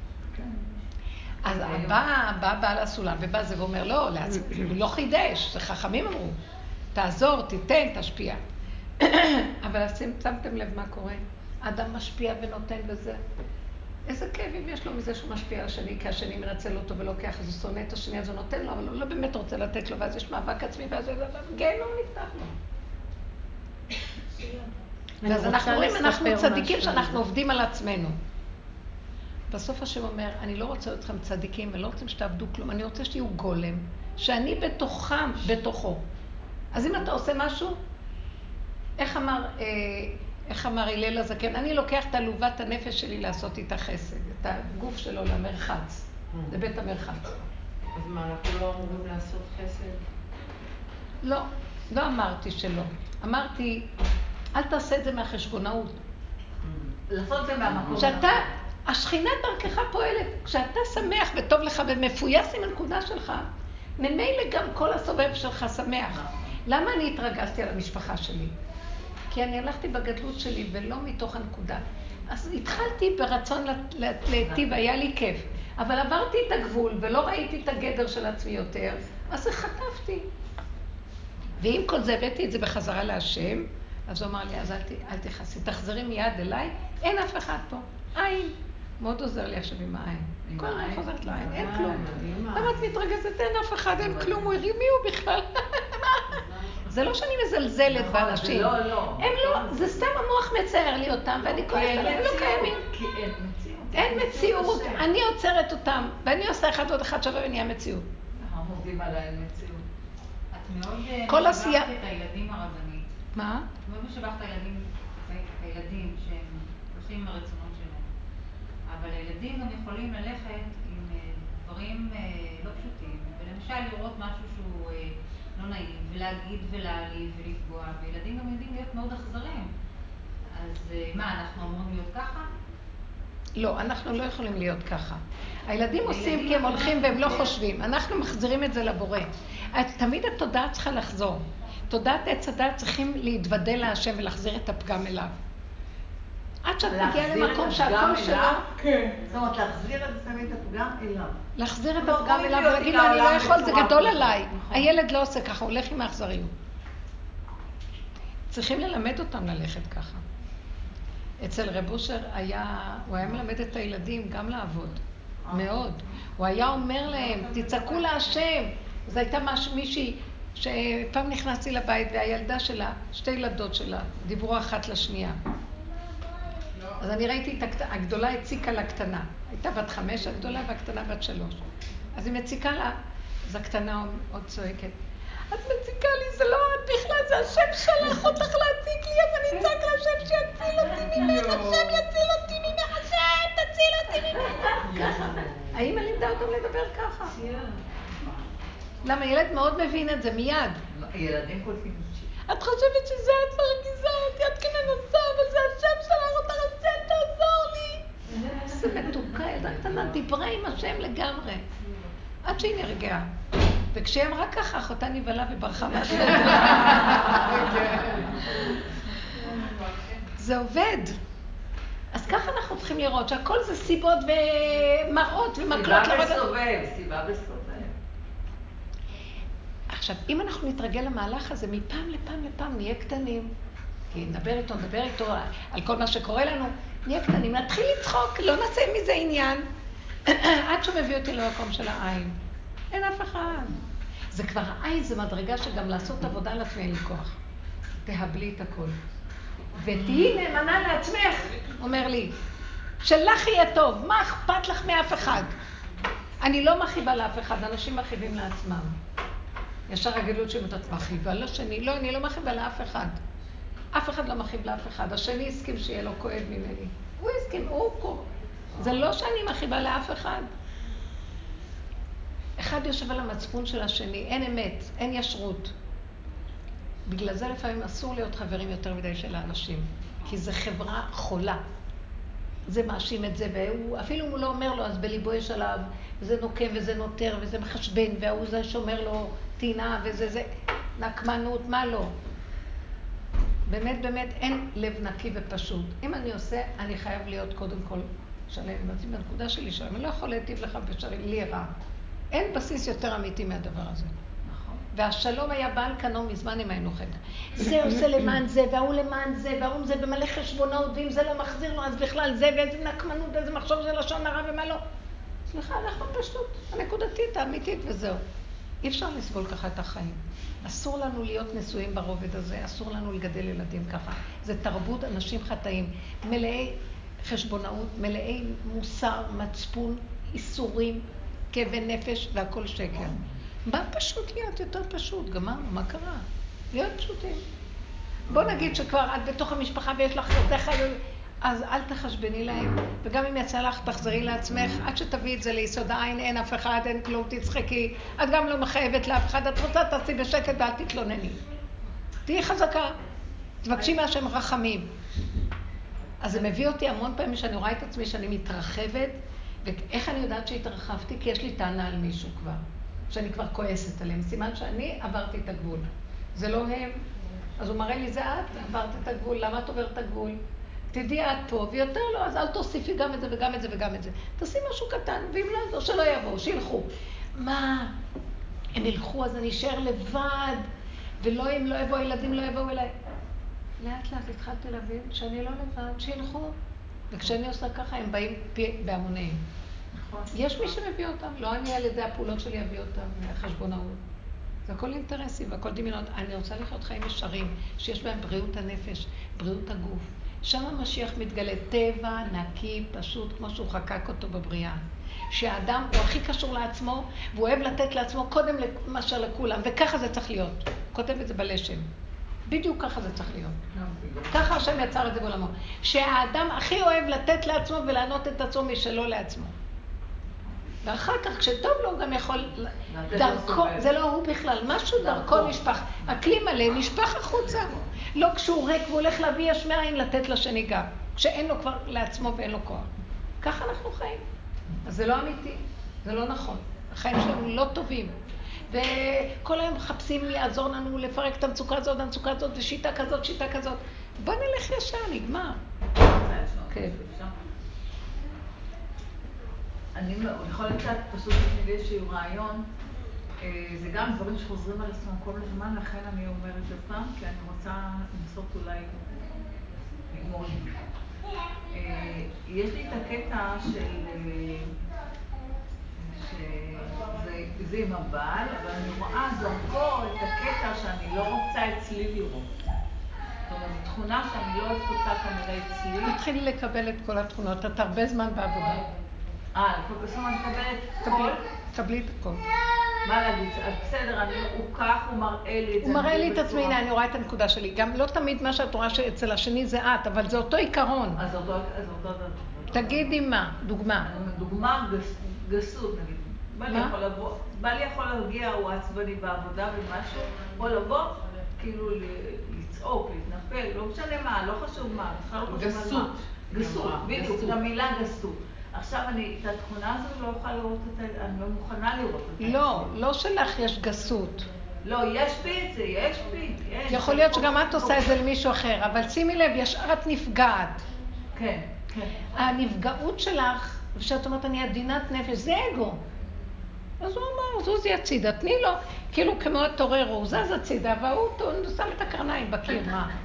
אז בא בעל הסולם ובא זה ואומר, לא, הוא לא חידש, זה חכמים אמרו, תעזור, תיתן, תשפיע. אבל אז שמתם לב מה קורה? האדם משפיע ונותן בזה. איזה כאבים יש לו מזה שהוא משפיע על השני, כי השני מנצל אותו ולוקח, אז הוא שונא את השני, אז הוא נותן לו, אבל הוא לא באמת רוצה לתת לו, ואז יש מאבק עצמי, ואז גיהנום נפתח לו. אז אנחנו רואים, אנחנו צדיקים שאנחנו עובדים על עצמנו. בסוף השם אומר, אני לא רוצה אתכם צדיקים, אני לא רוצה שתעבדו כלום, אני רוצה שתהיו גולם, שאני בתוכם, בתוכו. אז אם אתה עושה משהו, איך אמר הלל הזקן, אני לוקח את עלובת הנפש שלי לעשות איתה חסד, את הגוף שלו למרחץ, לבית המרחץ. אז מה, אנחנו לא אמורים לעשות חסד? לא, לא אמרתי שלא. אמרתי, אל תעשה את זה מהחשבונאות. לעשות את זה מהמקום. שאתה, השכינה דרכך פועלת, כשאתה שמח וטוב לך ומפויס עם הנקודה שלך, ממילא גם כל הסובב שלך שמח. למה אני התרגשתי על המשפחה שלי? כי אני הלכתי בגדלות שלי ולא מתוך הנקודה. אז התחלתי ברצון להיטיב, היה לי כיף. אבל עברתי את הגבול ולא ראיתי את הגדר של עצמי יותר, אז חטפתי. ועם כל זה הבאתי את זה בחזרה להשם, אז הוא אמר לי, אז אל תכעסי, תחזרי מיד אליי, אין אף אחד פה, עין. מאוד עוזר לי עכשיו עם העין. כל הזמן חוזרת לעין, אין כלום. למה את מתרגזת? אין אף אחד, אין כלום, הוא הרים מי הוא בכלל. זה לא שאני מזלזלת באנשים. הם לא, זה סתם המוח מצייר לי אותם, ואני כועסת עליהם, לא קיימים. אין מציאות, אני עוצרת אותם, ואני עושה אחד ועוד אחד שווה ונהיה מציאות. אנחנו עובדים על המציאות. את מאוד משבחת את הילדים הרבנית. מה? את מאוד משבחת את הילדים שהם הולכים עם הרצונות שלהם. אבל הילדים גם יכולים ללכת עם דברים לא פשוטים, ולמשל לראות משהו שהוא לא נעים, ולהגיד ולהעליב ולפגוע, וילדים גם יודעים להיות מאוד אכזרים. אז מה, אנחנו אמורים להיות ככה? לא, אנחנו לא יכולים להיות ככה. הילדים עושים כי הם הולכים והם לא חושבים. אנחנו מחזירים את זה לבורא. תמיד התודעה צריכה לחזור. תודעת עץ הדת צריכים להתוודל להשם ולהחזיר את הפגם אליו. עד שאת מגיעה למקום שהכל שלו... כן. זאת אומרת, להחזיר את הפגם אליו. להחזיר את הפגם אליו ולהגיד לו, אני לא יכול, זה גדול עליי. הילד לא עושה ככה, הוא הולך עם האכזריות. צריכים ללמד אותם ללכת ככה. אצל רב אושר הוא היה מלמד את הילדים גם לעבוד, מאוד. הוא היה אומר להם, תצעקו להשם. זו הייתה מישהי שפעם נכנסתי לבית והילדה שלה, שתי ילדות שלה, דיברו אחת לשנייה. אז אני ראיתי את הגדולה הציקה לקטנה. הייתה בת 5 הגדולה והקטנה בת 3. אז היא מציקה לה, אז הקטנה עוד צועקת. את מציקה לי, זה לא את בכלל, זה השם שלח אותך להציק לי, אז אני אצעק להשם שיציל אותי ממך, השם יציל אותי ממך, השם תציל אותי ממך. ככה. האמא לימדה אותם לדבר ככה. למה ילד מאוד מבין את זה מיד. ילדים קולטים. את חושבת שזה את מרגיזה אותי, את כמנסה, אבל זה השם שלח אותך, השם תעזור לי. זה מתוקה, ילדה קטנה, דיברה עם השם לגמרי. עד שהיא נרגעה. וכשהיא אמרה ככה, אחותה נבהלה וברחה מהחדר. זה עובד. אז ככה אנחנו צריכים לראות שהכל זה סיבות ומראות ומקלות. סיבה בסובב. עכשיו, אם אנחנו נתרגל למהלך הזה, מפעם לפעם נהיה קטנים. כי נדבר איתו על כל מה שקורה לנו, נהיה קטנים, נתחיל לצחוק, לא נעשה מזה עניין. עד שהוא מביא אותי למקום של העין. אין אף אחד. זה כבר העין, זה מדרגה שגם לעשות עבודה על עצמי אין לי כוח. תהבלי את הכל. ותהי נאמנה לעצמך, אומר לי, שלך יהיה טוב, מה אכפת לך מאף אחד? אני לא מכיבה לאף אחד, אנשים מכיבים לעצמם. ישר הגלות שאם את מכיבה לשני, לא, אני לא מכיבה לאף אחד. אף אחד לא מכיב לאף אחד. השני הסכים שיהיה לו כואב ממני. הוא הסכים, הוא פה. זה לא שאני מכיבה לאף אחד. אחד יושב על המצפון של השני, אין אמת, אין ישרות. בגלל זה לפעמים אסור להיות חברים יותר מדי של האנשים, כי זה חברה חולה. זה מאשים את זה, והוא, אפילו אם הוא לא אומר לו, אז בליבו יש עליו, וזה נוקם וזה נותר, וזה מחשבן, והוא זה שאומר לו טינה, וזה נקמנות, מה לא? באמת, אין לב נקי ופשוט. אם אני עושה, אני חייב להיות קודם כל שלם. ואתם בנקודה שלי שלם, אני לא יכול להיטיב לך בשרים, לי רע. אין בסיס יותר אמיתי מהדבר הזה. והשלום היה בעל קנו מזמן אם היינו חדר. זה עושה למען זה, והוא למען זה, והוא זה במלא חשבונות, ואם זה לא מחזיר לו, אז בכלל זה, ואיזה נקמנות, ואיזה מחשוב זה לשון הרע ומה לא. סליחה, אנחנו פשוט הנקודתית, האמיתית וזהו. אי אפשר לסבול ככה את החיים. אסור לנו להיות נשואים ברובד הזה, אסור לנו לגדל ילדים ככה. זה תרבות אנשים חטאים, מלאי חשבונאות, מלאי מוסר, מצפון, איסורים, כאבי נפש והכל שקר. מה פשוט להיות יותר פשוט? גמרנו, מה קרה? להיות פשוטים. בוא נגיד שכבר את בתוך המשפחה ויש לך יותר חיול, אז אל תחשבני להם. וגם אם יצא לך, תחזרי לעצמך, עד שתביא את זה ליסוד העין, אין אף אחד, אין כלום, תצחקי. את גם לא מחייבת לאף אחד, את רוצה, תעשי בשקט ואל תתלונני. תהיי חזקה. תבקשי מהשם רחמים. אז זה מביא אותי המון פעמים שאני רואה את עצמי שאני מתרחבת, ואיך אני יודעת שהתרחבתי? כי יש לי טענה על מישהו כבר. שאני כבר כועסת עליהם. סימן שאני עברתי את הגבול. זה לא הם, אז הוא מראה לי, זה את, עברת את הגבול, למה את עוברת את הגבול? תדעי את פה, ויותר לא, אז אל תוסיפי גם את זה וגם את זה וגם את זה. תעשי משהו קטן, ואם לא, שלא יבואו, שילכו. מה? הם ילכו, אז אני אשאר לבד, ולא אם לא יבואו, ילדים לא יבואו אליי. לאט לאט התחלתי להבין שאני לא לבד, שילכו. וכשאני עושה ככה, הם באים בהמוניהם. יש מי שמביא אותם, לא אני על ידי הפעולות שלי אביא אותם מהחשבונאות. זה הכל אינטרסים והכל דמיונות. אני רוצה לחיות חיים ישרים, שיש בהם בריאות הנפש, בריאות הגוף. שם המשיח מתגלה טבע, נקי, פשוט, כמו שהוא חקק אותו בבריאה. שהאדם הוא הכי קשור לעצמו, והוא אוהב לתת לעצמו קודם מאשר לכולם, וככה זה צריך להיות. כותב את זה בלשם. בדיוק ככה זה צריך להיות. ככה השם יצר את זה בעולמו. שהאדם הכי אוהב לתת לעצמו ולענות את עצמו משלו לעצמו. ואחר כך כשטוב לו הוא גם יכול דרכו, זה לא הוא בכלל, משהו דרכו נשפך. הכלי מלא נשפך החוצה. לא כשהוא ריק והוא הולך להביא יש מאין לתת לשני גם. כשאין לו כבר לעצמו ואין לו כוח. ככה אנחנו חיים. אז זה לא אמיתי, זה לא נכון. החיים שלנו לא טובים. וכל היום מחפשים מי יעזור לנו לפרק את המצוקה הזאת, המצוקה הזאת, ושיטה כזאת, שיטה כזאת. בוא נלך ישר, נגמר. כן. אני יכול לצאת פשוט לפני איזשהו רעיון, זה גם דברים שחוזרים על עצמם כל הזמן, לכן אני אומרת את פעם, כי אני רוצה לנסות אולי לגמור את זה. יש לי את הקטע שזה עם הבעל, אבל אני רואה דרכו את הקטע שאני לא רוצה אצלי לראות. זאת אומרת, זו תכונה שאני לא אספוצה כנראה אצלי. תתחילי לקבל את כל התכונות, את הרבה זמן בעבודה. זאת אומרת, מקבלת כל? קבלי את הכל. מה להגיד? אז בסדר, הוא כך, הוא מראה לי את זה. הוא מראה לי את עצמי, הנה, אני רואה את הנקודה שלי. גם לא תמיד מה שאת רואה שאצל השני זה את, אבל זה אותו עיקרון. אז אותו תגידי מה, דוגמה. דוגמה גסות, נגיד. בעלי יכול להגיע, הוא עצבני בעבודה ומשהו, או לבוא, כאילו לצעוק, להתנפל, לא משנה מה, לא חשוב מה, בכלל לא חשוב על מה. גסות, בדיוק, זו המילה גסות. עכשיו את התכונה הזו לא יכולה לראות אותה, אני לא מוכנה לראות אותה. לא שלך יש גסות. לא, יש בי את זה, יש בי. יכול להיות שגם את עושה את זה למישהו אחר, אבל שימי לב, ישר את נפגעת. כן, כן. הנפגעות שלך, ושאת אומרת, אני עדינת נפש, זה אגו. אז הוא אמר, זוזי הצידה, תני לו, כאילו כמו התורר, הוא זז הצידה, והוא שם את הקרניים בקיר,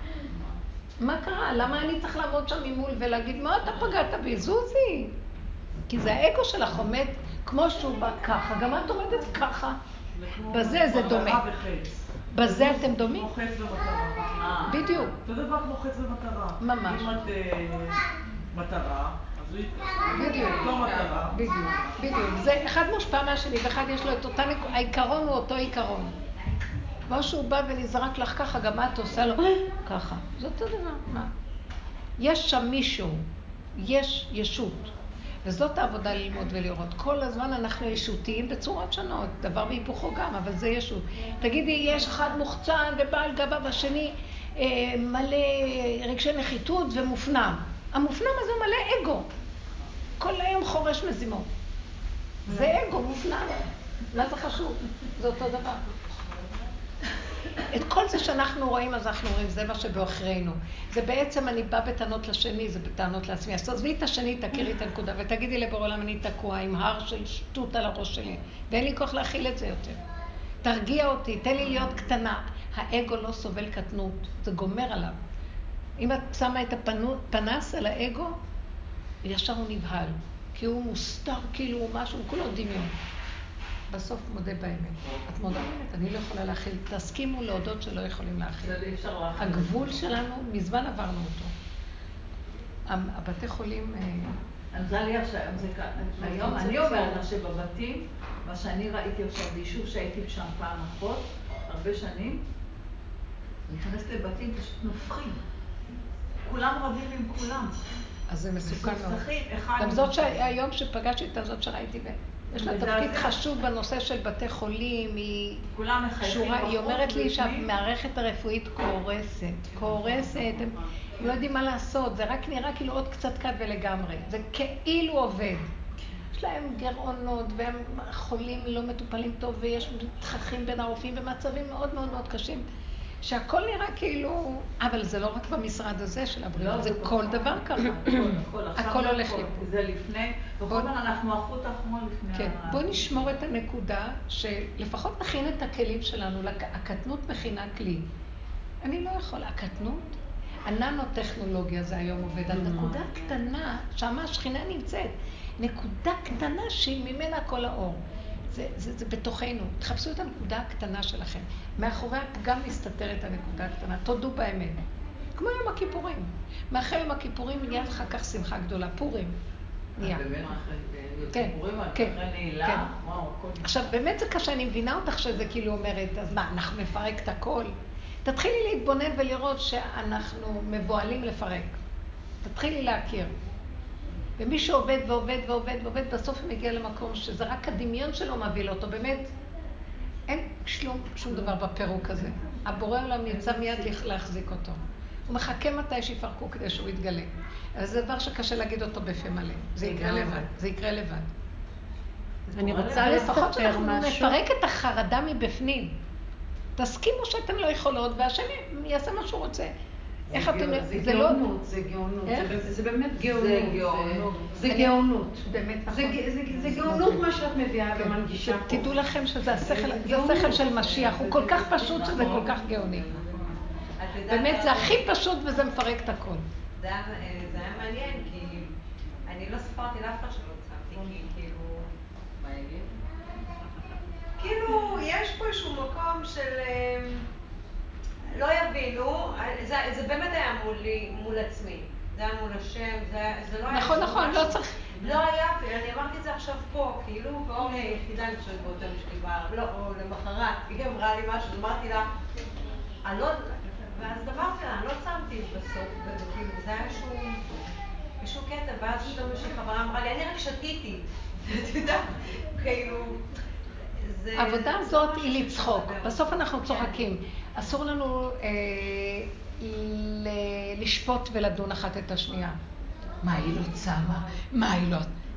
מה קרה? למה אני צריך לעמוד שם ממול ולהגיד, מה אתה פגעת בי? זוזי. כי זה האגו שלך עומד כמו שהוא בא ככה, גם את עומדת ככה. בזה זה דומה. בזה אתם דומים? כמו חץ ומטרה. בדיוק. אותו דבר כמו חץ ומטרה. ממש. אם את מטרה, אז בדיוק. לא מטרה. בדיוק. זה אחד מושפע מהשני, ואחד יש לו את אותה נקודה. העיקרון הוא אותו עיקרון. כמו שהוא בא ונזרק לך ככה, גם את עושה לו ככה. זה אותו דבר. מה? יש שם מישהו, יש ישות. וזאת העבודה ללמוד ולראות. כל הזמן אנחנו ישותיים בצורות שונות, דבר בהיפוכו גם, אבל זה ישות. תגידי, יש אחד מוחצן ובעל גבה והשני מלא רגשי נחיתות ומופנם. המופנם הזה הוא מלא אגו. כל היום חורש מזימו. זה אגו מופנם. מה זה חשוב? זה אותו דבר. את כל זה שאנחנו רואים, אז אנחנו רואים, זה מה שבאחרינו. זה בעצם אני באה בטענות לשני, זה בטענות לעצמי. אז תעזבי את השני, תכירי את הנקודה, ותגידי לבורא עולם, אני תקוע עם הר של שטות על הראש שלי, ואין לי כוח להכיל את זה יותר. תרגיע אותי, תן לי להיות קטנה. האגו לא סובל קטנות, זה גומר עליו. אם את שמה את הפנס על האגו, ישר הוא נבהל, כי הוא מוסתר, כאילו הוא משהו, הוא כולו דמיון. בסוף מודה באמת. את מודה באמת, אני לא יכולה להכיל. תסכימו להודות שלא יכולים להכיל. הגבול שלנו, מזמן עברנו אותו. הבתי חולים... היום אני אומרת שבבתים, מה שאני ראיתי עכשיו ביישוב שהייתי שם פעם אחת, הרבה שנים, נכנסת לבתים פשוט נופחים. כולם רבים עם כולם. אז זה מסוכן מאוד. גם זאת שהיום שפגשתי את זאת שראיתי יש לה תפקיד חשוב בנושא של בתי חולים, היא אומרת לי שהמערכת הרפואית קורסת, הם לא יודעים מה לעשות, זה רק נראה כאילו עוד קצת קד ולגמרי, זה כאילו עובד. יש להם גרעונות והם חולים לא מטופלים טוב ויש תחכים בין הרופאים ומצבים מאוד מאוד מאוד קשים. שהכל נראה כאילו, אבל זה לא רק במשרד הזה של הבריאות, זה כל דבר ככה. הכל הולך לי. זה לפני, בכל זאת אנחנו החוט האחרון לפני. כן, בוא נשמור את הנקודה שלפחות נכין את הכלים שלנו, הקטנות מכינה כלי. אני לא יכולה, הקטנות, הננו-טכנולוגיה זה היום עובד, הנקודה קטנה, שמה השכינה נמצאת, נקודה קטנה שהיא ממנה כל האור. זה בתוכנו. תחפשו את הנקודה הקטנה שלכם. מאחורי הפגם מסתתרת הנקודה הקטנה. תודו באמת. כמו יום הכיפורים. מאחרי יום הכיפורים נהיה אחר כך שמחה גדולה. פורים. נהיה. באמת אחרי כיפורים, אחרי נעילה? עכשיו, באמת זה קשה, אני מבינה אותך שזה כאילו אומרת, אז מה, אנחנו נפרק את הכל? תתחילי להתבונן ולראות שאנחנו מבועלים לפרק. תתחילי להכיר. ומי שעובד ועובד ועובד ועובד, בסוף הוא מגיע למקום שזה רק הדמיון שלו מביא לו אותו. באמת, אין שום דבר בפירוק הזה. הבורא עולם נמצא מיד להחזיק אותו. הוא מחכה מתי שיפרקו כדי שהוא יתגלה. אז זה דבר שקשה להגיד אותו בפה מלא. זה יקרה לבד. זה יקרה לבד. אני רוצה לפחות שאנחנו נפרק את החרדה מבפנים. תסכימו שאתם לא יכולות, והשם יעשה מה שהוא רוצה. איך את אומרת? זה גאונות, זה גאונות. זה באמת גאונות. זה גאונות. זה גאונות מה שאת מביאה ומנגישה פה. תדעו לכם שזה השכל של משיח. הוא כל כך פשוט שזה כל כך גאוני. באמת זה הכי פשוט וזה מפרק את הכל. זה היה מעניין כי אני לא ספרתי לאף אחד שלא צמתי, כי כאילו יש פה איזשהו מקום של לא יבינו, זה באמת היה מול עצמי, זה היה מול השם, זה לא היה נכון, לא צריך. לא היה, אני אמרתי את זה עכשיו פה, כאילו, ואורלי היחידה אני חושבת באותם שלי, לא, או למחרת, היא אמרה לי משהו, אז אמרתי לה, ואז אמרתי לה, אני לא צמתי בסוף, וכאילו, זה היה איזשהו קטע, ואז פתאום איזושהי חברה אמרה לי, אני רק שתיתי, אתה יודע, כאילו, העבודה הזאת היא לצחוק, בסוף אנחנו צוחקים. אסור לנו לשפוט ולדון אחת את השנייה. מה היא לא צמה? מה היא לא...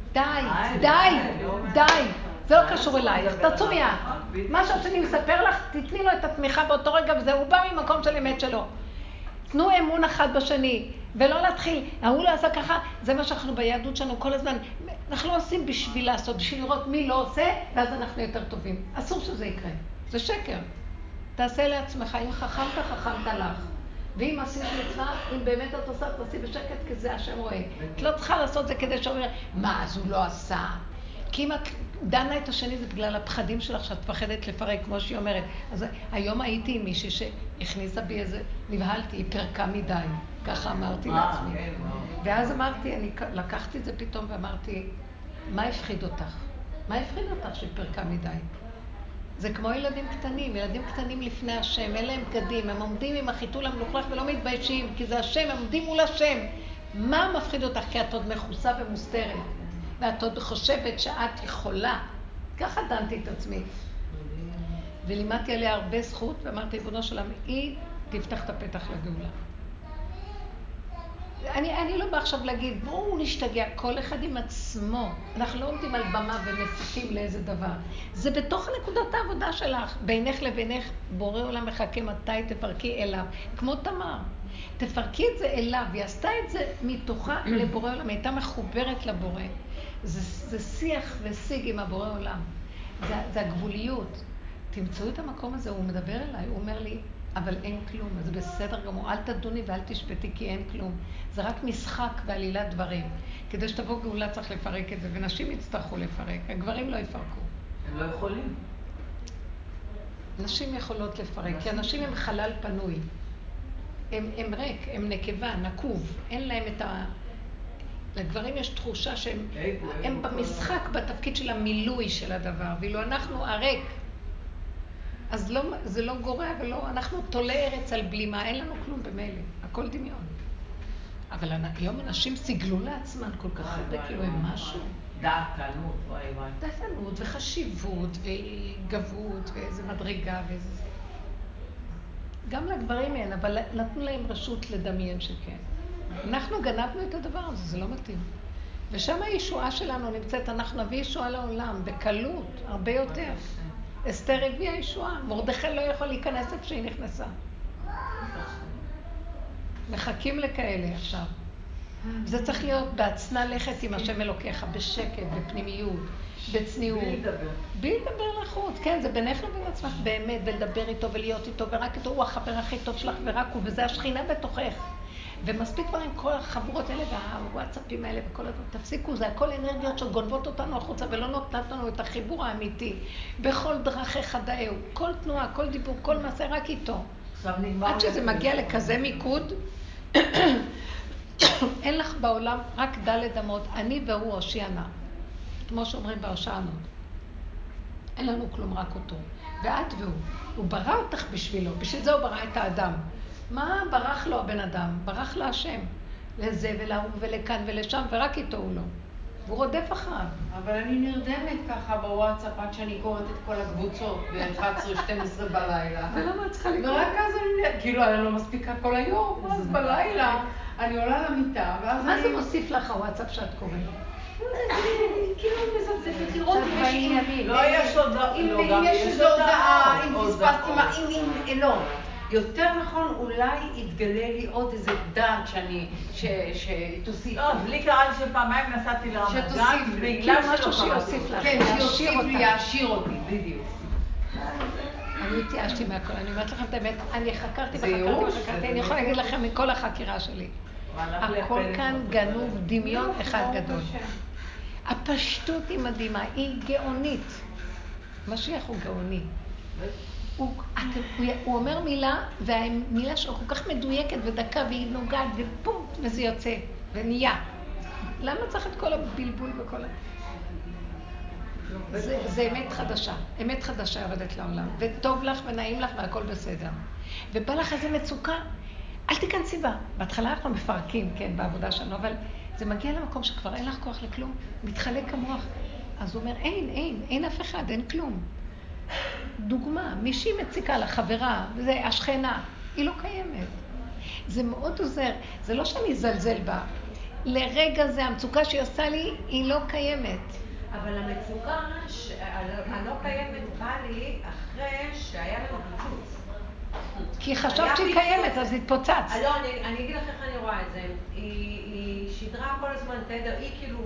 די! זה לא קשור אלייך, תצאו מיד. מה שאני מספר לך, תתני לו את התמיכה באותו רגע, וזה הוא בא ממקום של אמת שלו. תנו אמון אחד בשני, ולא להתחיל, ההוא לא עשה ככה, זה מה שאנחנו ביהדות שלנו כל הזמן, אנחנו לא עושים בשביל לעשות, בשביל לראות מי לא עושה, ואז אנחנו יותר טובים. אסור שזה יקרה, זה שקר. תעשה לעצמך, אם חכמת לך. ואם עשית מצווה, אם באמת את עושה, תעשי בשקט, כי זה השם רואה. את לא צריכה לעשות זה כדי שאומר, מה, אז הוא לא עשה. כי אם את דנה את השני, זה בגלל הפחדים שלך, שאת פחדת לפרק, כמו שהיא אומרת. אז היום הייתי עם מישהי שהכניסה בי איזה, נבהלתי, היא פרקה מדי. ככה אמרתי לעצמי. ואז אמרתי, אני לקחתי את זה פתאום ואמרתי, מה הפחיד אותך? מה הפחיד אותך שהיא פרקה מדי? זה כמו ילדים קטנים לפני השם, אין להם בגדים, הם עומדים עם החיתול המלוכלך ולא מתביישים, כי זה השם, הם עומדים מול השם. מה מפחיד אותך? כי את עוד מכוסה ומוסתרת, ואת עוד חושבת שאת יכולה. ככה דנתי את עצמי. ולימדתי עליה הרבה זכות, ואמרתי, ריבונו של עולם, היא תפתח את הפתח לגאולה. אני לא בא עכשיו להגיד, בואו נשתגע, כל אחד עם עצמו. אנחנו לא עומדים על במה ומסיתים לאיזה דבר. זה בתוך נקודת העבודה שלך. בינך לבינך, בורא עולם מחכה מתי תפרקי אליו. כמו תמר. תפרקי את זה אליו. היא עשתה את זה מתוכה לבורא עולם. היא הייתה מחוברת לבורא. זה שיח ושיג עם הבורא עולם. זה הגבוליות. תמצאו את המקום הזה, הוא מדבר אליי, הוא אומר לי, אבל אין כלום, זה בסדר גמור, אל תדוני ואל תשפטי כי אין כלום. זה רק משחק ועלילת דברים. כדי שתבוא גאולה צריך לפרק את זה, ונשים יצטרכו לפרק, הגברים לא יפרקו. הם לא יכולים. נשים יכולות לפרק, כי הנשים הם חלל פנוי. הם ריק, הם נקבה, נקוב, אין להם את ה... לגברים יש תחושה שהם במשחק, בתפקיד של המילוי של הדבר, ואילו אנחנו הריק. אז לא, זה לא גורע ולא, אנחנו תולה ארץ על בלימה, אין לנו כלום במילא, הכל דמיון. אבל היום אנשים סיגלו לעצמן כל כך הרבה, כאילו הם משהו. דעתנות, וואי. דעתנות וחשיבות וגבות ואיזה מדרגה ואיזה... גם לגברים אין, אבל נתנו להם רשות לדמיין שכן. אנחנו גנבנו את הדבר הזה, זה לא מתאים. ושם הישועה שלנו נמצאת, אנחנו נביא ישועה לעולם, בקלות, הרבה יותר. אסתר הביאה ישועה, מרדכי לא יכול להיכנס איפה שהיא נכנסה. מחכים לכאלה עכשיו. זה צריך להיות בעצנה לכת עם השם אלוקיך, בשקט, בפנימיות, בצניעות. בלי לדבר לחוץ, כן, זה בינך לבין עצמך באמת, ולדבר איתו ולהיות איתו, ורק איתו הוא החבר הכי טוב שלך ורק הוא, וזה השכינה בתוכך. ומספיק כבר עם כל החבורות האלה והוואטסאפים האלה וכל הדברים, תפסיקו, זה הכל אנרגיות שגונבות אותנו החוצה ולא נותנת לנו את החיבור האמיתי. בכל דרכי חדאהו, כל תנועה, כל דיבור, כל מעשה, רק איתו. עד שזה מגיע לכזה מיקוד, אין לך בעולם רק דלת אמות, אני והוא הושיענה. כמו שאומרים בהושענו. אין לנו כלום, רק אותו. ואת והוא. הוא ברא אותך בשבילו, בשביל זה הוא ברא את האדם. מה ברח לו הבן אדם? ברח לה השם. לזה ולהוא ולכאן ולשם, ורק איתו הוא לא. והוא רודף אחריו. אבל אני נרדמת ככה בוואטסאפ עד שאני קוראת את כל הקבוצות ב-11-12 בלילה. ולמה את צריכה לקרוא? ורק אז אני, כאילו אני לא מספיקה כל היום, אז בלילה אני עולה למיטה, ואז מה זה מוסיף לך הוואטסאפ שאת קוראת? כאילו מזפזפת לראות בעניינים. לא, יש הודעה. אם יש איזו הודעה, אם פספסתי מה, אם לא. יותר נכון, אולי יתגלה לי עוד איזה דעת שתוסיף. לא, לי קרה לי שפעמיים נסעתי לרמת גן, בגלל משהו שיוסיף לך. כן, שיוסיף לי, יעשיר אותי, בדיוק. אני התייאשתי מהכל, אני אומרת לכם את האמת, אני חקרתי וחקרתי, אני יכולה להגיד לכם מכל החקירה שלי. הכל כאן גנוב, דמיון אחד גדול. הפשטות היא מדהימה, היא גאונית. משיח הוא גאוני. הוא אומר מילה, והמילה שלו כל כך מדויקת ודקה, והיא נוגעת, ופום, וזה יוצא, ונהיה. למה צריך את כל הבלבול וכל זה אמת חדשה. אמת חדשה ירדת לעולם. וטוב לך ונעים לך והכל בסדר. ובא לך איזה מצוקה, אל תיכנסי בה. בהתחלה אנחנו מפרקים, כן, בעבודה שלנו, אבל זה מגיע למקום שכבר אין לך כוח לכלום. מתחלק המוח. אז הוא אומר, אין אף אחד, אין כלום. דוגמה, מישהי מציקה לחברה, וזה השכנה, היא לא קיימת. זה מאוד עוזר. זה לא שאני זלזל בה. לרגע זה, המצוקה שהיא עושה לי, היא לא קיימת. אבל המצוקה הלא קיימת באה לי אחרי שהיה לנו פיצוץ. כי חשבת שהיא קיימת, אז התפוצץ. לא, אני אגיד לך איך אני רואה את זה. היא שידרה כל הזמן תדר, היא כאילו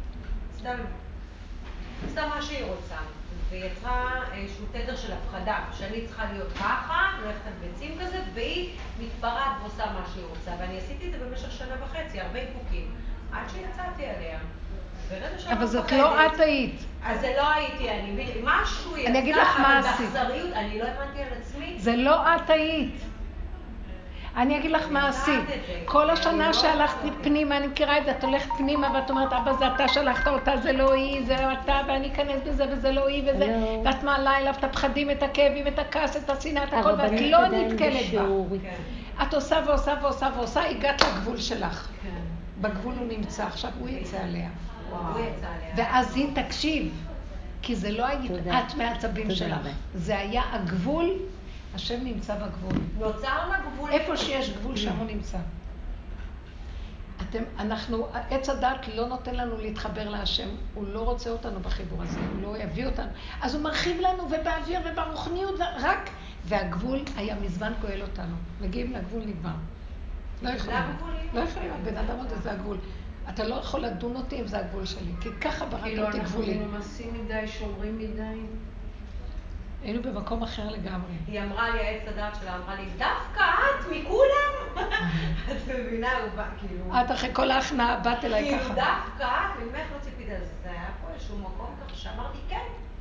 סתם מה שהיא רוצה. ויצרה איזשהו תדר של הפחדה, שאני צריכה להיות ככה, ללכת על ביצים כזה, והיא מתפרעת ועושה מה שהיא רוצה. ואני עשיתי את זה במשך 1.5 שנה, הרבה איפוקים, עד שיצאתי עליה. אבל זאת לא את היית. אז זה לא הייתי, משהו יצא, אני אגיד לך מה עשית. באכזריות, אני לא הבנתי על עצמי. זה לא את היית. אני אגיד לך מה עשית. כל השנה שהלכתי פנימה, אני מכירה את זה, את הולכת פנימה ואת אומרת, אבא זה אתה שלחת אותה, זה לא היא, זה אתה, ואני אכנס בזה וזה לא היא וזה, ואת מעלה אליו את הפחדים, את הכאבים, את הכעס, את השנאה, את הכל, ואת לא נתקלת בה. את עושה ועושה ועושה ועושה, הגעת לגבול שלך. בגבול הוא נמצא, עכשיו הוא יצא עליה. ואז היא תקשיב, כי זה לא היית את מעצבים שלך, זה היה הגבול, השם נמצא בגבול. נוצר לגבול. איפה שיש גבול שם הוא נמצא. עץ הדת לא נותן לנו להתחבר להשם, הוא לא רוצה אותנו בחיבור הזה, הוא לא יביא אותנו. אז הוא מרחיב לנו ובאוויר וברוחניות, רק, והגבול היה מזמן גואל אותנו. מגיעים לגבול נגמר. לא יכולים. לא יכולים, בן אדם עוד זה הגבול. אתה לא יכול לדון אותי אם זה הגבול שלי, כי ככה בראתי אותי גבולי. כאילו אנחנו מנסים מדי, שומרים מדי. היינו במקום אחר לגמרי. היא אמרה לי, העץ הדעת שלה אמרה לי, דווקא את מכולם? את מבינה, הוא בא, כאילו... את אחרי כל ההכנעה, באת אליי ככה. כאילו דווקא את, ממך לא ציפית על זה, זה היה פה איזשהו מקום ככה שאמרתי, כן.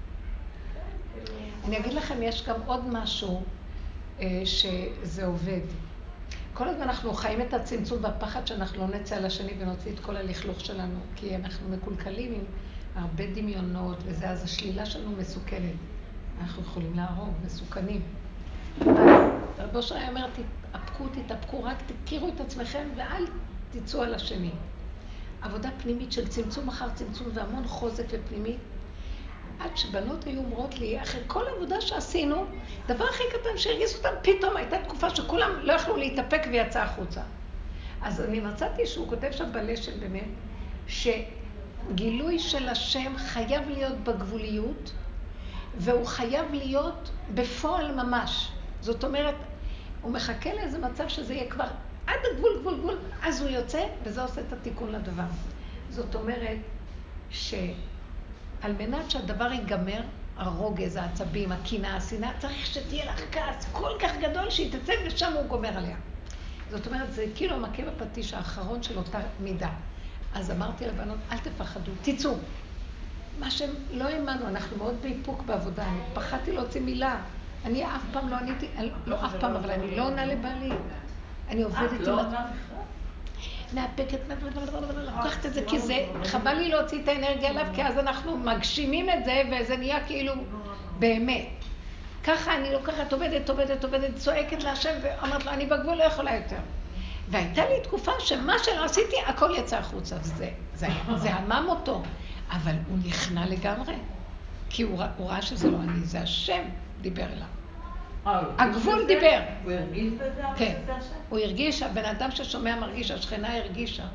אני אגיד לכם, יש גם עוד משהו שזה עובד. כל הזמן אנחנו חיים את הצמצום והפחד שאנחנו לא נצא על השני ונוציא את כל הלכלוך שלנו, כי אנחנו מקולקלים עם הרבה דמיונות וזה, אז השלילה שלנו מסוכנת. אנחנו יכולים להרוג, מסוכנים. רבו שרי אומר, תתאפקו, רק תכירו את עצמכם ואל תצאו על השני. עבודה פנימית של צמצום אחר צמצום והמון חוזק ופנימי. עד שבנות היו אומרות לי, אחרי כל העבודה שעשינו, דבר הכי קטן שהרגיז אותם, פתאום הייתה תקופה שכולם לא יכלו להתאפק ויצא החוצה. אז אני מצאתי שהוא כותב שם בלשם באמת, שגילוי של השם חייב להיות בגבוליות, והוא חייב להיות בפועל ממש. זאת אומרת, הוא מחכה לאיזה מצב שזה יהיה כבר עד הגבול, גבול, גבול, אז הוא יוצא, וזה עושה את התיקון לדבר. זאת אומרת שעל מנת שהדבר ייגמר, הרוגז, העצבים, הקנאה, השנאה, צריך שתהיה לך כעס כל כך גדול שהיא תצא ושם הוא גומר עליה. זאת אומרת, זה כאילו המכה בפטיש האחרון של אותה מידה. אז אמרתי לבנות, אל תפחדו, תצאו. מה שהם לא האמנו, אנחנו מאוד באיפוק בעבודה, אני פחדתי להוציא מילה. אני אף פעם לא עניתי, לא אף פעם, אבל אני לא עונה לבעלי. אני עובדת עם... לא עונה בכלל? מאפקת, לוקחת את זה, כי זה, חבל לי להוציא את האנרגיה עליו, כי אז אנחנו מגשימים את זה, וזה נהיה כאילו באמת. ככה אני לוקחת, עובדת, צועקת להשם, ואמרת לו, אני בגבול לא יכולה יותר. והייתה לי תקופה שמה שלא עשיתי, הכל יצא החוצה, זה המם אותו. אבל הוא נכנע לגמרי, כי הוא ראה שזה לא אני, זה השם דיבר אליו. הגבול דיבר. הוא הרגיש בזה? כן, הוא הרגיש, הבן אדם ששומע מרגיש, השכנה הרגישה.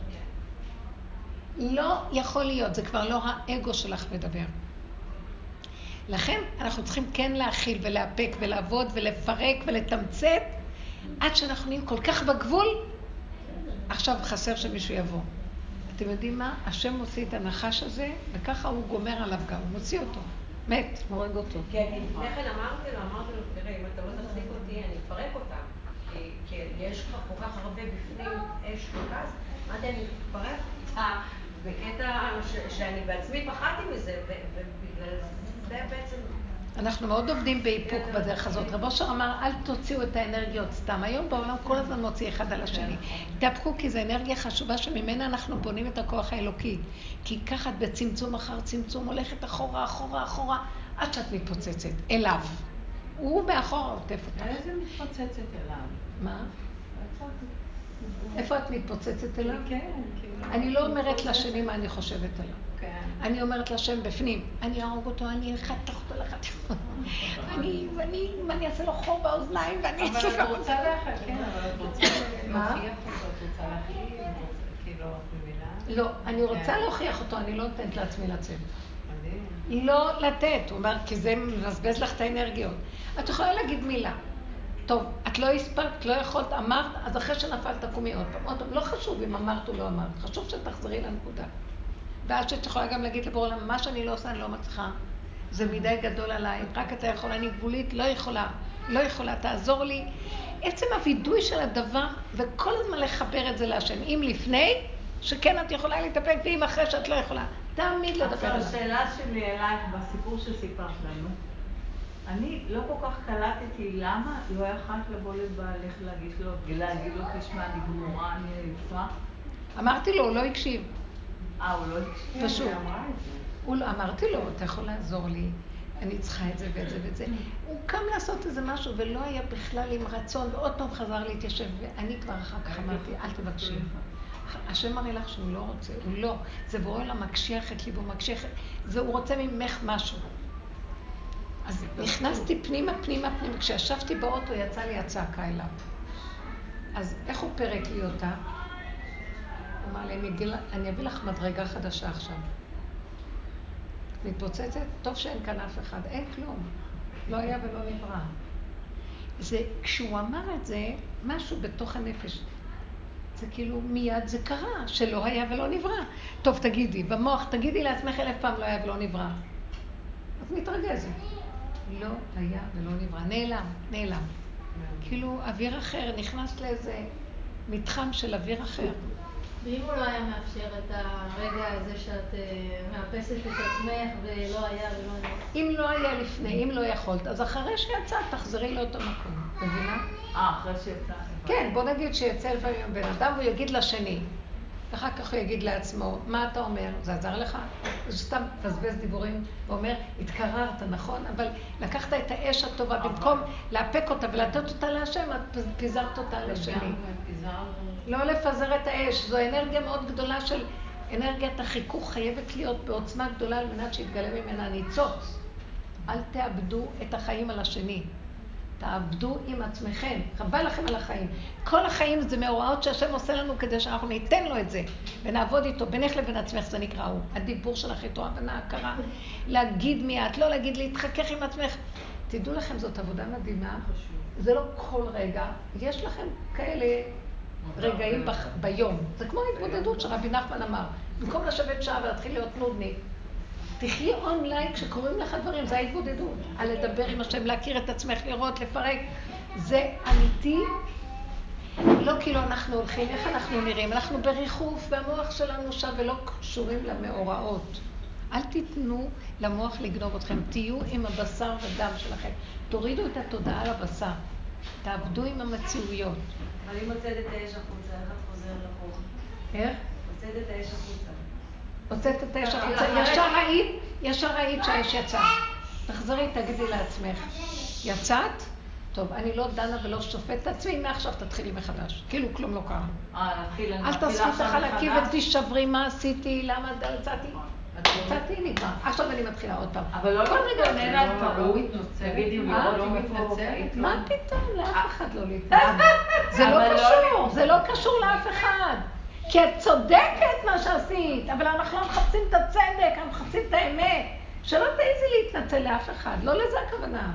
לא יכול להיות, זה כבר לא האגו שלך מדבר. לכן אנחנו צריכים כן להכיל ולהפק ולעבוד ולפרק ולתמצת, עד שאנחנו נהיים כל כך בגבול, עכשיו חסר שמישהו יבוא. אתם יודעים מה? השם מוציא את הנחש הזה, וככה הוא גומר עליו גם, הוא מוציא אותו. מת, מורג אותו. כן, לפני כן אמרתי לו, תראה, אם אתה לא תפסיק אותי, אני אפרק אותם. כי יש כל כך הרבה בפנים אש וכעס, אמרתי, אני אפרק אותה בקטע שאני בעצמי פחדתי מזה, ובגלל זה בעצם... אנחנו מאוד עובדים באיפוק בדרך הזאת. רב אושר אמר, אל תוציאו את האנרגיות סתם. היום בעולם כל הזמן מוציא אחד על השני. תהפכו, כי זו אנרגיה חשובה שממנה אנחנו בונים את הכוח האלוקי. כי ככה בצמצום אחר צמצום הולכת אחורה, אחורה, אחורה, עד שאת מתפוצצת אליו. הוא מאחורה עוטף אותך. איזה מתפוצצת אליו? מה? איפה את מתפוצצת אליו? כן. אני לא אומרת לשני מה אני חושבת עליו. אני אומרת לשם בפנים, אני ארוג אותו, אני אחתוך אותו לחתוך. ואני אעשה לו חור באוזניים, ואני אצלח אותו. אבל את רוצה להכיר, כן, אבל את רוצה להוכיח אותו, את רוצה להכיר, כאילו, את מבינה? לא, אני רוצה להוכיח אותו, אני לא נותנת לעצמי לצאת. לא לתת, הוא אומר, כי זה מבזבז לך את האנרגיות. את יכולה להגיד מילה. טוב, את לא הספקת, לא יכולת, אמרת, אז אחרי שנפלת תקומי עוד פעם. לא חשוב אם אמרת או לא אמרת, חשוב שתחזרי לנקודה. ואז שאת יכולה גם להגיד לבורא עולם, מה שאני לא עושה, אני לא מצליחה. זה מדי גדול עליי, רק אתה יכול, אני גבולית, לא יכולה, תעזור לי. עצם הווידוי של הדבר, וכל הזמן לחבר את זה להשם. אם לפני, שכן את יכולה להתאפק, ואם אחרי שאת לא יכולה. תמיד לדבר עליו. השאלה שלי אלייך, בסיפור שסיפרת לנו, אני לא כל כך קלטתי למה לא יכולת לבוא לבעלך להגיד לו, תשמע, אני גמורה, אני עייפה. אמרתי לו, הוא לא הקשיב. הוא לא הקשיב? פשוט. אמרתי לו, אתה יכול לעזור לי, אני צריכה את זה ואת זה ואת זה. הוא קם לעשות איזה משהו ולא היה בכלל עם רצון, ועוד פעם חזר להתיישב, ואני כבר אחר כך אמרתי, אל תבקשי. השם מראה לך שהוא לא רוצה, הוא לא. זה בורא לה מקשיח את ליבו, הוא רוצה ממך משהו. אז נכנסתי פנימה, כשישבתי באוטו יצא לי הצעקה אליו. אז איך הוא פרק לי אותה? הוא אמר לי, אני אביא לך מדרגה חדשה עכשיו. מתפוצצת, טוב שאין כאן אף אחד, אין כלום. לא היה ולא נברא. כשהוא אמר את זה, משהו בתוך הנפש. זה כאילו מיד זה קרה, שלא היה ולא נברא. טוב, תגידי, במוח, תגידי לעצמך 1000 פעם לא היה ולא נברא. את מתרגזת. לא היה ולא נברא, נעלם. כאילו אוויר אחר, נכנס לאיזה מתחם של אוויר אחר. ואם הוא לא היה מאפשר את הרגע הזה שאת מאפסת את עצמך ולא היה ולא נברא? אם לא היה לפני, אם לא יכולת, אז אחרי שיצא, תחזרי לאותו מקום. מבינה? אחרי שיצא. כן, בוא נגיד שיצא לפעמים בן אדם והוא יגיד לשני. ואחר כך הוא יגיד לעצמו, מה אתה אומר? זה עזר לך? זה סתם פזבז דיבורים ואומר, התקררת, נכון? אבל לקחת את האש הטובה, במקום להפק אותה ולתת אותה להשם, את פיזרת אותה לשני. לא לפזר את האש, זו אנרגיה מאוד גדולה של אנרגיית החיכוך, חייבת להיות בעוצמה גדולה על מנת שיתגלה ממנה ניצוץ. אל תאבדו את החיים על השני. תעבדו עם עצמכם, חבל לכם על החיים. כל החיים זה מאורעות שהשם עושה לנו כדי שאנחנו ניתן לו את זה, ונעבוד איתו, בינך לבין עצמך זה נקרא הוא. הדיבור שלך איתו, הבנה, הכרה, להגיד מי את, לא להגיד, להתחכך עם עצמך. תדעו לכם, זאת עבודה מדהימה. זה לא כל רגע. יש לכם כאלה רגעים ביום. זה כמו התבודדות שרבי נחמן אמר. במקום לשבת שעה ולהתחיל להיות נודניק. תחי אונליין כשקוראים לך דברים, זה ההתבודדות. על לדבר עם השם, להכיר את עצמך, לראות, לפרק. זה אמיתי. לא כאילו אנחנו הולכים, איך אנחנו נראים. אנחנו בריחוף והמוח שלנו שם ולא קשורים למאורעות. אל תיתנו למוח לגנוב אתכם. תהיו עם הבשר ודם שלכם. תורידו את התודעה לבשר. תעבדו עם המציאויות. אבל אם הוצאת את האש החוצה, איך את חוזר לכוח? איך? הוצאת את האש החוצה. הוצאת את האש החוצה. ישר ראית שהאש יצא. תחזרי, תגידי לעצמך. יצאת? טוב, אני לא דנה ולא שופט את עצמי, מעכשיו תתחילי מחדש. כאילו כלום לא קרה. אל תעשי את החלקים ותשברי מה עשיתי, למה יצאתי. יצאתי, נגמר. עכשיו אני מתחילה עוד פעם. אבל לא להתנצל על טעות, תגידי, לא מתנצלת. מה פתאום? לאף אחד לא להתנצל. זה לא קשור, זה לא קשור לאף אחד. כי את צודקת מה שעשית, אבל אנחנו לא מחפשים את הצדק, אנחנו מחפשים את האמת. שלא תעיזי להתנצל לאף אחד, לא לזה הכוונה.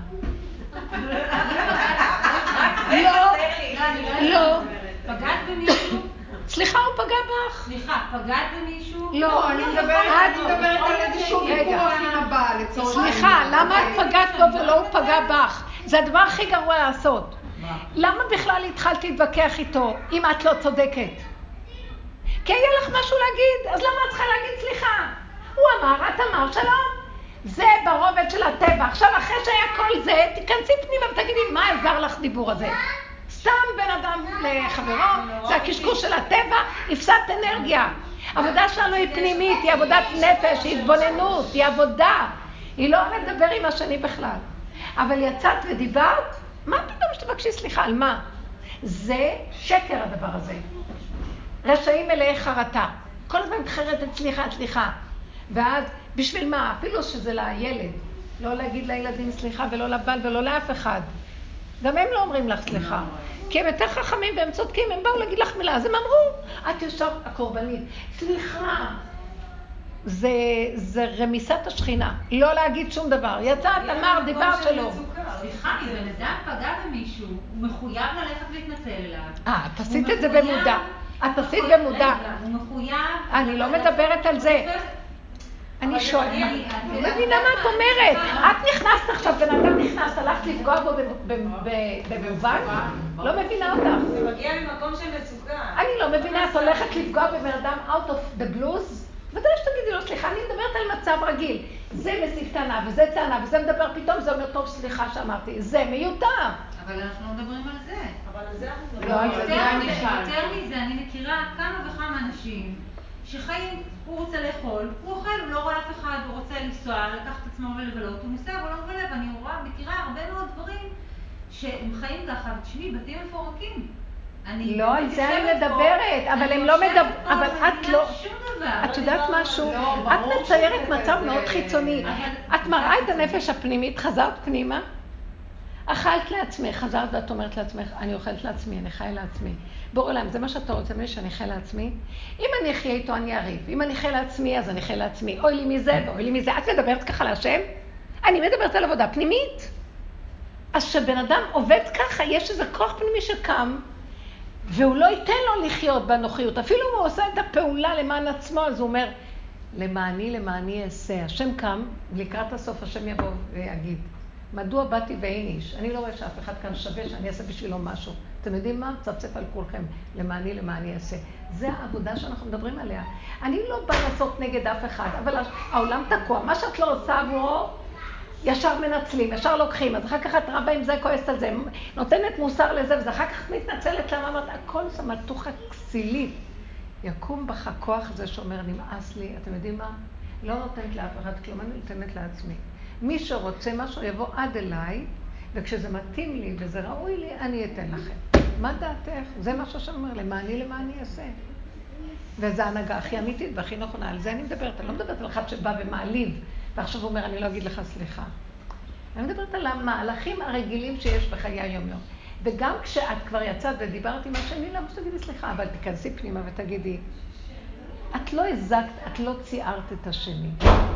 לא. פגעת במישהו? סליחה, הוא פגע בך. סליחה, פגעת במישהו? לא, אני מדברת על איזשהו ויכוח עם הבעל. סליחה, למה את פגעת בו ולא הוא פגע בך? זה הדבר הכי גרוע לעשות. למה בכלל התחלת להתווכח איתו אם את לא צודקת? כי היה לך משהו להגיד, אז למה את צריכה להגיד סליחה? הוא אמר, את אמר שלום. זה ברובד של הטבע. עכשיו אחרי שהיה כל זה, תיכנסי פנימה ותגידי מה עזר לך דיבור הזה. סתם בן אדם לחברו, זה הקשקוש של הטבע, הפסדת אנרגיה. העבודה שלנו היא פנימית, היא עבודת נפש, היא התבוננות, היא עבודה. היא לא לדבר עם השני בכלל. אבל יצאת ודיברת, מה פתאום שתבקשי סליחה? על מה? זה שקר הדבר הזה. רשעים מלאי חרטה. כל הזמן מתחרטת סליחה. ואז בשביל מה? אפילו שזה לילד. לא להגיד לילדים סליחה ולא לבעל ולא לאף אחד. גם הם לא אומרים לך סליחה. כי הם יותר חכמים והם צודקים, הם באו להגיד לך מילה. אז הם אמרו, את ישר הקורבנית. סליחה. זה רמיסת השכינה. לא להגיד שום דבר. יצאת, אמר, דיבר שלו. סליחה, אם בן אדם פגע במישהו, הוא מחויב ללכת להתנצל אליו. את עשית את זה במודע. את עשית במודע. הוא מחויב... אני לא מדברת על זה. אני שואלת, לא מבינה מה את אומרת. את נכנסת עכשיו, בן אדם נכנס, הלכת לפגוע בו במובן? לא מבינה אותך. זה מגיע ממקום של מצוקה. אני לא מבינה, את הולכת לפגוע בבן אדם out of the blues? ודאי שתגידי לו, סליחה, אני מדברת על מצב רגיל. זה מסיף טענה וזה טענה וזה מדבר פתאום, זה אומר טוב, סליחה שאמרתי. זה מיותר. אבל אנחנו לא מדברים על זה. אבל על זה אנחנו יותר מזה, אני מכירה כמה וכמה אנשים שחיים, הוא רוצה לאכול, הוא אוכל, הוא לא רואה אף אחד, הוא רוצה לנסוע, לקחת את עצמו ולבלות, הוא נוסע, הוא לא מבלה, ואני מכירה הרבה מאוד דברים שהם חיים ככה, ותשמעי, בתים מפורקים. לא, על זה אני מדברת, אבל הם לא מדברים, אבל את לא... את יודעת משהו? את מציירת מצב מאוד חיצוני. את מראה את הנפש הפנימית, חזרת פנימה, אכלת לעצמך, חזרת ואת אומרת לעצמך, אני אוכלת לעצמי, אני חיה לעצמי. בורא עולם, זה מה שאתה רוצה ממני שאני חיה לעצמי? אם אני אחיה איתו, אני אריב. אם אני חיה לעצמי, אז אני חיה לעצמי. אוי לי מזה ואוי לי מזה. את מדברת ככה להשם? אני מדברת על עבודה פנימית. אז שבן אדם עובד ככה, יש איזה כוח פנימי שקם, והוא לא ייתן לו לחיות בנוחיות. אפילו אם הוא עושה את הפעולה למען עצמו, אז הוא אומר, למעני אעשה. השם קם, לקראת הסוף השם יבוא ויגיד, מדוע באתי ואין איש? אני לא רואה שאף אחד כאן שווה שאני אעשה בשבילו משהו. אתם יודעים מה? צפצף על כולכם. למעני אעשה. זה העבודה שאנחנו מדברים עליה. אני לא באה לעשות נגד אף אחד, אבל העולם תקוע. מה שאת לא עושה עבורו, ישר מנצלים, ישר לוקחים. אז אחר כך את רבה עם זה, כועסת על זה, נותנת מוסר לזה, וזה אחר כך מתנצלת למה אמרת, הכל זה מתוחה כסילית. יקום בך הכוח הזה שאומר, נמאס לי, אתם יודעים מה? לא נותנת לאף אחד כלום, אני נותנת לעצמי. מי שרוצה משהו יבוא עד אליי, וכשזה מתאים לי וזה ראוי לי, אני אתן לכם. מה דעתך? זה מה שאומר, למעני אעשה. וזו ההנהגה הכי אמיתית והכי נכונה. על זה אני מדברת. אני לא מדברת על אחד שבא ומעליב, ועכשיו הוא אומר, אני לא אגיד לך סליחה. אני מדברת על המהלכים הרגילים שיש בחיי היום-יום. וגם כשאת כבר יצאת ודיברת עם השני, למה שתגידי סליחה? אבל תיכנסי פנימה ותגידי, את לא הזקת, את לא ציירת את השני.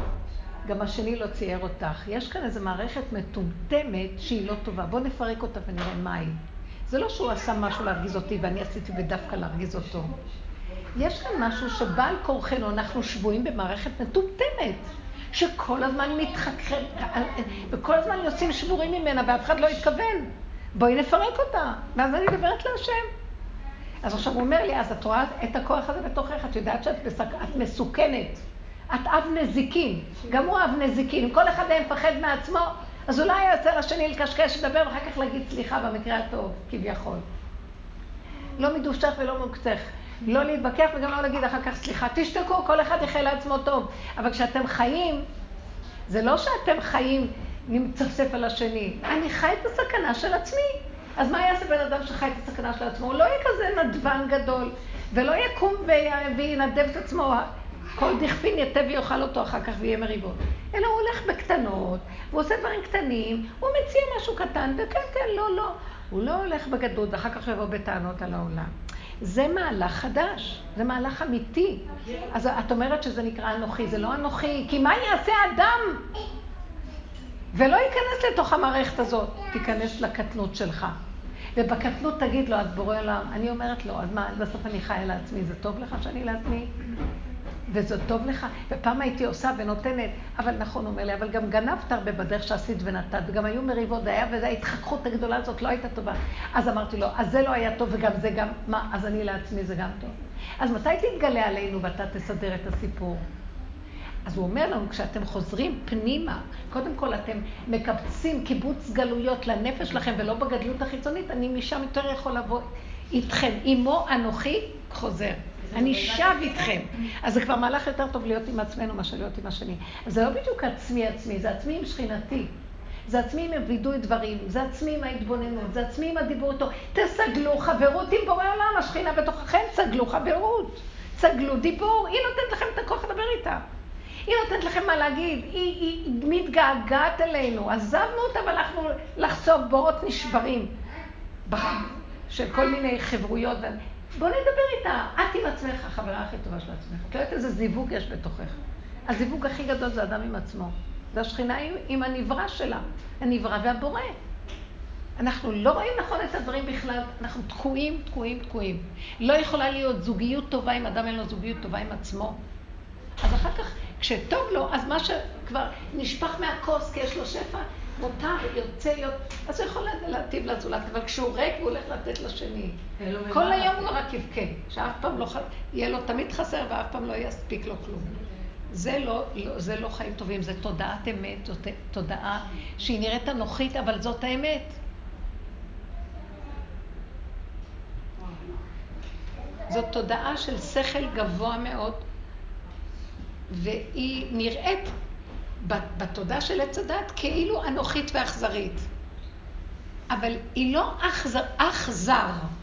גם השני לא צייר אותך. יש כאן איזו מערכת מטומטמת שהיא לא טובה. בואו נפרק אותה ונראה מה היא. זה לא שהוא עשה משהו להרגיז אותי ואני עשיתי בדווקא להרגיז אותו. יש כאן משהו שבעל כורחנו, אנחנו שבועים במערכת מטומטמת, שכל הזמן מתחכם, וכל הזמן יוצאים שבורים ממנה ואף אחד לא יתכוון. בואי נפרק אותה, ואז אני מדברת להשם. אז עכשיו הוא אומר לי, אז את רואה את הכוח הזה בתוכך, את יודעת שאת מסוכנת, את אב נזיקין, גם הוא אב נזיקין, אם כל אחד היה מפחד מעצמו, אז אולי יוצא לשני לקשקש, לדבר ואחר כך להגיד סליחה במקרה הטוב, כביכול. לא מדושך ולא מוקצך, לא להתווכח וגם לא להגיד אחר כך סליחה, תשתקו, כל אחד יחיה לעצמו טוב. אבל כשאתם חיים, זה לא שאתם חיים נמצפסף על השני, אני חי את הסכנה של עצמי. אז מה יעשה בן אדם שחי את הסכנה של עצמו? הוא לא יהיה כזה נדבן גדול, ולא יקום וינדב את עצמו, כל דכפין יתה ויאכל אותו אחר כך ויהיה מריבות. אלא הוא הולך בקטנות, הוא עושה דברים קטנים, הוא מציע משהו קטן, וכן, כן, לא. הוא לא הולך בגדות, ואחר כך יבוא בטענות על העולם. זה מהלך חדש, זה מהלך אמיתי. אז את אומרת שזה נקרא אנוכי, זה לא אנוכי, כי מה יעשה האדם? ולא ייכנס לתוך המערכת הזאת, תיכנס לקטנות שלך. ובקטנות תגיד לו, אז בורא עולם, אני אומרת לו, אז מה, בסוף אני חיה לעצמי, זה טוב לך שאני לעצמי? וזה טוב לך? ופעם הייתי עושה ונותנת, אבל נכון, אומר לי, אבל גם גנבת הרבה בדרך שעשית ונתת, וגם היו מריבות, ההתחככות הגדולה הזאת לא הייתה טובה. אז אמרתי לו, אז זה לא היה טוב, וגם זה גם, מה, אז אני לעצמי זה גם טוב. אז מתי תתגלה עלינו ואתה תסדר את הסיפור? אז הוא אומר לנו, כשאתם חוזרים פנימה, קודם כל אתם מקבצים קיבוץ גלויות לנפש לכם, ולא בגדלות החיצונית, אני משם יותר יכול לבוא איתכם. אמו אנוכי חוזר. אני שב איתכם. אז זה כבר מהלך יותר טוב להיות עם עצמנו, מה שלהיות עם השני. אז זה לא בדיוק עצמי, זה עצמי עם שכינתי. זה עצמי עם וידוי דברים, זה עצמי עם ההתבוננות, זה עצמי עם הדיבור איתו. תסגלו חברות עם בורא עולם, השכינה בתוככם, תסגלו חברות. תסגלו דיבור, היא נותנת לכם את הכוח לדבר איתה. היא נותנת לכם מה להגיד, היא מתגעגעת אלינו, עזבנו אותה והלכנו לחשוף בורות נשברים של כל מיני חברויות. בוא נדבר איתה, את עם עצמך, החברה הכי טובה של עצמך. את לא יודעת איזה זיווג יש בתוכך. הזיווג הכי גדול זה אדם עם עצמו. זה השכינה עם הנברא שלה, הנברא והבורא. אנחנו לא רואים נכון את הדברים בכלל, אנחנו תקועים. לא יכולה להיות זוגיות טובה אם אדם אין לו זוגיות טובה עם עצמו. אז אחר כך, כשטוב לו, אז מה שכבר נשפך מהכוס, כי יש לו שפע, מותר, יוצא להיות, אז הוא יכול להטיב לזולת, אבל כשהוא ריק הוא הולך לתת לשני. כל היום הוא רק יבכה, שאף פעם לא, יהיה לו תמיד חסר ואף פעם לא יספיק לו כלום. זה לא חיים טובים, זה תודעת אמת, זאת תודעה שהיא נראית אנוכית, אבל זאת האמת. זאת תודעה של שכל גבוה מאוד, והיא נראית בתודעה של עץ הדת כאילו אנוכית ואכזרית. אבל היא לא אכזר.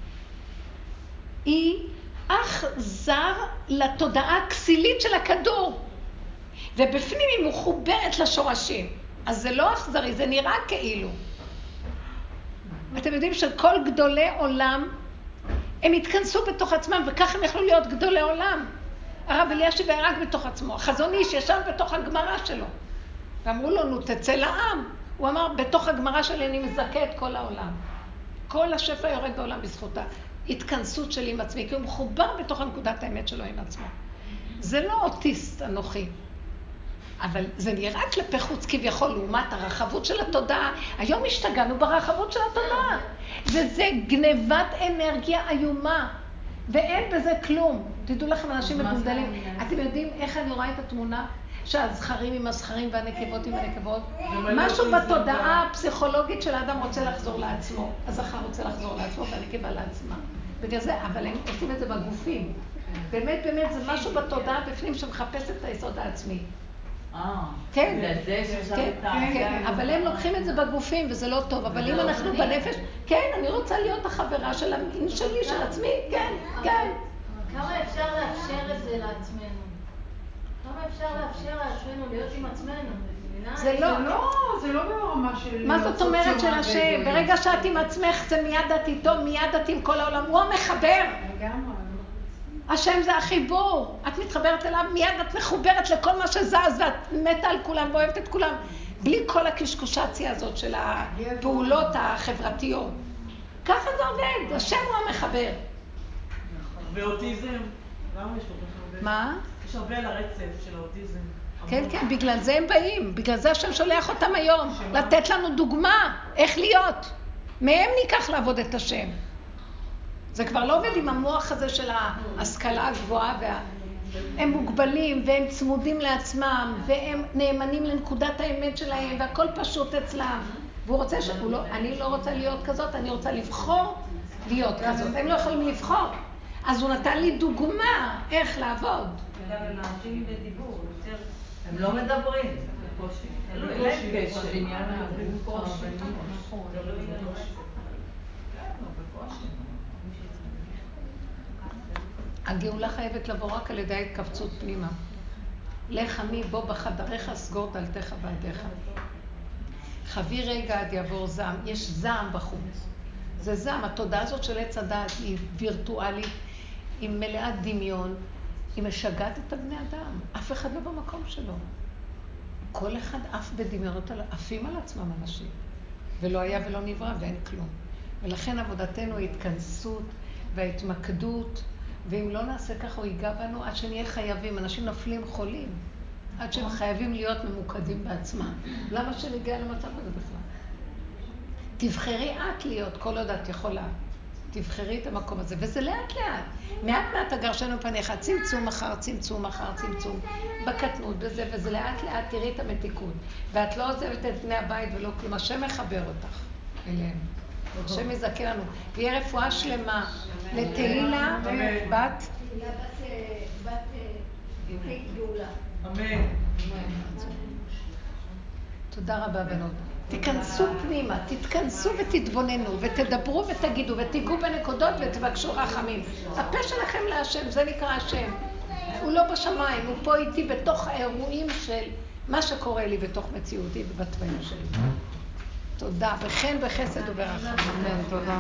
היא אכזר לתודעה הכסילית של הכדור. ובפנים היא מחוברת לשורשים. אז זה לא אכזרי, זה נראה כאילו. אתם יודעים שכל גדולי עולם, הם התכנסו בתוך עצמם, וכך הם יכלו להיות גדולי עולם. הרב אלישיב היה רק בתוך עצמו, החזון איש ישב בתוך הגמרא שלו. ואמרו לו, נו תצא לעם. הוא אמר, בתוך הגמרא שלי אני מזכה את כל העולם. כל השפע יורד בעולם בזכותה. התכנסות שלי עם עצמי, כי הוא מחובר בתוך הנקודת האמת שלו עם עצמו. זה לא אוטיסט אנוכי. אבל זה נראה כלפי חוץ כביכול, לעומת הרחבות של התודעה. היום השתגענו ברחבות של התודעה. וזה גנבת אנרגיה איומה. ואין בזה כלום. תדעו לכם, אנשים מגולדלים. אתם יודעים איך אני רואה את התמונה? שהזכרים עם הזכרים והנקבות עם הנקבות. משהו בתודעה הפסיכולוגית של האדם רוצה לחזור לעצמו. הזכר רוצה לחזור לעצמו והנקבה לעצמה. בגלל זה, אבל הם עושים את זה בגופים. באמת, זה משהו בתודעה בפנים שמחפש את היסוד העצמי. כן, אבל הם לוקחים את זה בגופים וזה לא טוב, אבל אם אנחנו בנפש, כן, אני רוצה להיות החברה של המין שלי, של עצמי, כן. כמה אפשר לאפשר את זה לעצמנו? כמה אפשר לאפשר לעצמנו להיות עם עצמנו? זה לא ברמה של... מה זאת אומרת של השם? ברגע שאת עם עצמך זה מיד את איתו, מיד את עם כל העולם, הוא המחבר. לגמרי. השם זה החיבור, את מתחברת אליו, מיד את מחוברת לכל מה שזז ואת מתה על כולם ואוהבת את כולם, בלי כל הקשקושציה הזאת של הפעולות החברתיות. ככה זה עובד, השם הוא המחבר. ואוטיזם, למה יש כל כך הרבה? מה? יש הרבה על הרצף של האוטיזם. כן, כן, בגלל זה הם באים, בגלל זה השם שולח אותם היום, לתת לנו דוגמה, איך להיות. מהם ניקח לעבוד את השם. זה כבר לא עובד עם המוח הזה של ההשכלה הגבוהה, הם מוגבלים והם צמודים לעצמם, והם נאמנים לנקודת האמת שלהם, והכל פשוט אצלם. והוא רוצה אני לא רוצה להיות כזאת, אני רוצה לבחור להיות כזאת. הם לא יכולים לבחור. אז הוא נתן לי דוגמה איך לעבוד. גם הם אנשים בדיבור, הם לא מדברים. אין להם קשר. הגאולה חייבת לבוא רק על ידי ההתכווצות פנימה. לך עמי בוא בחדריך, סגור דלתך בעדיך. חווי רגע עד יעבור זעם. יש זעם בחוץ. זה זעם. התודעה הזאת של עץ הדעת היא וירטואלית, היא מלאת דמיון, היא משגעת את הבני אדם. אף אחד לא במקום שלו. כל אחד אף בדמיונות, עפים על עצמם אנשים. ולא היה ולא נברא ואין כלום. ולכן עבודתנו היא התכנסות וההתמקדות, ואם לא נעשה ככה הוא ייגע בנו עד שנהיה חייבים. אנשים נופלים חולים, עד שהם חייבים להיות ממוקדים בעצמם. למה שנגיע למצב הזה בכלל? תבחרי את להיות, כל עוד את יכולה. תבחרי את המקום הזה, וזה לאט לאט. מעט מעט הגרשנו פניך, צמצום אחר צמצום אחר צמצום, בקטנות בזה, וזה לאט לאט תראי את המתיקות. ואת לא עוזבת את בני הבית ולא כלום, השם מחבר אותך אליהם. השם יזכה לנו. ויהיה רפואה שלמה לתהילה בת גאולה. אמן. תודה רבה בנות. תיכנסו פנימה, תתכנסו ותתבוננו ותדברו ותגידו ותיגעו בנקודות ותבקשו רחמים. הפה שלכם להשם, זה נקרא השם. הוא לא בשמיים, הוא פה איתי בתוך האירועים של מה שקורה לי בתוך מציאותי ובטבעים שלי. תודה, וכן בחסד וברחמים. תודה.